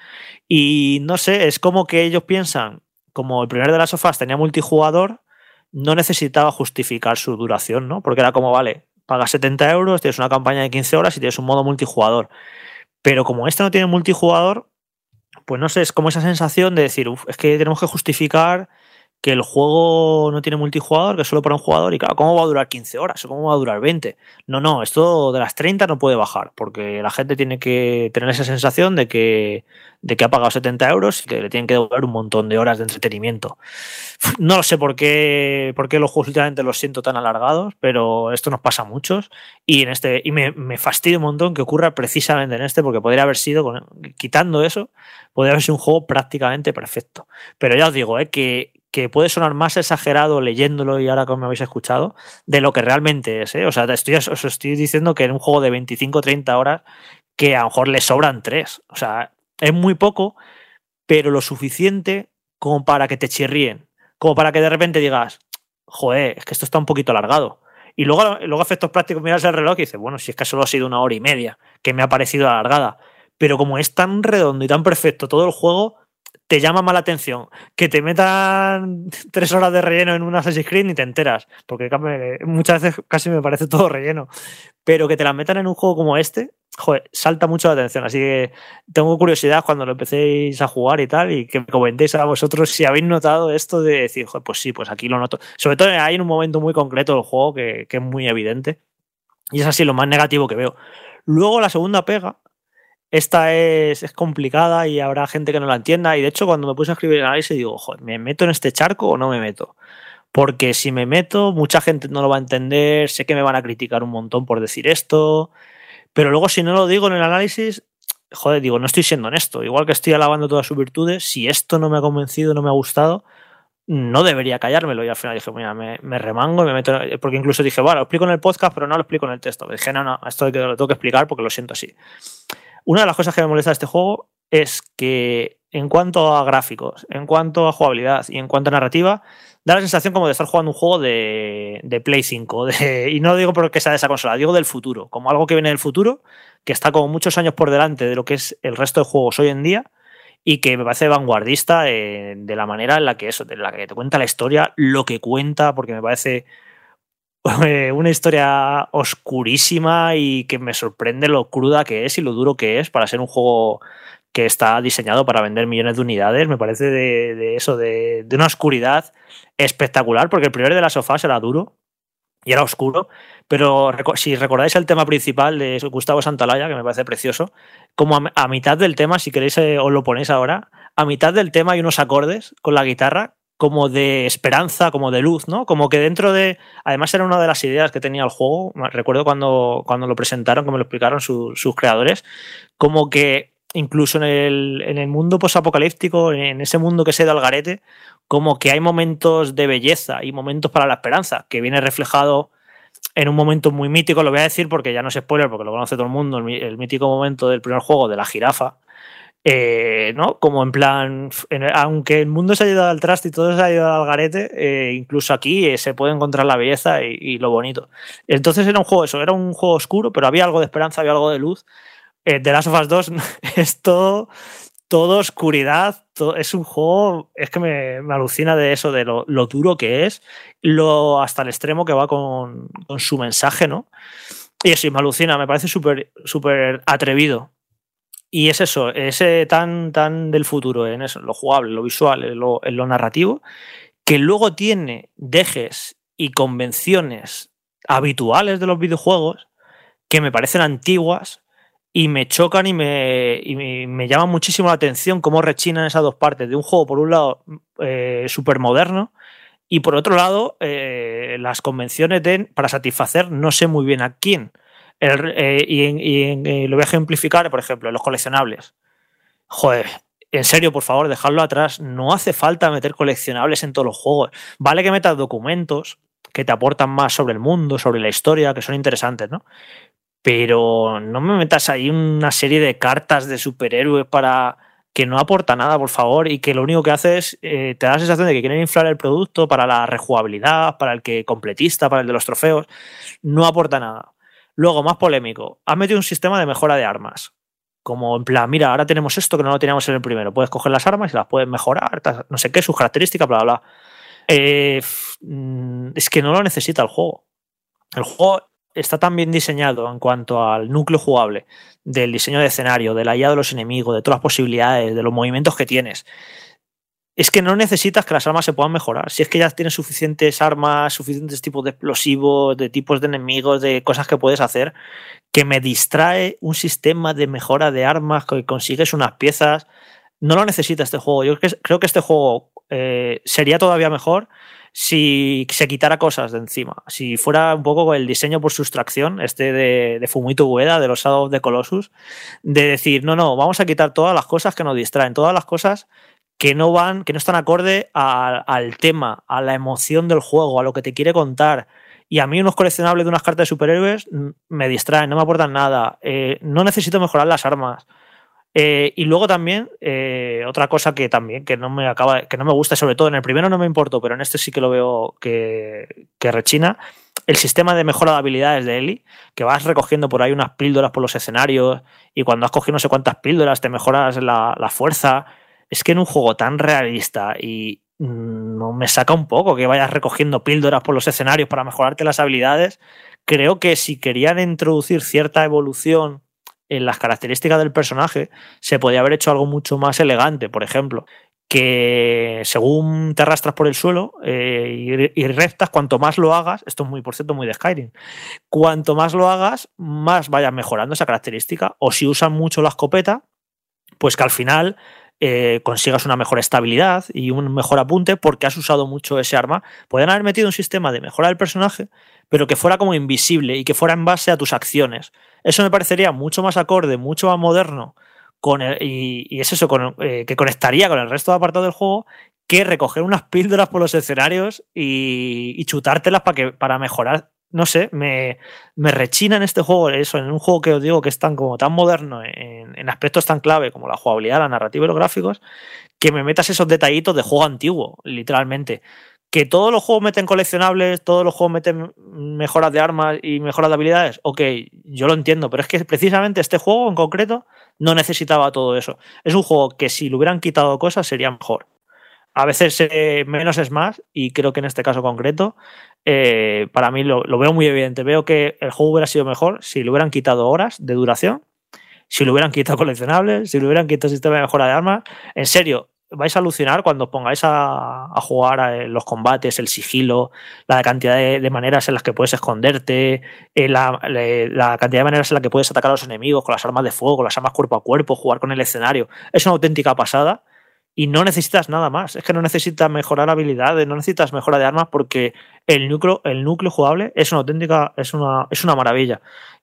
y no sé, es como que ellos piensan, como el primer de las sofás tenía multijugador, no necesitaba justificar su duración, ¿no? Porque era como, vale, pagas setenta euros, tienes una campaña de quince horas y tienes un modo multijugador. Pero como este no tiene multijugador, pues no sé, es como esa sensación de decir, uf, es que tenemos que justificar que el juego no tiene multijugador, que es solo para un jugador, y claro, ¿cómo va a durar quince horas? ¿O cómo va a durar veinte? No, no, esto de las treinta no puede bajar, porque la gente tiene que tener esa sensación de que, de que ha pagado setenta euros y que le tienen que devolver un montón de horas de entretenimiento. No lo sé por qué, por qué los juegos últimamente los siento tan alargados, pero esto nos pasa a muchos, y en este y me, me fastidia un montón que ocurra precisamente en este, porque podría haber sido, con, quitando eso, podría haber sido un juego prácticamente perfecto. Pero ya os digo, eh, que que puede sonar más exagerado leyéndolo y ahora que me habéis escuchado, de lo que realmente es, ¿eh? O sea, estoy, os estoy diciendo que en un juego de veinticinco o treinta horas que a lo mejor le sobran tres. O sea, es muy poco, pero lo suficiente como para que te chirríen. Como para que de repente digas, joder, es que esto está un poquito alargado. Y luego, luego efectos prácticos, miras el reloj y dices, bueno, si es que solo ha sido una hora y media, que me ha parecido alargada. Pero como es tan redondo y tan perfecto todo el juego, te llama más la atención que te metan tres horas de relleno en un Assassin's Creed ni te enteras, porque muchas veces casi me parece todo relleno, pero que te la metan en un juego como este, joder, salta mucho la atención. Así que tengo curiosidad cuando lo empecéis a jugar y tal, y que me comentéis a vosotros si habéis notado esto de decir, joder, pues sí, pues aquí lo noto. Sobre todo hay en un momento muy concreto del juego que, que es muy evidente, y es así lo más negativo que veo. Luego la segunda pega, esta es, es complicada y habrá gente que no la entienda, y de hecho cuando me puse a escribir el análisis digo, joder, ¿me meto en este charco o no me meto? Porque si me meto, mucha gente no lo va a entender, sé que me van a criticar un montón por decir esto, pero luego si no lo digo en el análisis, joder, digo, no estoy siendo honesto. Igual que estoy alabando todas sus virtudes, si esto no me ha convencido, no me ha gustado, no debería callármelo. Y al final dije, mira, me, me remango y me meto. Porque incluso dije, bueno, lo explico en el podcast, pero no lo explico en el texto. Dije, no, no, esto lo tengo que explicar porque lo siento así. Una de las cosas que me molesta de este juego es que en cuanto a gráficos, en cuanto a jugabilidad y en cuanto a narrativa, da la sensación como de estar jugando un juego de, de Play cinco. De, y no lo digo porque sea de esa consola, digo del futuro. Como algo que viene del futuro, que está como muchos años por delante de lo que es el resto de juegos hoy en día y que me parece vanguardista eh, de la manera en la que eso, de la que te cuenta la historia, lo que cuenta, porque me parece eh, una historia oscurísima y que me sorprende lo cruda que es y lo duro que es para ser un juego que está diseñado para vender millones de unidades. Me parece de, de eso, de, de una oscuridad espectacular, porque el primer de las sofás era duro y era oscuro, pero si recordáis el tema principal de Gustavo Santaolalla, que me parece precioso, como a, a mitad del tema, si queréis eh, os lo ponéis ahora, a mitad del tema hay unos acordes con la guitarra como de esperanza, como de luz, ¿no? Como que dentro de... Además era una de las ideas que tenía el juego, recuerdo cuando, cuando lo presentaron, que me lo explicaron su, sus creadores, como que incluso en el, en el mundo posapocalíptico, en ese mundo que se da al garete, como que hay momentos de belleza y momentos para la esperanza, que viene reflejado en un momento muy mítico, lo voy a decir porque ya no es spoiler, porque lo conoce todo el mundo, el, el mítico momento del primer juego de la jirafa, eh, ¿no? Como en plan, en, aunque el mundo se ha ido al traste y todo se ha ido al garete, eh, incluso aquí eh, se puede encontrar la belleza y, y lo bonito. Entonces era un juego eso, era un juego oscuro, pero había algo de esperanza, había algo de luz. Eh, The Last of Us dos es todo, todo oscuridad, todo, es un juego, es que me, me alucina de eso, de lo, lo duro que es, lo hasta el extremo que va con, con su mensaje, ¿no? Y eso, y me alucina, me parece súper súper atrevido. Y es eso, ese tan, tan del futuro, en eso, en lo jugable, en lo visual, en lo, en lo narrativo, que luego tiene dejes y convenciones habituales de los videojuegos que me parecen antiguas y me chocan y me, y me, me llaman muchísimo la atención cómo rechinan esas dos partes de un juego, por un lado, eh, súper moderno, y por otro lado, eh, las convenciones de, para satisfacer no sé muy bien a quién. El, eh, y en, y en, eh, lo voy a ejemplificar, por ejemplo, en los coleccionables. Joder, en serio, por favor, dejadlo atrás. No hace falta meter coleccionables en todos los juegos. Vale que metas documentos que te aportan más sobre el mundo, sobre la historia, que son interesantes, ¿no? Pero no me metas ahí una serie de cartas de superhéroes para que no aporta nada, por favor, y que lo único que hace es eh, te da la sensación de que quieren inflar el producto para la rejugabilidad, para el que completista, para el de los trofeos. No aporta nada. Luego, más polémico, has metido un sistema de mejora de armas. Como en plan, mira, ahora tenemos esto que no lo teníamos en el primero. Puedes coger las armas y las puedes mejorar, no sé qué, sus características, bla, bla, bla. Eh, es que no lo necesita el juego. El juego está tan bien diseñado en cuanto al núcleo jugable, del diseño de escenario, de la I A de los enemigos, de todas las posibilidades, de los movimientos que tienes. Es que no necesitas que las armas se puedan mejorar. Si es que ya tienes suficientes armas, suficientes tipos de explosivos, de tipos de enemigos, de cosas que puedes hacer, que me distrae un sistema de mejora de armas, que consigues unas piezas. No lo necesita este juego. Yo creo que este juego eh, sería todavía mejor si se quitara cosas de encima. Si fuera un poco el diseño por sustracción, este de, de Fumito Ueda, de los Shadow of the Colossus, de decir, no, no, vamos a quitar todas las cosas que nos distraen, todas las cosas que no van, que no están acorde a, al tema, a la emoción del juego, a lo que te quiere contar. Y a mí unos coleccionables de unas cartas de superhéroes me distraen, no me aportan nada. Eh, no necesito mejorar las armas. Eh, y luego también, eh, otra cosa que también que no me acaba, que no me gusta, sobre todo en el primero no me importó, pero en este sí que lo veo que, que rechina, el sistema de mejora de habilidades de Ellie, que vas recogiendo por ahí unas píldoras por los escenarios y cuando has cogido no sé cuántas píldoras te mejoras la, la fuerza. Es que en un juego tan realista y no me saca un poco que vayas recogiendo píldoras por los escenarios para mejorarte las habilidades. Creo que si querían introducir cierta evolución en las características del personaje, se podía haber hecho algo mucho más elegante. Por ejemplo, que según te arrastras por el suelo eh, y, y rectas, cuanto más lo hagas, esto es muy, por cierto, muy de Skyrim, cuanto más lo hagas, más vayas mejorando esa característica. O si usan mucho la escopeta, pues que al final Eh, consigas una mejor estabilidad y un mejor apunte porque has usado mucho ese arma. Podrían haber metido un sistema de mejora del personaje, pero que fuera como invisible y que fuera en base a tus acciones. Eso me parecería mucho más acorde, mucho más moderno con el, y, y es eso, con, eh, que conectaría con el resto de apartados del juego, que recoger unas píldoras por los escenarios y, y chutártelas para que para mejorar. No sé, me, me rechina en este juego eso, en un juego que os digo que es tan como tan moderno en, en aspectos tan clave como la jugabilidad, la narrativa y los gráficos, que me metas esos detallitos de juego antiguo, literalmente. Que todos los juegos meten coleccionables, todos los juegos meten mejoras de armas y mejoras de habilidades, ok, yo lo entiendo, pero es que precisamente este juego en concreto no necesitaba todo eso. Es un juego que si le hubieran quitado cosas sería mejor. A veces eh, menos es más, y creo que en este caso concreto, eh, para mí lo, lo veo muy evidente. Veo que el juego hubiera sido mejor si le hubieran quitado horas de duración, si le hubieran quitado coleccionables, si le hubieran quitado sistema de mejora de armas. En serio, vais a alucinar cuando os pongáis a, a jugar a los combates, el sigilo, la cantidad de, de maneras en las que puedes esconderte, eh, la, la, la cantidad de maneras en las que puedes atacar a los enemigos con las armas de fuego, con las armas cuerpo a cuerpo, jugar con el escenario. Es una auténtica pasada. Y no necesitas nada más. Es que no necesitas mejorar habilidades, no necesitas mejora de armas, porque el núcleo, el núcleo jugable es una auténtica, es una, es una maravilla.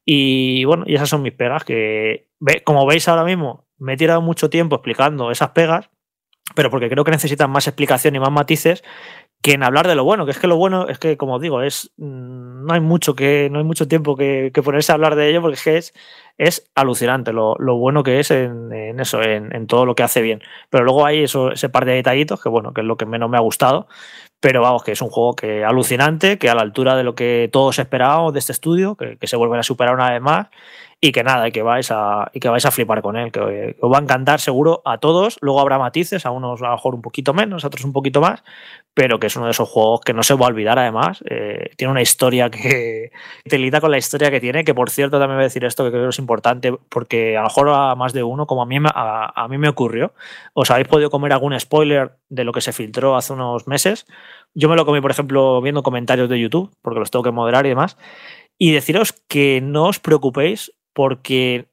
Y bueno, y esas son mis pegas, que como veis ahora mismo, me he tirado mucho tiempo explicando esas pegas, pero porque creo que necesitan más explicación y más matices que en hablar de lo bueno, que es que lo bueno es que, como os digo, es no hay mucho que no hay mucho tiempo que, que ponerse a hablar de ello, porque es que es, es alucinante lo, lo bueno que es en, en eso, en, en todo lo que hace bien. Pero luego hay eso, ese par de detallitos que bueno, que es lo que menos me ha gustado, pero vamos, que es un juego que alucinante, que a la altura de lo que todos esperábamos de este estudio, que, que se vuelven a superar una vez más. Y que nada, y que vais a, y que vais a flipar con él, que, que os va a encantar seguro a todos. Luego habrá matices, a unos a lo mejor un poquito menos, a otros un poquito más, pero que es uno de esos juegos que no se va a olvidar además. Eh, tiene una historia que te lida con la historia que tiene, que por cierto también voy a decir esto que creo que es importante, porque a lo mejor a más de uno, como a mí, a, a mí me ocurrió, os habéis podido comer algún spoiler de lo que se filtró hace unos meses. Yo me lo comí, por ejemplo, viendo comentarios de YouTube, porque los tengo que moderar y demás, y deciros que no os preocupéis, porque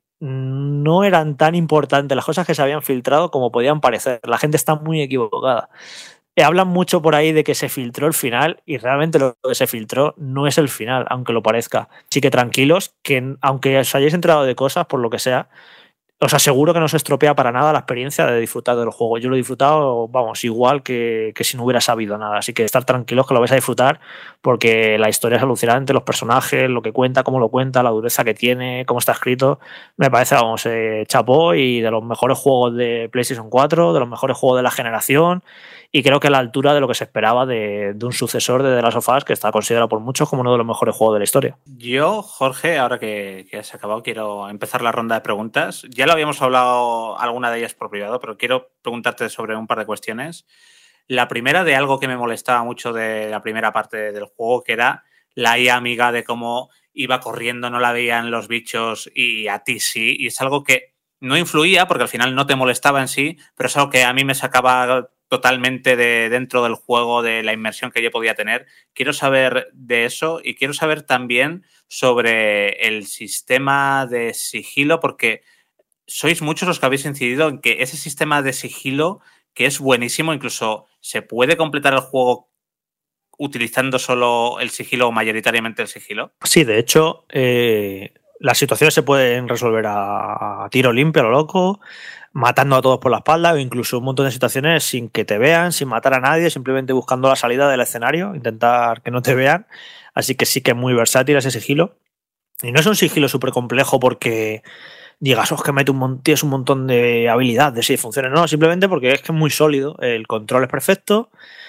no eran tan importantes las cosas que se habían filtrado como podían parecer. La gente está muy equivocada. Hablan mucho por ahí de que se filtró el final y realmente lo que se filtró no es el final, aunque lo parezca. Así que tranquilos, que aunque os hayáis enterado de cosas, por lo que sea, os aseguro que no se estropea para nada la experiencia de disfrutar del juego. Yo lo he disfrutado, vamos, igual que, que si no hubiera sabido nada. Así que estar tranquilos que lo vais a disfrutar, porque la historia es alucinante, los personajes, lo que cuenta, cómo lo cuenta, la dureza que tiene, cómo está escrito. Me parece, vamos, eh, chapó, y de los mejores juegos de PlayStation cuatro, de los mejores juegos de la generación, y creo que a la altura de lo que se esperaba de, de un sucesor de The Last of Us, que está considerado por muchos como uno de los mejores juegos de la historia. Yo, Jorge, ahora que, que has acabado, quiero empezar la ronda de preguntas. Ya lo habíamos hablado alguna de ellas por privado, pero quiero preguntarte sobre un par de cuestiones. La primera, de algo que me molestaba mucho de la primera parte del juego, que era la I A amiga, de cómo iba corriendo, no la veían los bichos y a ti sí. Y es algo que no influía, porque al final no te molestaba en sí, pero es algo que a mí me sacaba totalmente de dentro del juego, de la inmersión que yo podía tener. Quiero saber de eso, y quiero saber también sobre el sistema de sigilo, porque sois muchos los que habéis incidido en que ese sistema de sigilo, que es buenísimo, incluso se puede completar el juego utilizando solo el sigilo o mayoritariamente el sigilo. Sí, de hecho, eh, las situaciones se pueden resolver a, a tiro limpio, a lo loco, matando a todos por la espalda, o incluso un montón de situaciones sin que te vean, sin matar a nadie, simplemente buscando la salida del escenario, intentar que no te vean. Así que sí que es muy versátil ese sigilo. Y no es un sigilo súper complejo porque digas, oh, es que mete un, mon- tienes un montón de habilidades y funciones. No, simplemente porque es que es muy sólido, el control es perfecto,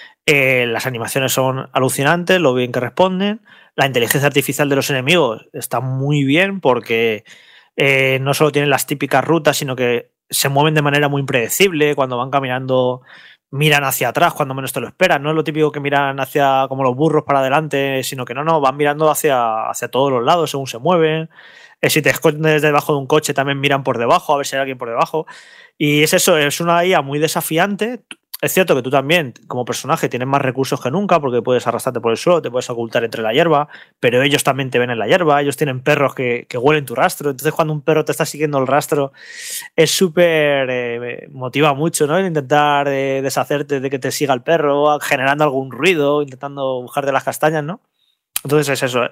eh, las animaciones son alucinantes, lo bien que responden, la inteligencia artificial de los enemigos está muy bien porque eh, no solo tienen las típicas rutas, sino que se mueven de manera muy impredecible. Cuando van caminando, miran hacia atrás cuando menos te lo esperas. No es lo típico que miran hacia como los burros para adelante, sino que no, no, van mirando hacia, hacia todos los lados según se mueven. Eh, si te escondes debajo de un coche, también miran por debajo a ver si hay alguien por debajo. Y es eso, es una I A muy desafiante. Es cierto que tú también, como personaje, tienes más recursos que nunca, porque puedes arrastrarte por el suelo, te puedes ocultar entre la hierba, pero ellos también te ven en la hierba, ellos tienen perros que, que huelen tu rastro. Entonces, cuando un perro te está siguiendo el rastro, es súper... Eh, motiva mucho, ¿no? El intentar eh, deshacerte de que te siga el perro, generando algún ruido, intentando buscarte las castañas, ¿no? Entonces es eso, ¿eh?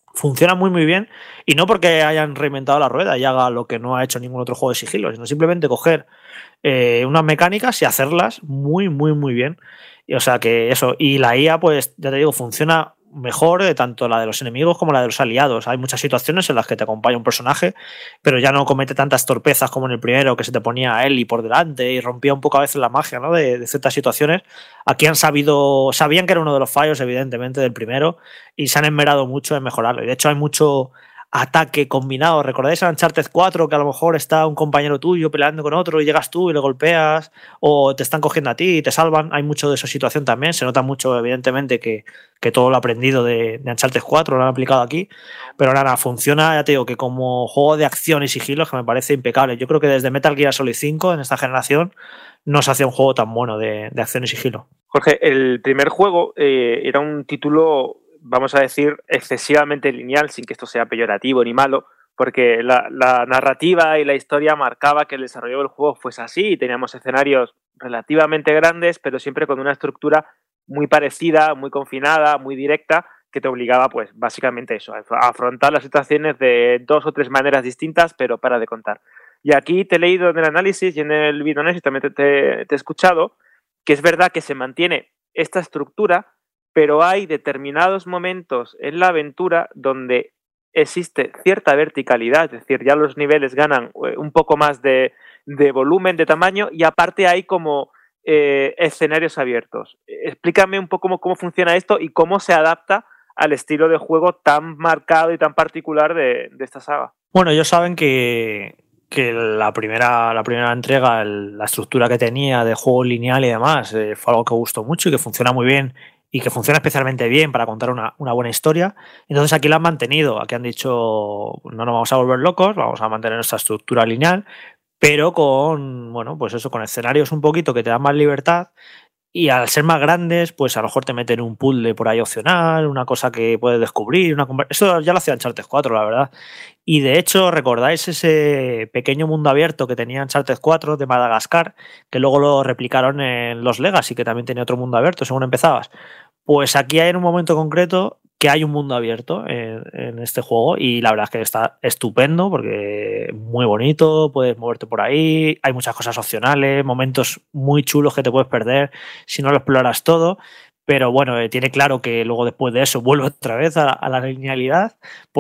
funciona muy muy bien, y no porque hayan reinventado la rueda y haga lo que no ha hecho ningún otro juego de sigilo, sino simplemente coger eh, unas mecánicas y hacerlas muy muy muy bien. Y, o sea que eso, y la I A, pues ya te digo, funciona mejor, de tanto la de los enemigos como la de los aliados. Hay muchas situaciones en las que te acompaña un personaje, pero ya no comete tantas torpezas como en el primero, que se te ponía a Ellie por delante y rompía un poco a veces la magia, ¿no? de, de ciertas situaciones. Aquí han sabido, sabían que era uno de los fallos, evidentemente, del primero, y se han esmerado mucho en mejorarlo. Y de hecho hay mucho ataque combinado. ¿Recordáis a Uncharted cuatro, que a lo mejor está un compañero tuyo peleando con otro y llegas tú y le golpeas, o te están cogiendo a ti y te salvan? Hay mucho de esa situación también. Se nota mucho, evidentemente, que, que todo lo aprendido de, de Uncharted cuatro lo han aplicado aquí, pero nada, funciona, ya te digo, que como juego de acción y sigilos, que me parece impecable. Yo creo que desde Metal Gear Solid cinco, en esta generación, no se hacía un juego tan bueno de, de acción y sigilo. Jorge, el primer juego eh, era un título, vamos a decir, excesivamente lineal, sin que esto sea peyorativo ni malo, porque la, la narrativa y la historia marcaba que el desarrollo del juego fuese así, y teníamos escenarios relativamente grandes, pero siempre con una estructura muy parecida, muy confinada, muy directa, que te obligaba, pues, básicamente eso, a afrontar las situaciones de dos o tres maneras distintas, pero para de contar. Y aquí te he leído en el análisis y en el videoanálisis también te, te, te he escuchado que es verdad que se mantiene esta estructura, pero hay determinados momentos en la aventura donde existe cierta verticalidad, es decir, ya los niveles ganan un poco más de, de volumen, de tamaño, y aparte hay como eh, escenarios abiertos. Explícame un poco cómo, cómo funciona esto y cómo se adapta al estilo de juego tan marcado y tan particular de, de esta saga. Bueno, ellos saben que, que la primera, la primera entrega, el, la estructura que tenía de juego lineal y demás, eh, fue algo que gustó mucho y que funciona muy bien, y que funciona especialmente bien para contar una, una buena historia. Entonces aquí la han mantenido, aquí han dicho, no nos vamos a volver locos, vamos a mantener nuestra estructura lineal, pero con, bueno, pues eso, con escenarios un poquito que te dan más libertad. Y al ser más grandes, pues a lo mejor te meten un puzzle por ahí opcional, una cosa que puedes descubrir. Una... Eso ya lo hacía Uncharted cuatro, la verdad. Y de hecho, ¿recordáis ese pequeño mundo abierto que tenía Uncharted cuatro de Madagascar? Que luego lo replicaron en los Legacy, que también tenía otro mundo abierto según empezabas. Pues aquí hay en un momento concreto que hay un mundo abierto en, en este juego, y la verdad es que está estupendo porque es muy bonito, puedes moverte por ahí, hay muchas cosas opcionales, momentos muy chulos que te puedes perder si no lo exploras todo. Pero bueno, eh, tiene claro que luego después de eso vuelve otra vez a, a la linealidad,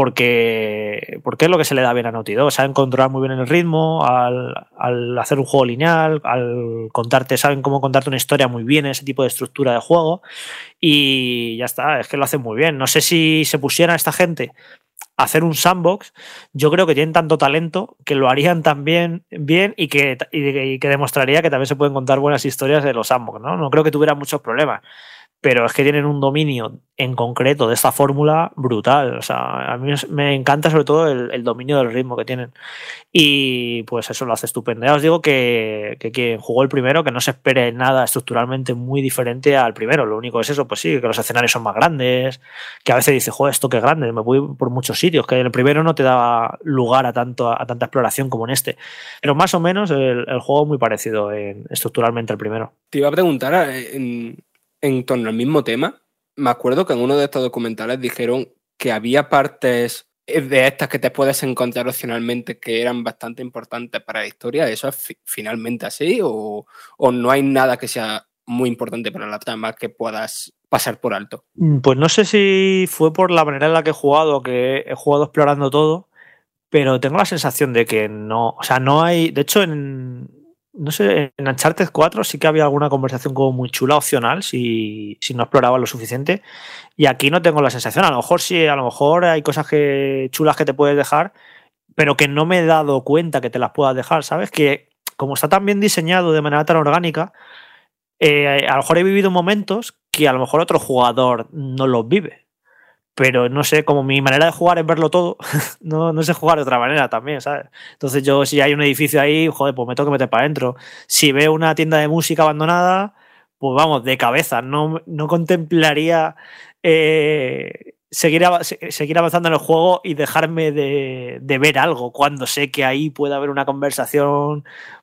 porque, porque es lo que se le da bien a Naughty Dog. Saben controlar muy bien el ritmo al, al hacer un juego lineal, al contarte, saben cómo contarte una historia muy bien, ese tipo de estructura de juego, y ya está, es que lo hacen muy bien. No sé si se pusiera esta gente a hacer un sandbox, yo creo que tienen tanto talento que lo harían también bien, y que, y, y que demostraría que también se pueden contar buenas historias de los sandbox, ¿no? No creo que tuvieran muchos problemas. Pero es que tienen un dominio en concreto de esta fórmula brutal. O sea, a mí me encanta sobre todo el, el dominio del ritmo que tienen. Y pues eso lo hace estupendo. Ya os digo que, que quien jugó el primero, que no se espere nada estructuralmente muy diferente al primero. Lo único es eso, pues sí, que los escenarios son más grandes, que a veces dices, joder, esto qué grande, me voy por muchos sitios, que en el primero no te daba lugar a, tanto, a tanta exploración como en este. Pero más o menos el, el juego es muy parecido en, estructuralmente al primero. Te iba a preguntar... En... En torno al mismo tema, me acuerdo que en uno de estos documentales dijeron que había partes de estas que te puedes encontrar opcionalmente que eran bastante importantes para la historia. ¿Eso es fi- finalmente así? ¿O, ¿O no hay nada que sea muy importante para la trama que puedas pasar por alto? Pues no sé si fue por la manera en la que he jugado, que he jugado explorando todo, pero tengo la sensación de que no, o sea, no hay, de hecho en... No sé, en Uncharted cuatro sí que había alguna conversación como muy chula opcional si, si no exploraba lo suficiente, y aquí no tengo la sensación. A lo mejor sí, a lo mejor hay cosas que, chulas que te puedes dejar, pero que no me he dado cuenta que te las puedas dejar, ¿sabes? Que como está tan bien diseñado de manera tan orgánica, eh, a lo mejor he vivido momentos que a lo mejor otro jugador no los vive. Pero no sé, como mi manera de jugar es verlo todo, no, no sé jugar de otra manera también, ¿sabes? Entonces yo, si hay un edificio ahí, joder, pues me tengo que meter para adentro. Si veo una tienda de música abandonada, pues vamos, de cabeza, no, no contemplaría eh, seguir, av- seguir avanzando en el juego y dejarme de, de ver algo cuando sé que ahí puede haber una conversación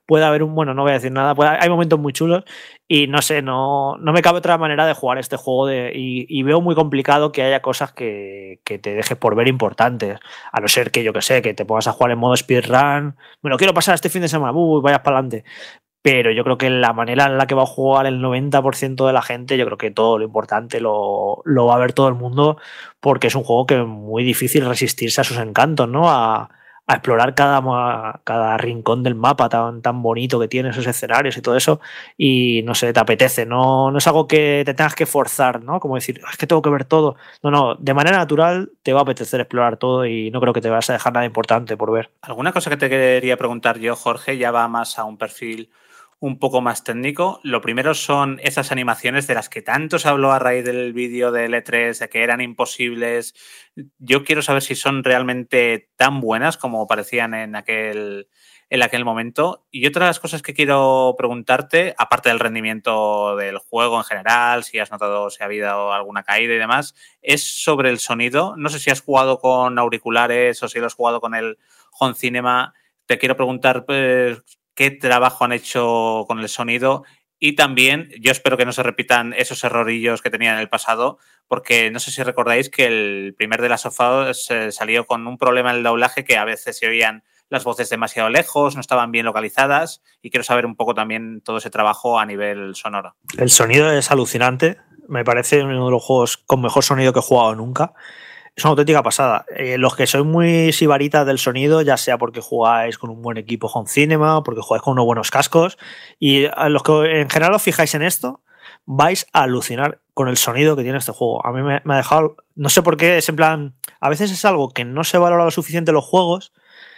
puede haber un, bueno, no voy a decir nada, puede, hay momentos muy chulos y no sé, no, no me cabe otra manera de jugar este juego de, y, y veo muy complicado que haya cosas que, que te dejes por ver importantes, a no ser que yo que sé, que te pongas a jugar en modo speedrun, me lo quiero pasar este fin de semana, uy, vayas para adelante. Pero yo creo que la manera en la que va a jugar el noventa por ciento de la gente, yo creo que todo lo importante lo, lo va a ver todo el mundo, porque es un juego que es muy difícil resistirse a sus encantos, ¿no? A, a explorar cada, cada rincón del mapa tan, tan bonito que tiene, esos escenarios y todo eso, y no sé, te apetece, no, no es algo que te tengas que forzar, ¿no? Como decir, es que tengo que ver todo. No, no, de manera natural te va a apetecer explorar todo y no creo que te vas a dejar nada importante por ver. Alguna cosa que te quería preguntar yo, Jorge, ya va más a un perfil un poco más técnico. Lo primero son esas animaciones de las que tanto se habló a raíz del vídeo del E tres, de que eran imposibles. Yo quiero saber si son realmente tan buenas como parecían en aquel, en aquel momento. Y otra de las cosas que quiero preguntarte, aparte del rendimiento del juego en general, si has notado si ha habido alguna caída y demás, es sobre el sonido. No sé si has jugado con auriculares o si lo has jugado con el Home Cinema. Te quiero preguntar pues, qué trabajo han hecho con el sonido y también yo espero que no se repitan esos errorillos que tenían en el pasado, porque no sé si recordáis que el primer de las sofás eh, salió con un problema en el doblaje, que a veces se oían las voces demasiado lejos, no estaban bien localizadas, y quiero saber un poco también todo ese trabajo a nivel sonoro. El sonido es alucinante, me parece uno de los juegos con mejor sonido que he jugado nunca. Es una auténtica pasada. Eh, los que sois muy sibaritas del sonido, ya sea porque jugáis con un buen equipo Home Cinema, porque jugáis con unos buenos cascos, y a los que en general os fijáis en esto, vais a alucinar con el sonido que tiene este juego. A mí me, me ha dejado... No sé por qué, es en plan... A veces es algo que no se valora lo suficiente en los juegos,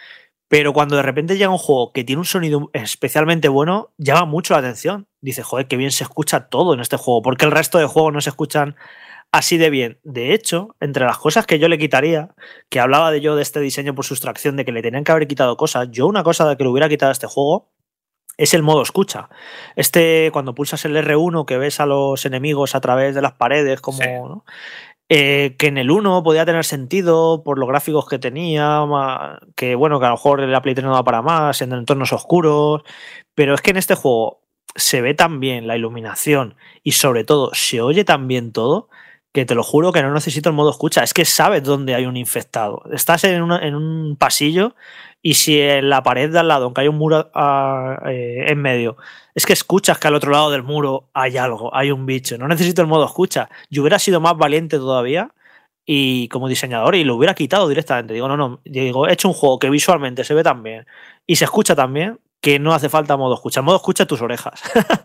pero cuando de repente llega un juego que tiene un sonido especialmente bueno, llama mucho la atención. Dice, joder, qué bien se escucha todo en este juego, porque el resto de juegos no se escuchan así de bien. De hecho, entre las cosas que yo le quitaría, que hablaba de yo de este diseño por sustracción, de que le tenían que haber quitado cosas, yo una cosa de que le hubiera quitado a este juego es el modo escucha. Este, cuando pulsas el erre uno, que ves a los enemigos a través de las paredes, como... Sí. ¿no? Eh, que en el uno podía tener sentido por los gráficos que tenía, que bueno, que a lo mejor la Play tres no da para más, en entornos oscuros, pero es que en este juego se ve tan bien la iluminación y sobre todo se oye tan bien todo, que te lo juro que no necesito el modo escucha. Es que sabes dónde hay un infectado. Estás en, una, en un pasillo y si en la pared de al lado, aunque hay un muro a, eh, en medio, es que escuchas que al otro lado del muro hay algo, hay un bicho. No necesito el modo escucha. Yo hubiera sido más valiente todavía y como diseñador y lo hubiera quitado directamente. Digo, no, no, digo, he hecho un juego que visualmente se ve tan bien y se escucha tan bien que no hace falta modo escucha. El modo escucha tus orejas.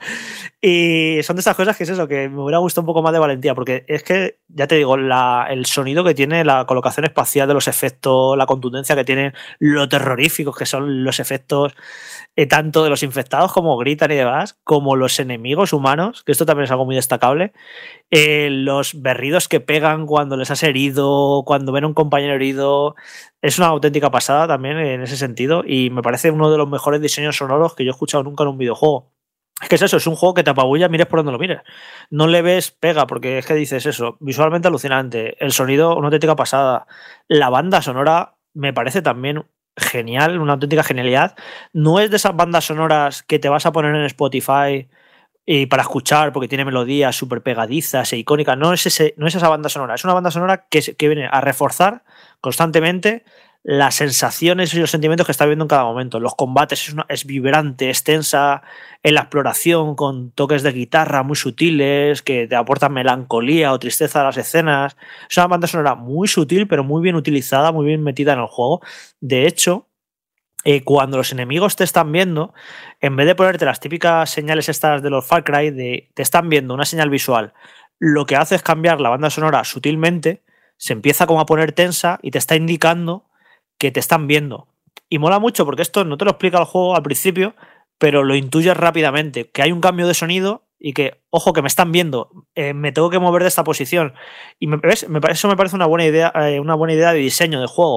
Y son de esas cosas que es eso, que me hubiera gustado un poco más de valentía, porque es que, ya te digo, la, el sonido que tiene, la colocación espacial de los efectos, la contundencia que tienen, lo terroríficos que son los efectos, eh, tanto de los infectados como gritan y demás, como los enemigos humanos, que esto también es algo muy destacable, eh, los berridos que pegan cuando les has herido, cuando ven a un compañero herido, es una auténtica pasada también en ese sentido y me parece uno de los mejores diseños sonoros que yo he escuchado nunca en un videojuego. Es que es eso, es un juego que te apabulla, mires por donde lo mires. No le ves pega, porque es que dices eso, visualmente alucinante, el sonido una auténtica pasada, la banda sonora me parece también genial, una auténtica genialidad. No es de esas bandas sonoras que te vas a poner en Spotify y para escuchar porque tiene melodías súper pegadizas e icónicas, no es, ese, no es esa banda sonora, es una banda sonora que, que viene a reforzar constantemente las sensaciones y los sentimientos que está viendo en cada momento. Los combates es, una, es vibrante, es tensa, en la exploración con toques de guitarra muy sutiles que te aportan melancolía o tristeza a las escenas. Es una banda sonora muy sutil pero muy bien utilizada, muy bien metida en el juego. De hecho, eh, cuando los enemigos te están viendo, en vez de ponerte las típicas señales estas de los Far Cry, de, te están viendo una señal visual, lo que hace es cambiar la banda sonora sutilmente, se empieza como a poner tensa y te está indicando que te están viendo. Y mola mucho porque esto no te lo explica el juego al principio, pero lo intuyes rápidamente, que hay un cambio de sonido y que, ojo, que me están viendo, eh, me tengo que mover de esta posición. Y me, ¿ves? Me, eso me parece una buena idea, eh, una buena idea de diseño de juego.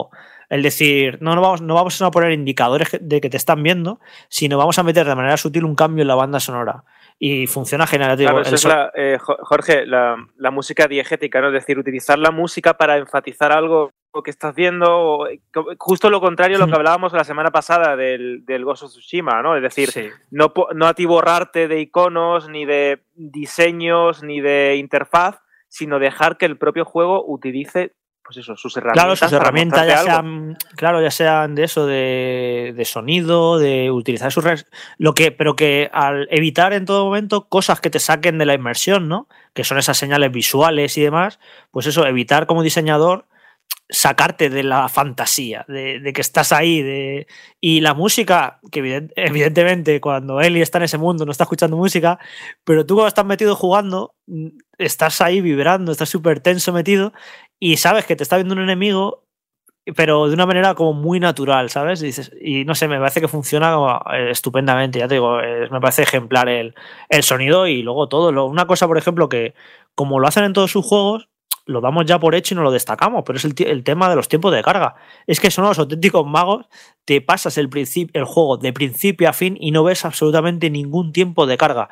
El decir, no, no, vamos, no vamos a poner indicadores de que te están viendo, sino vamos a meter de manera sutil un cambio en la banda sonora. Y funciona genial. Claro, eso es la, eh, Jorge, la, la música diegética, ¿no? Es decir, utilizar la música para enfatizar algo que estás viendo, justo lo contrario a lo que hablábamos la semana pasada del, del Ghost of Tsushima, ¿no? Es decir, sí. no, no atiborrarte de iconos, ni de diseños, ni de interfaz, sino dejar que el propio juego utilice, pues eso, sus herramientas. Claro, sus herramientas ya sean, claro, ya sean de eso, de, de sonido, de utilizar sus redes, lo que, pero que al evitar en todo momento cosas que te saquen de la inmersión, ¿no? Que son esas señales visuales y demás, pues eso, evitar como diseñador sacarte de la fantasía, de, de que estás ahí, de... y la música, que evident, evidentemente cuando Eli está en ese mundo no está escuchando música, pero tú cuando estás metido jugando, estás ahí vibrando, estás súper tenso metido y sabes que te está viendo un enemigo, pero de una manera como muy natural, ¿sabes? Y, dices, y no sé, me parece que funciona como, eh, estupendamente, ya te digo, eh, me parece ejemplar el, el sonido y luego todo. Lo, una cosa, por ejemplo, que como lo hacen en todos sus juegos, lo damos ya por hecho y no lo destacamos, pero es el, el tema de los tiempos de carga. Es que son los auténticos magos, te pasas el, el juego de principio a fin y no ves absolutamente ningún tiempo de carga.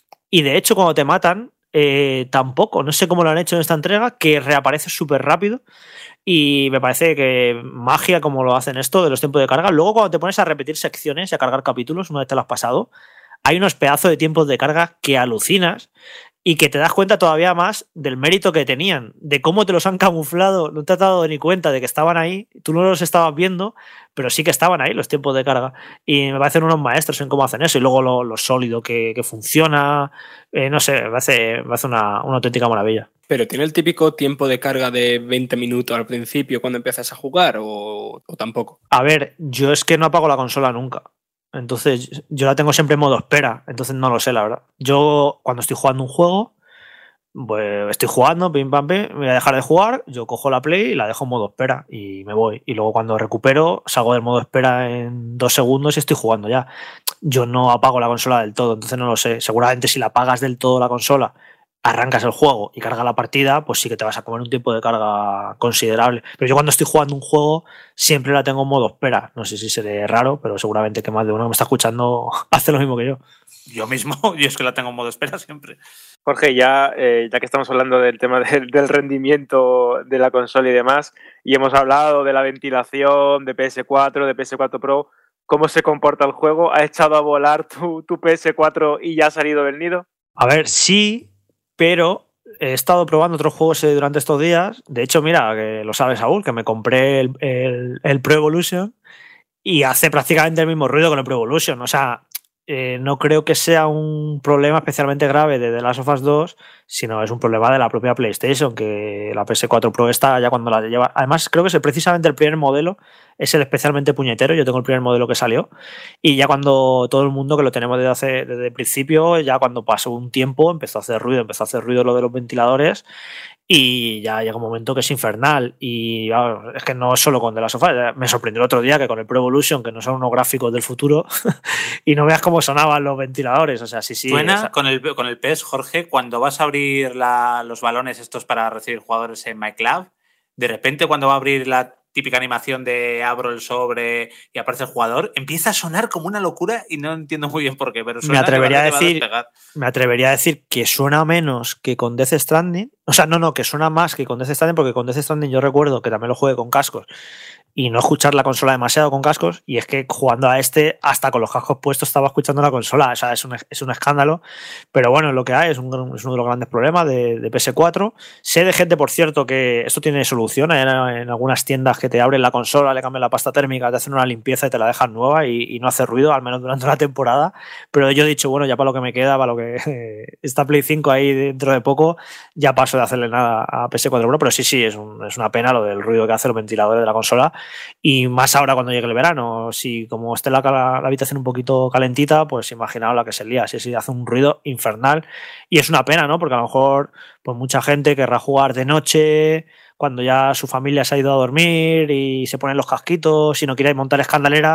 Y de hecho, cuando te matan, eh, tampoco, no sé cómo lo han hecho en esta entrega, que reaparece súper rápido y me parece que magia como lo hacen esto de los tiempos de carga. Luego cuando te pones a repetir secciones y a cargar capítulos, una vez te lo has pasado, hay unos pedazos de tiempos de carga que alucinas y que te das cuenta todavía más del mérito que tenían, de cómo te los han camuflado, no te has dado ni cuenta de que estaban ahí, tú no los estabas viendo, pero sí que estaban ahí los tiempos de carga. Y me parecen unos maestros en cómo hacen eso, y luego lo, lo sólido que, que funciona, eh, no sé, me parece, me parece una, una auténtica maravilla. ¿Pero tiene el típico tiempo de carga de veinte minutos al principio cuando empiezas a jugar o, o tampoco? A ver, yo es que no apago la consola nunca. Entonces, yo la tengo siempre en modo espera, entonces no lo sé, la verdad. Yo, cuando estoy jugando un juego, pues estoy jugando, pim, pam, pim, me voy a dejar de jugar, yo cojo la Play y la dejo en modo espera y me voy. Y luego cuando recupero, salgo del modo espera en dos segundos y estoy jugando ya. Yo no apago la consola del todo, entonces no lo sé. Seguramente si la apagas del todo la consola, arrancas el juego y carga la partida, pues sí que te vas a comer un tiempo de carga considerable. Pero yo cuando estoy jugando un juego siempre la tengo en modo espera. No sé si seré raro, pero seguramente que más de uno que me está escuchando hace lo mismo que yo. Yo mismo, yo es que la tengo en modo espera siempre. Jorge, ya, eh, ya que estamos hablando del tema del, del rendimiento de la consola y demás, y hemos hablado de la ventilación de P S cuatro, de P S cuatro Pro, ¿cómo se comporta el juego? ¿Ha echado a volar tu, tu P S cuatro y ya ha salido del nido? A ver, sí, pero he estado probando otros juegos durante estos días. De hecho, mira, que lo sabes, Saúl, que me compré el, el, el Pro Evolution y hace prácticamente el mismo ruido con el Pro Evolution. O sea, eh, no creo que sea un problema especialmente grave de The Last of Us dos, sino es un problema de la propia PlayStation, que la P S cuatro Pro está ya cuando la lleva. Además, creo que es precisamente el primer modelo, es el especialmente puñetero. Yo tengo el primer modelo que salió y ya cuando todo el mundo que lo tenemos desde hace desde el principio, ya cuando pasó un tiempo empezó a hacer ruido, empezó a hacer ruido lo de los ventiladores y ya llega un momento que es infernal. Y claro, es que no es solo con The Last of Us. Me sorprendió el otro día que con el Pro Evolution, que no son unos gráficos del futuro, y no veas cómo sonaban los ventiladores. O sea, sí, sí. Suena o sea, con el, con el P E S, Jorge, cuando vas a abrir la, los balones estos para recibir jugadores en MyClub, de repente cuando va a abrir la típica animación de abro el sobre y aparece el jugador, empieza a sonar como una locura y no entiendo muy bien por qué, pero suena me atrevería que a decir a me atrevería a decir que suena menos que con Death Stranding. O sea, no, no, que suena más que con Death Stranding, porque con Death Stranding yo recuerdo que también lo jugué con cascos y no escuchar la consola demasiado con cascos, y es que jugando a este, hasta con los cascos puestos estaba escuchando la consola. O sea, es un, es un escándalo, pero bueno, es lo que hay, es, un, es uno de los grandes problemas de, de P S cuatro. Sé de gente, por cierto, que esto tiene solución. Hay en, en algunas tiendas que te abren la consola, le cambian la pasta térmica, te hacen una limpieza y te la dejan nueva y, y no hace ruido, al menos durante una temporada. Pero yo he dicho, bueno, ya para lo que me queda, para lo que eh, está Play cinco ahí dentro de poco, ya paso de hacerle nada a P S cuatro Pro, pero sí, sí, es, un, es una pena lo del ruido que hacen los ventiladores de la consola. Y más ahora cuando llegue el verano, si como esté la, la, la habitación un poquito calentita, pues imaginaos la que se lía, si, si hace un ruido infernal. Y es una pena, ¿no? Porque a lo mejor pues mucha gente querrá jugar de noche, cuando ya su familia se ha ido a dormir y se ponen los casquitos y no quiere montar escandalera,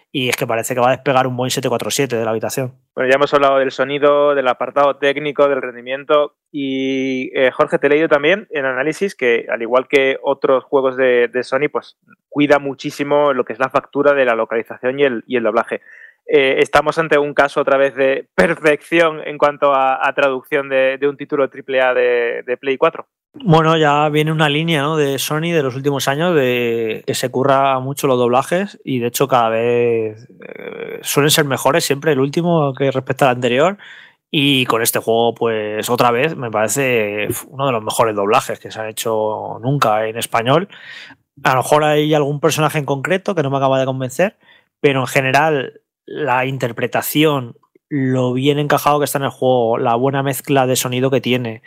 y es que parece que va a despegar un Boeing siete cuatro siete de la habitación. Bueno, ya hemos hablado del sonido, del apartado técnico, del rendimiento y eh, Jorge, te he leído también en análisis que al igual que otros juegos de, de Sony, pues cuida muchísimo lo que es la factura de la localización y el, y el doblaje. Eh, estamos ante un caso otra vez de perfección en cuanto a, a traducción de, de un título triple A de, de Play cuatro. Bueno, ya viene una línea, ¿no?, de Sony de los últimos años de que se curra mucho los doblajes y de hecho cada vez eh, suelen ser mejores siempre el último que respecto al anterior, y con este juego pues otra vez me parece uno de los mejores doblajes que se han hecho nunca en español. A lo mejor hay algún personaje en concreto que no me acaba de convencer, pero en general la interpretación, lo bien encajado que está en el juego, la buena mezcla de sonido que tiene.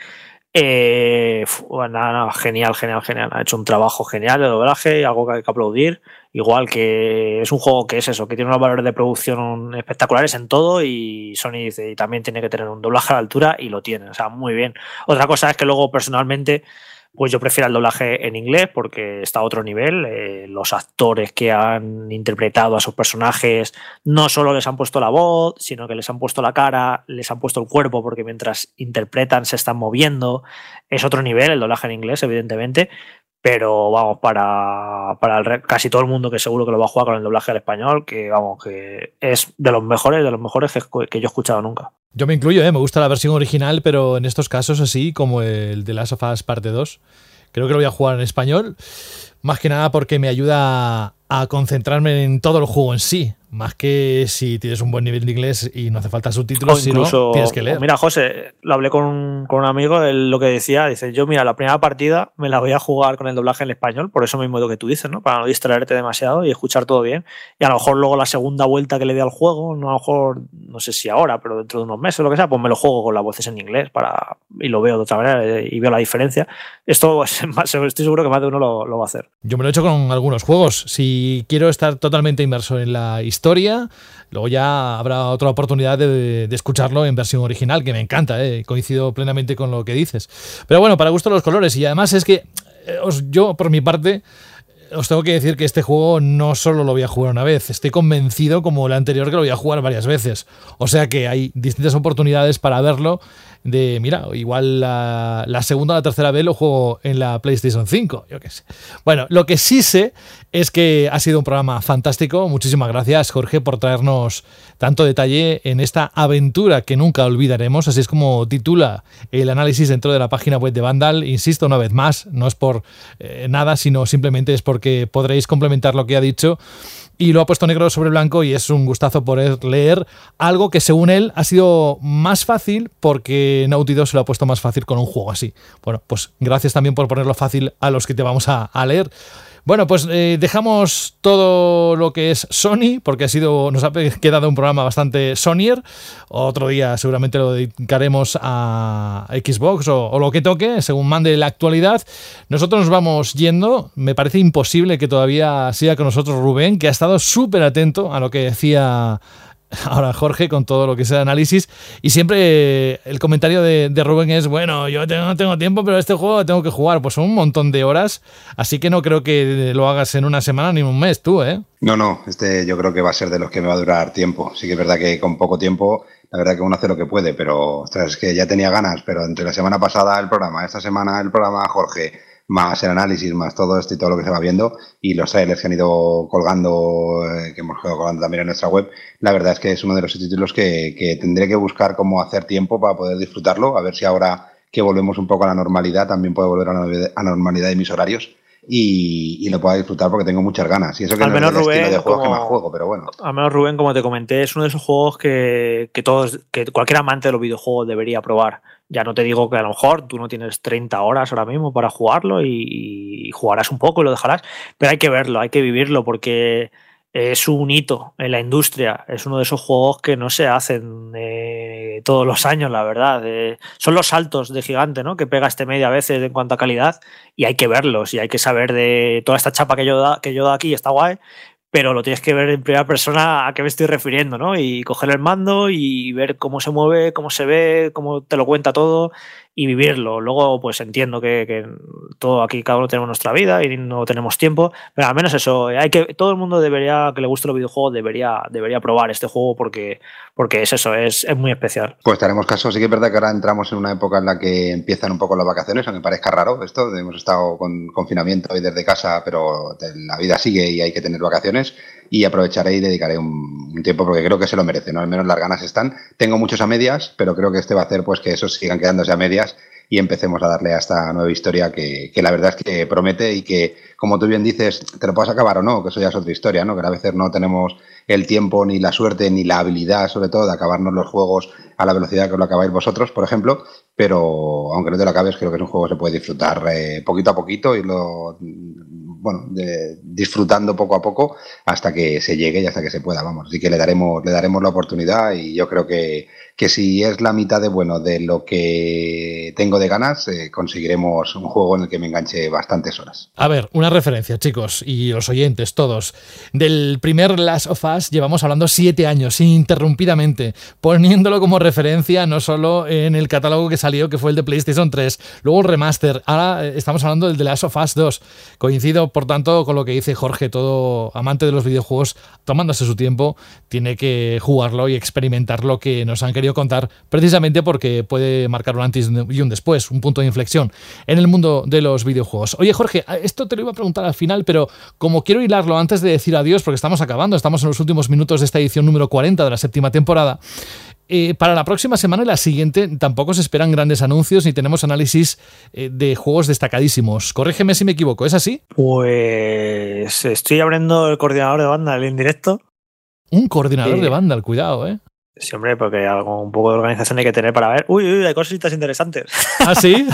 Eh, bueno, nada, genial, genial, genial. Ha hecho un trabajo genial de doblaje, algo que hay que aplaudir. Igual que es un juego que es eso, que tiene unos valores de producción espectaculares en todo, y Sony dice, y también tiene que tener un doblaje a la altura, y lo tiene, o sea, muy bien. Otra cosa es que luego personalmente pues yo prefiero el doblaje en inglés porque está a otro nivel. Eh, los actores que han interpretado a sus personajes no solo les han puesto la voz, sino que les han puesto la cara, les han puesto el cuerpo, porque mientras interpretan se están moviendo. Es otro nivel el doblaje en inglés, evidentemente, pero vamos, para, para el, casi todo el mundo que seguro que lo va a jugar con el doblaje al español, que vamos, que es de los mejores, de los mejores que, que yo he escuchado nunca. Yo me incluyo, ¿eh? Me gusta la versión original, pero en estos casos así, como el de Last of Us Parte dos, creo que lo voy a jugar en español, más que nada porque me ayuda a concentrarme en todo el juego en sí, más que si tienes un buen nivel de inglés y no hace falta subtítulos, o incluso, si no, tienes que leer. Mira, José, lo hablé con un, con un amigo, él lo que decía, dice, yo mira, la primera partida me la voy a jugar con el doblaje en español, por eso mismo lo que tú dices, ¿no? Para no distraerte demasiado y escuchar todo bien, y a lo mejor luego la segunda vuelta que le dé al juego, no, a lo mejor, no sé si ahora, pero dentro de unos meses o lo que sea, pues me lo juego con las voces en inglés para y lo veo de otra manera y veo la diferencia. Esto estoy seguro que más de uno lo, lo va a hacer. Yo me lo he hecho con algunos juegos. Si quiero estar totalmente inmerso en la historia, luego ya habrá otra oportunidad de, de escucharlo en versión original, que me encanta, ¿eh? Coincido plenamente con lo que dices. Pero bueno, para gusto los colores. Y además es que eh, os, yo, por mi parte, os tengo que decir que este juego no solo lo voy a jugar una vez, estoy convencido como el anterior que lo voy a jugar varias veces. O sea que hay distintas oportunidades para verlo. De, mira, igual la, la segunda o la tercera vez lo juego en la PlayStation cinco, yo qué sé. Bueno, lo que sí sé es que ha sido un programa fantástico. Muchísimas gracias, Jorge, por traernos tanto detalle en esta aventura que nunca olvidaremos. Así es como titula el análisis dentro de la página web de Vandal. Insisto una vez más, no es por eh, nada, sino simplemente es porque podréis complementar lo que ha dicho. Y lo ha puesto negro sobre blanco y es un gustazo poder leer algo que según él ha sido más fácil porque Naughty Dog se lo ha puesto más fácil con un juego así. Bueno, pues gracias también por ponerlo fácil a los que te vamos a, a leer. Bueno, pues eh, dejamos todo lo que es Sony, porque ha sido, nos ha quedado un programa bastante Sonyer. Otro día seguramente lo dedicaremos a Xbox o, o lo que toque, según mande la actualidad. Nosotros nos vamos yendo. Me parece imposible que todavía siga con nosotros Rubén, que ha estado súper atento a lo que decía ahora Jorge con todo lo que es el análisis, y siempre el comentario de, de Rubén es, bueno, yo tengo, no tengo tiempo, pero este juego tengo que jugar, pues son un montón de horas, así que no creo que lo hagas en una semana ni en un mes tú, ¿eh? No, no, este yo creo que va a ser de los que me va a durar tiempo. Sí que es verdad que con poco tiempo, la verdad que uno hace lo que puede, pero ostras, es que ya tenía ganas, pero entre la semana pasada el programa, esta semana el programa Jorge, más el análisis, más todo esto y todo lo que se va viendo, y los trailers que han ido colgando, eh, que hemos ido colgando también en nuestra web, la verdad es que es uno de los títulos que, que tendré que buscar cómo hacer tiempo para poder disfrutarlo, a ver si ahora que volvemos un poco a la normalidad, también puedo volver a la normalidad de mis horarios y, y lo pueda disfrutar porque tengo muchas ganas. Y eso que al no menos es el Rubén, estilo de juegos como, que más juego, pero bueno. Al menos Rubén, como te comenté, es uno de esos juegos que, que todos, que cualquier amante de los videojuegos debería probar. Ya no te digo que a lo mejor tú no tienes treinta horas ahora mismo para jugarlo y, y jugarás un poco y lo dejarás, pero hay que verlo, hay que vivirlo porque es un hito en la industria. Es uno de esos juegos que no se hacen eh, todos los años, la verdad. Eh, son los saltos de gigante, ¿no?, que pega este medio a veces en cuanto a calidad, y hay que verlos y hay que saber de toda esta chapa que yo da, que yo da aquí, está guay, pero lo tienes que ver en primera persona a qué me estoy refiriendo, ¿no? Y coger el mando y ver cómo se mueve, cómo se ve, cómo te lo cuenta todo. y vivirlo. Luego, pues entiendo que, que todo aquí, cada uno tenemos nuestra vida y no tenemos tiempo, pero al menos eso, hay que todo el mundo debería, que le guste los videojuegos, debería, debería probar este juego porque, porque es eso, es, es muy especial. Pues te haremos caso. Sí que es verdad que ahora entramos en una época en la que empiezan un poco las vacaciones, aunque parezca raro esto, hemos estado con confinamiento y desde casa, pero la vida sigue y hay que tener vacaciones, y aprovecharé y dedicaré un, un tiempo porque creo que se lo merece, ¿no? Al menos las ganas están. Tengo muchos a medias, pero creo que este va a hacer pues que esos sigan quedándose a medias y empecemos a darle a esta nueva historia que, que la verdad es que promete y que, como tú bien dices, te lo puedas acabar o no, que eso ya es otra historia, ¿no? Que a veces no tenemos el tiempo, ni la suerte, ni la habilidad, sobre todo, de acabarnos los juegos a la velocidad que os lo acabáis vosotros, por ejemplo, pero aunque no te lo acabes, creo que es un juego que se puede disfrutar eh, poquito a poquito y lo... bueno, de, disfrutando poco a poco hasta que se llegue y hasta que se pueda, vamos. Así que le daremos, le daremos la oportunidad y yo creo que, que si es la mitad de bueno de lo que tengo de ganas, eh, conseguiremos un juego en el que me enganche bastantes horas. A ver, una referencia, chicos, y los oyentes, todos. Del primer Last of Us llevamos hablando siete años, ininterrumpidamente, poniéndolo como referencia no solo en el catálogo que salió, que fue el de PlayStation tres, luego el remaster, ahora estamos hablando del de Last of Us dos. Coincido, por tanto, con lo que dice Jorge, todo amante de los videojuegos, tomándose su tiempo, tiene que jugarlo y experimentar lo que nos han querido contar, precisamente porque puede marcar un antes y un después, un punto de inflexión en el mundo de los videojuegos. Oye, Jorge, esto te lo iba a preguntar al final, pero como quiero hilarlo antes de decir adiós, porque estamos acabando, estamos en los últimos minutos de esta edición número cuarenta de la séptima temporada, Eh, para la próxima semana y la siguiente tampoco se esperan grandes anuncios ni tenemos análisis eh, de juegos destacadísimos. Corrígeme si me equivoco, ¿es así? Pues estoy abriendo el coordinador de Vandal en directo. Un coordinador sí. de Vandal, cuidado, ¿eh? Sí, hombre, porque algo, un poco de organización hay que tener para ver. Uy, uy, hay cositas interesantes. ¿Ah, sí?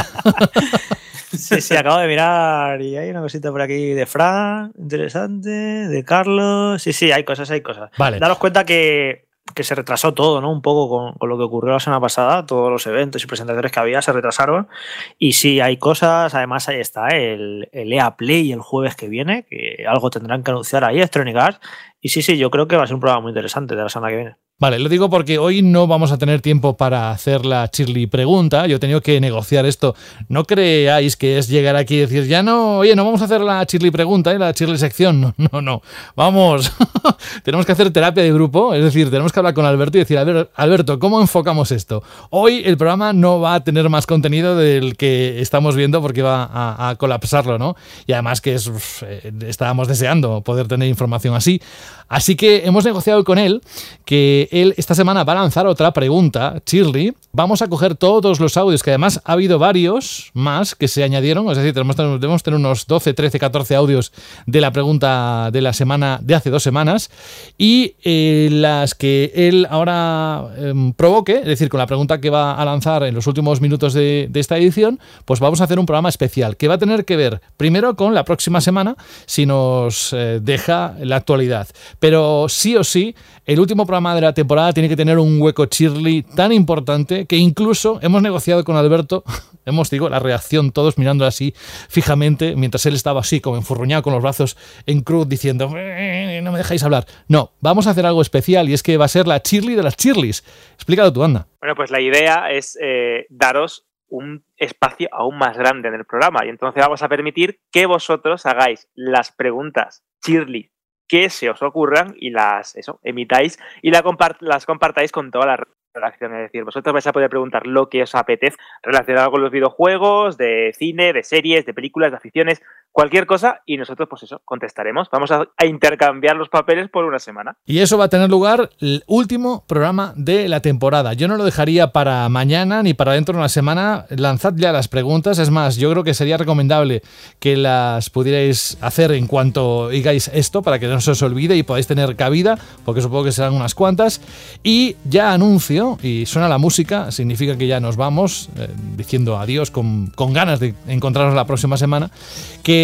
Sí, sí, acabo de mirar y hay una cosita por aquí de Fran, interesante, de Carlos. Sí, sí, hay cosas, hay cosas. Vale. Daros cuenta que que se retrasó todo, ¿no? Un poco con, con lo que ocurrió la semana pasada, todos los eventos y presentaciones que había se retrasaron y sí, hay cosas, además ahí está el, el E A Play el jueves que viene, que algo tendrán que anunciar ahí Electronic Arts y sí, sí, yo creo que va a ser un programa muy interesante de la semana que viene. Vale, lo digo porque hoy no vamos a tener tiempo para hacer la Shirley pregunta. Yo he tenido que negociar esto. No creáis que es llegar aquí y decir, ya no, oye, no vamos a hacer la Shirley pregunta, ¿eh? La Shirley sección. No, no, no. Vamos. Tenemos que hacer terapia de grupo. Es decir, tenemos que hablar con Alberto y decir, a ver, Alberto, ¿cómo enfocamos esto? Hoy el programa no va a tener más contenido del que estamos viendo porque va a, a colapsarlo, ¿no? Y además que es, uf, eh, estábamos deseando poder tener información así. Así que hemos negociado con él que él esta semana va a lanzar otra pregunta, Shirley. Vamos a coger todos los audios, que además ha habido varios más que se añadieron, es decir, tenemos, debemos tener unos doce, trece, catorce audios de la pregunta de la semana de hace dos semanas y eh, las que él ahora eh, provoque, es decir, con la pregunta que va a lanzar en los últimos minutos de, de esta edición, pues vamos a hacer un programa especial que va a tener que ver primero con la próxima semana, si nos eh, deja la actualidad. Pero sí o sí, el último programa de la temporada tiene que tener un hueco Shirley tan importante que incluso hemos negociado con Alberto, hemos digo, la reacción todos mirando así fijamente, mientras él estaba así como enfurruñado con los brazos en cruz diciendo no me dejáis hablar. No, vamos a hacer algo especial y es que va a ser la Shirley de las Shirleys. Explícalo tú, anda. Bueno, pues la idea es eh, daros un espacio aún más grande en el programa y entonces vamos a permitir que vosotros hagáis las preguntas Shirley que se os ocurran y las eso emitáis y la compart- las compartáis con toda la redacción. Es decir, vosotros vais a poder preguntar lo que os apetezca relacionado con los videojuegos, de cine, de series, de películas, de aficiones, cualquier cosa y nosotros pues eso, contestaremos. Vamos a, a intercambiar los papeles por una semana. Y eso va a tener lugar el último programa de la temporada. Yo no lo dejaría para mañana ni para dentro de una semana. Lanzad ya las preguntas. Es más, yo creo que sería recomendable que las pudierais hacer en cuanto oigáis esto para que no se os olvide y podáis tener cabida, porque supongo que serán unas cuantas. Y ya anuncio, y suena la música, significa que ya nos vamos, eh, diciendo adiós con, con ganas de encontrarnos la próxima semana, que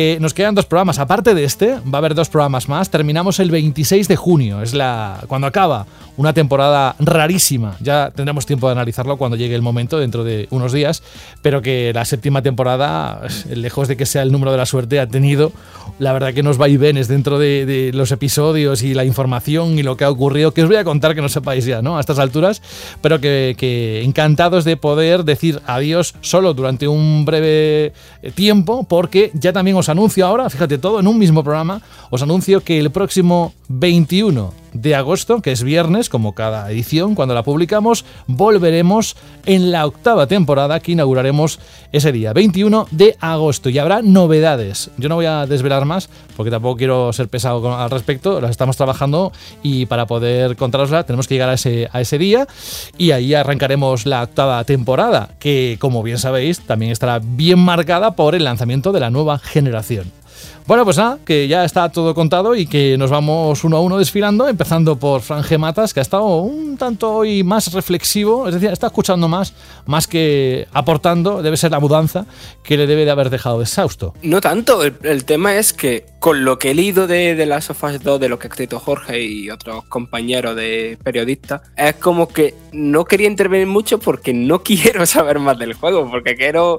que nos quedan dos programas. Aparte de este, va a haber dos programas más. Terminamos el veintiséis de junio, es la cuando acaba una temporada rarísima. Ya tendremos tiempo de analizarlo cuando llegue el momento, dentro de unos días, pero que la séptima temporada, lejos de que sea el número de la suerte, ha tenido, la verdad, que nos vaivenes dentro de, de los episodios y la información y lo que ha ocurrido, que os voy a contar, que no sepáis ya, ¿no?, a estas alturas, pero que, que encantados de poder decir adiós solo durante un breve tiempo, porque ya también os anuncio ahora, fíjate, todo en un mismo programa, os anuncio que el próximo veintiuno de agosto, que es viernes, como cada edición, cuando la publicamos, volveremos en la octava temporada, que inauguraremos ese día, veintiuno de agosto, y habrá novedades. Yo no voy a desvelar más, porque tampoco quiero ser pesado con, al respecto, las estamos trabajando, y para poder contároslas tenemos que llegar a ese, a ese día, y ahí arrancaremos la octava temporada, que, como bien sabéis, también estará bien marcada por el lanzamiento de la nueva generación. Bueno, pues nada, que ya está todo contado y que nos vamos uno a uno desfilando, empezando por Fran G. Matas, que ha estado un tanto hoy más reflexivo, es decir, está escuchando más, más que aportando. Debe ser la mudanza que le debe de haber dejado exhausto. No tanto, el, el tema es que con lo que he leído de, de Last of Us dos, de lo que ha escrito Jorge y otros compañeros de periodistas, es como que no quería intervenir mucho porque no quiero saber más del juego, porque quiero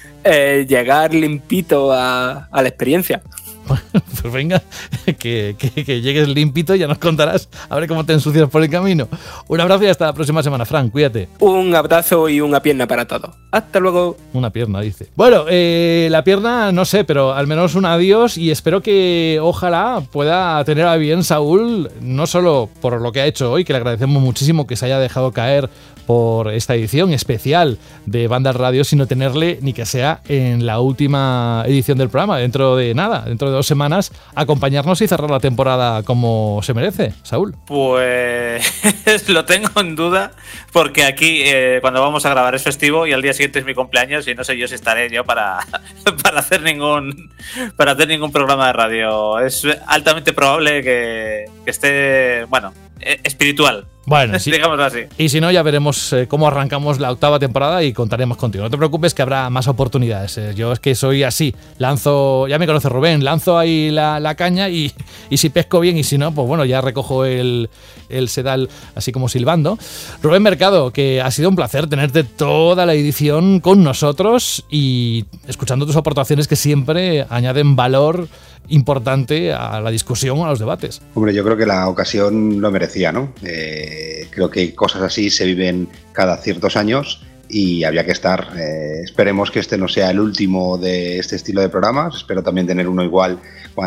eh, llegar limpito a, a la experiencia. Pues venga, que, que, que llegues limpito y ya nos contarás a ver cómo te ensucias por el camino. Un abrazo y hasta la próxima semana, Fran, cuídate. Un abrazo y una pierna para todos. Hasta luego. Una pierna, dice. Bueno, eh, la pierna no sé, pero al menos un adiós, y espero que ojalá pueda tener a bien Saúl, no solo por lo que ha hecho hoy, que le agradecemos muchísimo que se haya dejado caer por esta edición especial de Banda al Radio, sino tenerle, ni que sea en la última edición del programa, dentro de nada, dentro de dos semanas, acompañarnos y cerrar la temporada como se merece, Saúl. Pues lo tengo en duda, porque aquí eh, cuando vamos a grabar es festivo y al día siguiente es mi cumpleaños, y no sé yo si estaré yo para, para hacer ningún para hacer ningún programa de radio. Es altamente probable que, que esté, bueno, espiritual. Bueno, sí, digámoslo así. Y si no, ya veremos eh, cómo arrancamos la octava temporada y contaremos contigo. No te preocupes, que habrá más oportunidades. Eh. Yo es que soy así, lanzo, ya me conoce Rubén, lanzo ahí la, la caña y, y si pesco bien, y si no, pues bueno, ya recojo el, el sedal así como silbando. Rubén Mercado, que ha sido un placer tenerte toda la edición con nosotros y escuchando tus aportaciones, que siempre añaden valor importante a la discusión, a los debates. Hombre, yo creo que la ocasión lo merecía, ¿no? Eh, creo que cosas así se viven cada ciertos años y había que estar. Eh, esperemos que este no sea el último de este estilo de programas. Espero también tener uno igual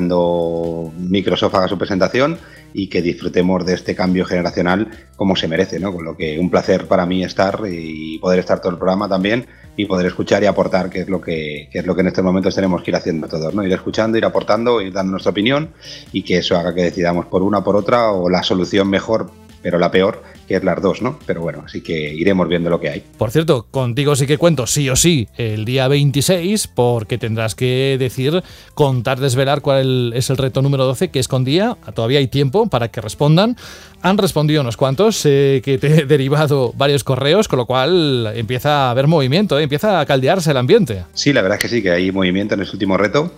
cuando Microsoft haga su presentación y que disfrutemos de este cambio generacional como se merece, ¿no? Con lo que un placer para mí estar y poder estar todo el programa también y poder escuchar y aportar, que es lo que, que es lo que en estos momentos tenemos que ir haciendo todos, ¿no? Ir escuchando, ir aportando, ir dando nuestra opinión y que eso haga que decidamos por una, por otra, o la solución mejor, pero la peor, que es las dos, ¿no? Pero bueno, así que iremos viendo lo que hay. Por cierto, contigo sí que cuento sí o sí el día veintiséis, porque tendrás que decir, contar, desvelar cuál es el reto número doce que escondía. Todavía hay tiempo para que respondan. Han respondido unos cuantos, eh, que te he derivado varios correos, con lo cual empieza a haber movimiento, ¿eh? Empieza a caldearse el ambiente. Sí, la verdad es que sí, que hay movimiento en este último reto.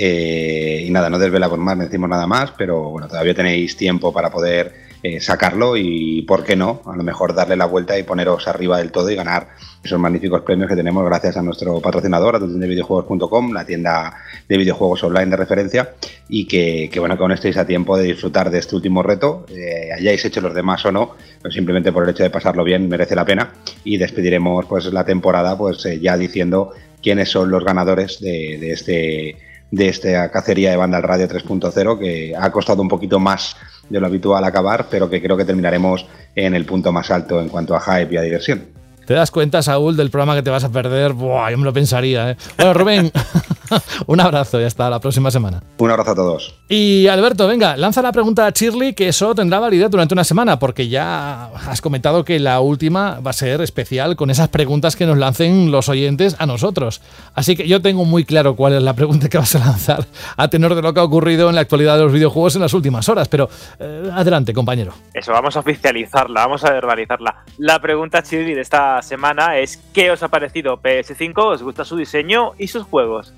Eh, y nada, no desvelamos más, no decimos nada más, pero bueno, todavía tenéis tiempo para poder Eh, sacarlo y, ¿por qué no?, a lo mejor darle la vuelta y poneros arriba del todo y ganar esos magníficos premios que tenemos gracias a nuestro patrocinador, a tu tienda de videojuegos punto com, la tienda de videojuegos online de referencia, y que, que bueno, que aún estéis a tiempo de disfrutar de este último reto, eh, hayáis hecho los demás o no, pero simplemente por el hecho de pasarlo bien merece la pena, y despediremos pues la temporada pues eh, ya diciendo quiénes son los ganadores de, de este de esta cacería de Banda al Radio tres punto cero, que ha costado un poquito más de lo habitual acabar, pero que creo que terminaremos en el punto más alto en cuanto a hype y a diversión. ¿Te das cuenta, Saúl, del programa que te vas a perder? Buah, yo me lo pensaría, ¿eh? Bueno, Rubén, un abrazo y hasta la próxima semana. Un abrazo a todos. Y Alberto, venga, lanza la pregunta a Shirley, que eso tendrá validez durante una semana, porque ya has comentado que la última va a ser especial con esas preguntas que nos lancen los oyentes a nosotros. Así que yo tengo muy claro cuál es la pregunta que vas a lanzar, a tenor de lo que ha ocurrido en la actualidad de los videojuegos en las últimas horas. Pero eh, adelante, compañero. Eso, vamos a oficializarla, vamos a verbalizarla. La pregunta, Shirley, de esta semana es: ¿qué os ha parecido P S cinco? ¿Os gusta su diseño y sus juegos?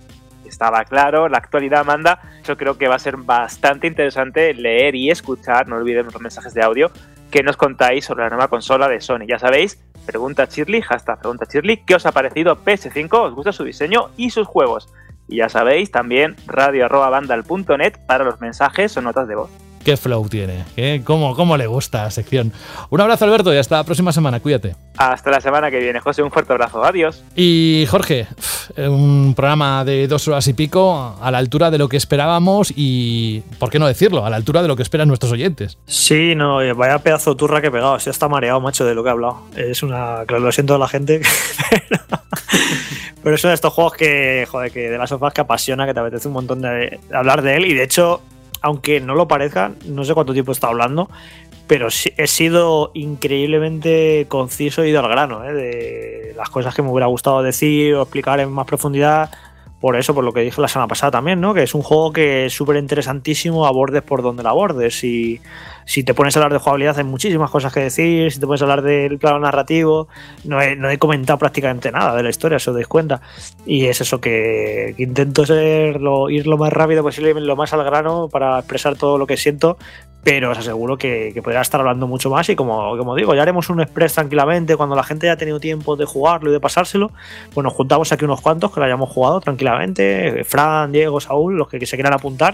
estaba claro, la actualidad manda. Yo creo que va a ser bastante interesante leer y escuchar, no olvidemos los mensajes de audio, que nos contáis sobre la nueva consola de Sony. Ya sabéis, pregunta Chirly, hashtag pregunta Chirly, ¿qué os ha parecido P S cinco? ¿Os gusta su diseño y sus juegos? Y ya sabéis, también radio arroba vandal punto net para los mensajes o notas de voz. Qué flow tiene, ¿eh? ¿Cómo, cómo le gusta la sección? Un abrazo, Alberto, y hasta la próxima semana, cuídate. Hasta la semana que viene, José, un fuerte abrazo, adiós. Y Jorge, un programa de dos horas y pico a la altura de lo que esperábamos y, ¿por qué no decirlo?, a la altura de lo que esperan nuestros oyentes. Sí, no, vaya pedazo de turra que he pegado, ya está mareado, macho, de lo que he hablado. Es una, claro, lo siento a la gente, pero, pero es uno de estos juegos que, joder, que de las sofás que apasiona, que te apetece un montón de, de hablar de él, y de hecho, aunque no lo parezca, no sé cuánto tiempo he estado hablando, pero sí, he sido increíblemente conciso y ido al grano, ¿eh? De las cosas que me hubiera gustado decir o explicar en más profundidad. Por eso, por lo que dije la semana pasada también, ¿no? Que es un juego que es súper interesantísimo, abordes por donde la abordes. Y si te pones a hablar de jugabilidad hay muchísimas cosas que decir. Si te pones a hablar del plano narrativo, no he, no he comentado prácticamente nada de la historia, si os dais cuenta. Y es eso, que, que intento ser lo, ir lo más rápido posible, lo más al grano para expresar todo lo que siento. Pero os aseguro que, que podrá estar hablando mucho más y como, como digo, ya haremos un express tranquilamente cuando la gente haya tenido tiempo de jugarlo y de pasárselo. Pues nos juntamos aquí unos cuantos que lo hayamos jugado tranquilamente, Fran, Diego, Saúl, los que, que se quieran apuntar,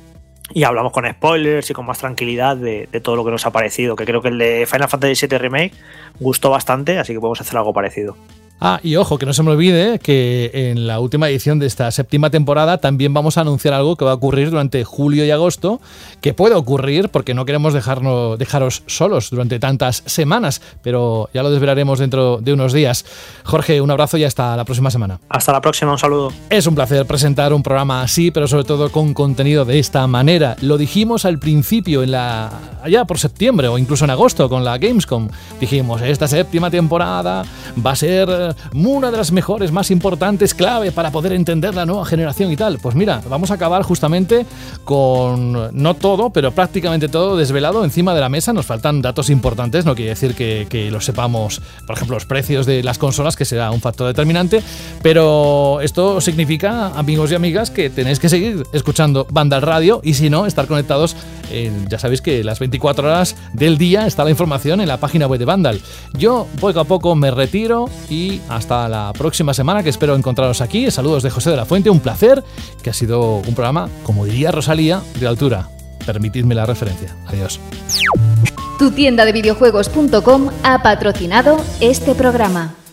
y hablamos con spoilers y con más tranquilidad de, de todo lo que nos ha parecido, que creo que el de Final Fantasy siete Remake gustó bastante, así que podemos hacer algo parecido. Ah, y ojo, que no se me olvide que en la última edición de esta séptima temporada también vamos a anunciar algo que va a ocurrir durante julio y agosto, que puede ocurrir porque no queremos dejarnos, dejaros solos durante tantas semanas, pero ya lo desvelaremos dentro de unos días. Jorge, un abrazo y hasta la próxima semana. Hasta la próxima, un saludo. Es un placer presentar un programa así, pero sobre todo con contenido de esta manera. Lo dijimos al principio, en la allá por septiembre o incluso en agosto con la Gamescom. Dijimos, esta séptima temporada va a ser una de las mejores, más importantes, clave para poder entender la nueva generación y tal. Pues mira, vamos a acabar justamente con no todo, pero prácticamente todo desvelado encima de la mesa. Nos faltan datos importantes, no quiere decir que, que lo sepamos, por ejemplo, los precios de las consolas, que será un factor determinante, pero esto significa, amigos y amigas, que tenéis que seguir escuchando Vandal Radio y si no, estar conectados, eh, ya sabéis que las veinticuatro horas del día está la información en la página web de Vandal. Yo poco a poco me retiro y hasta la próxima semana, que espero encontraros aquí. Saludos de José de la Fuente, un placer, que ha sido un programa, como diría Rosalía, de altura. Permitidme la referencia. Adiós. Tu tienda de videojuegos punto com ha patrocinado este programa.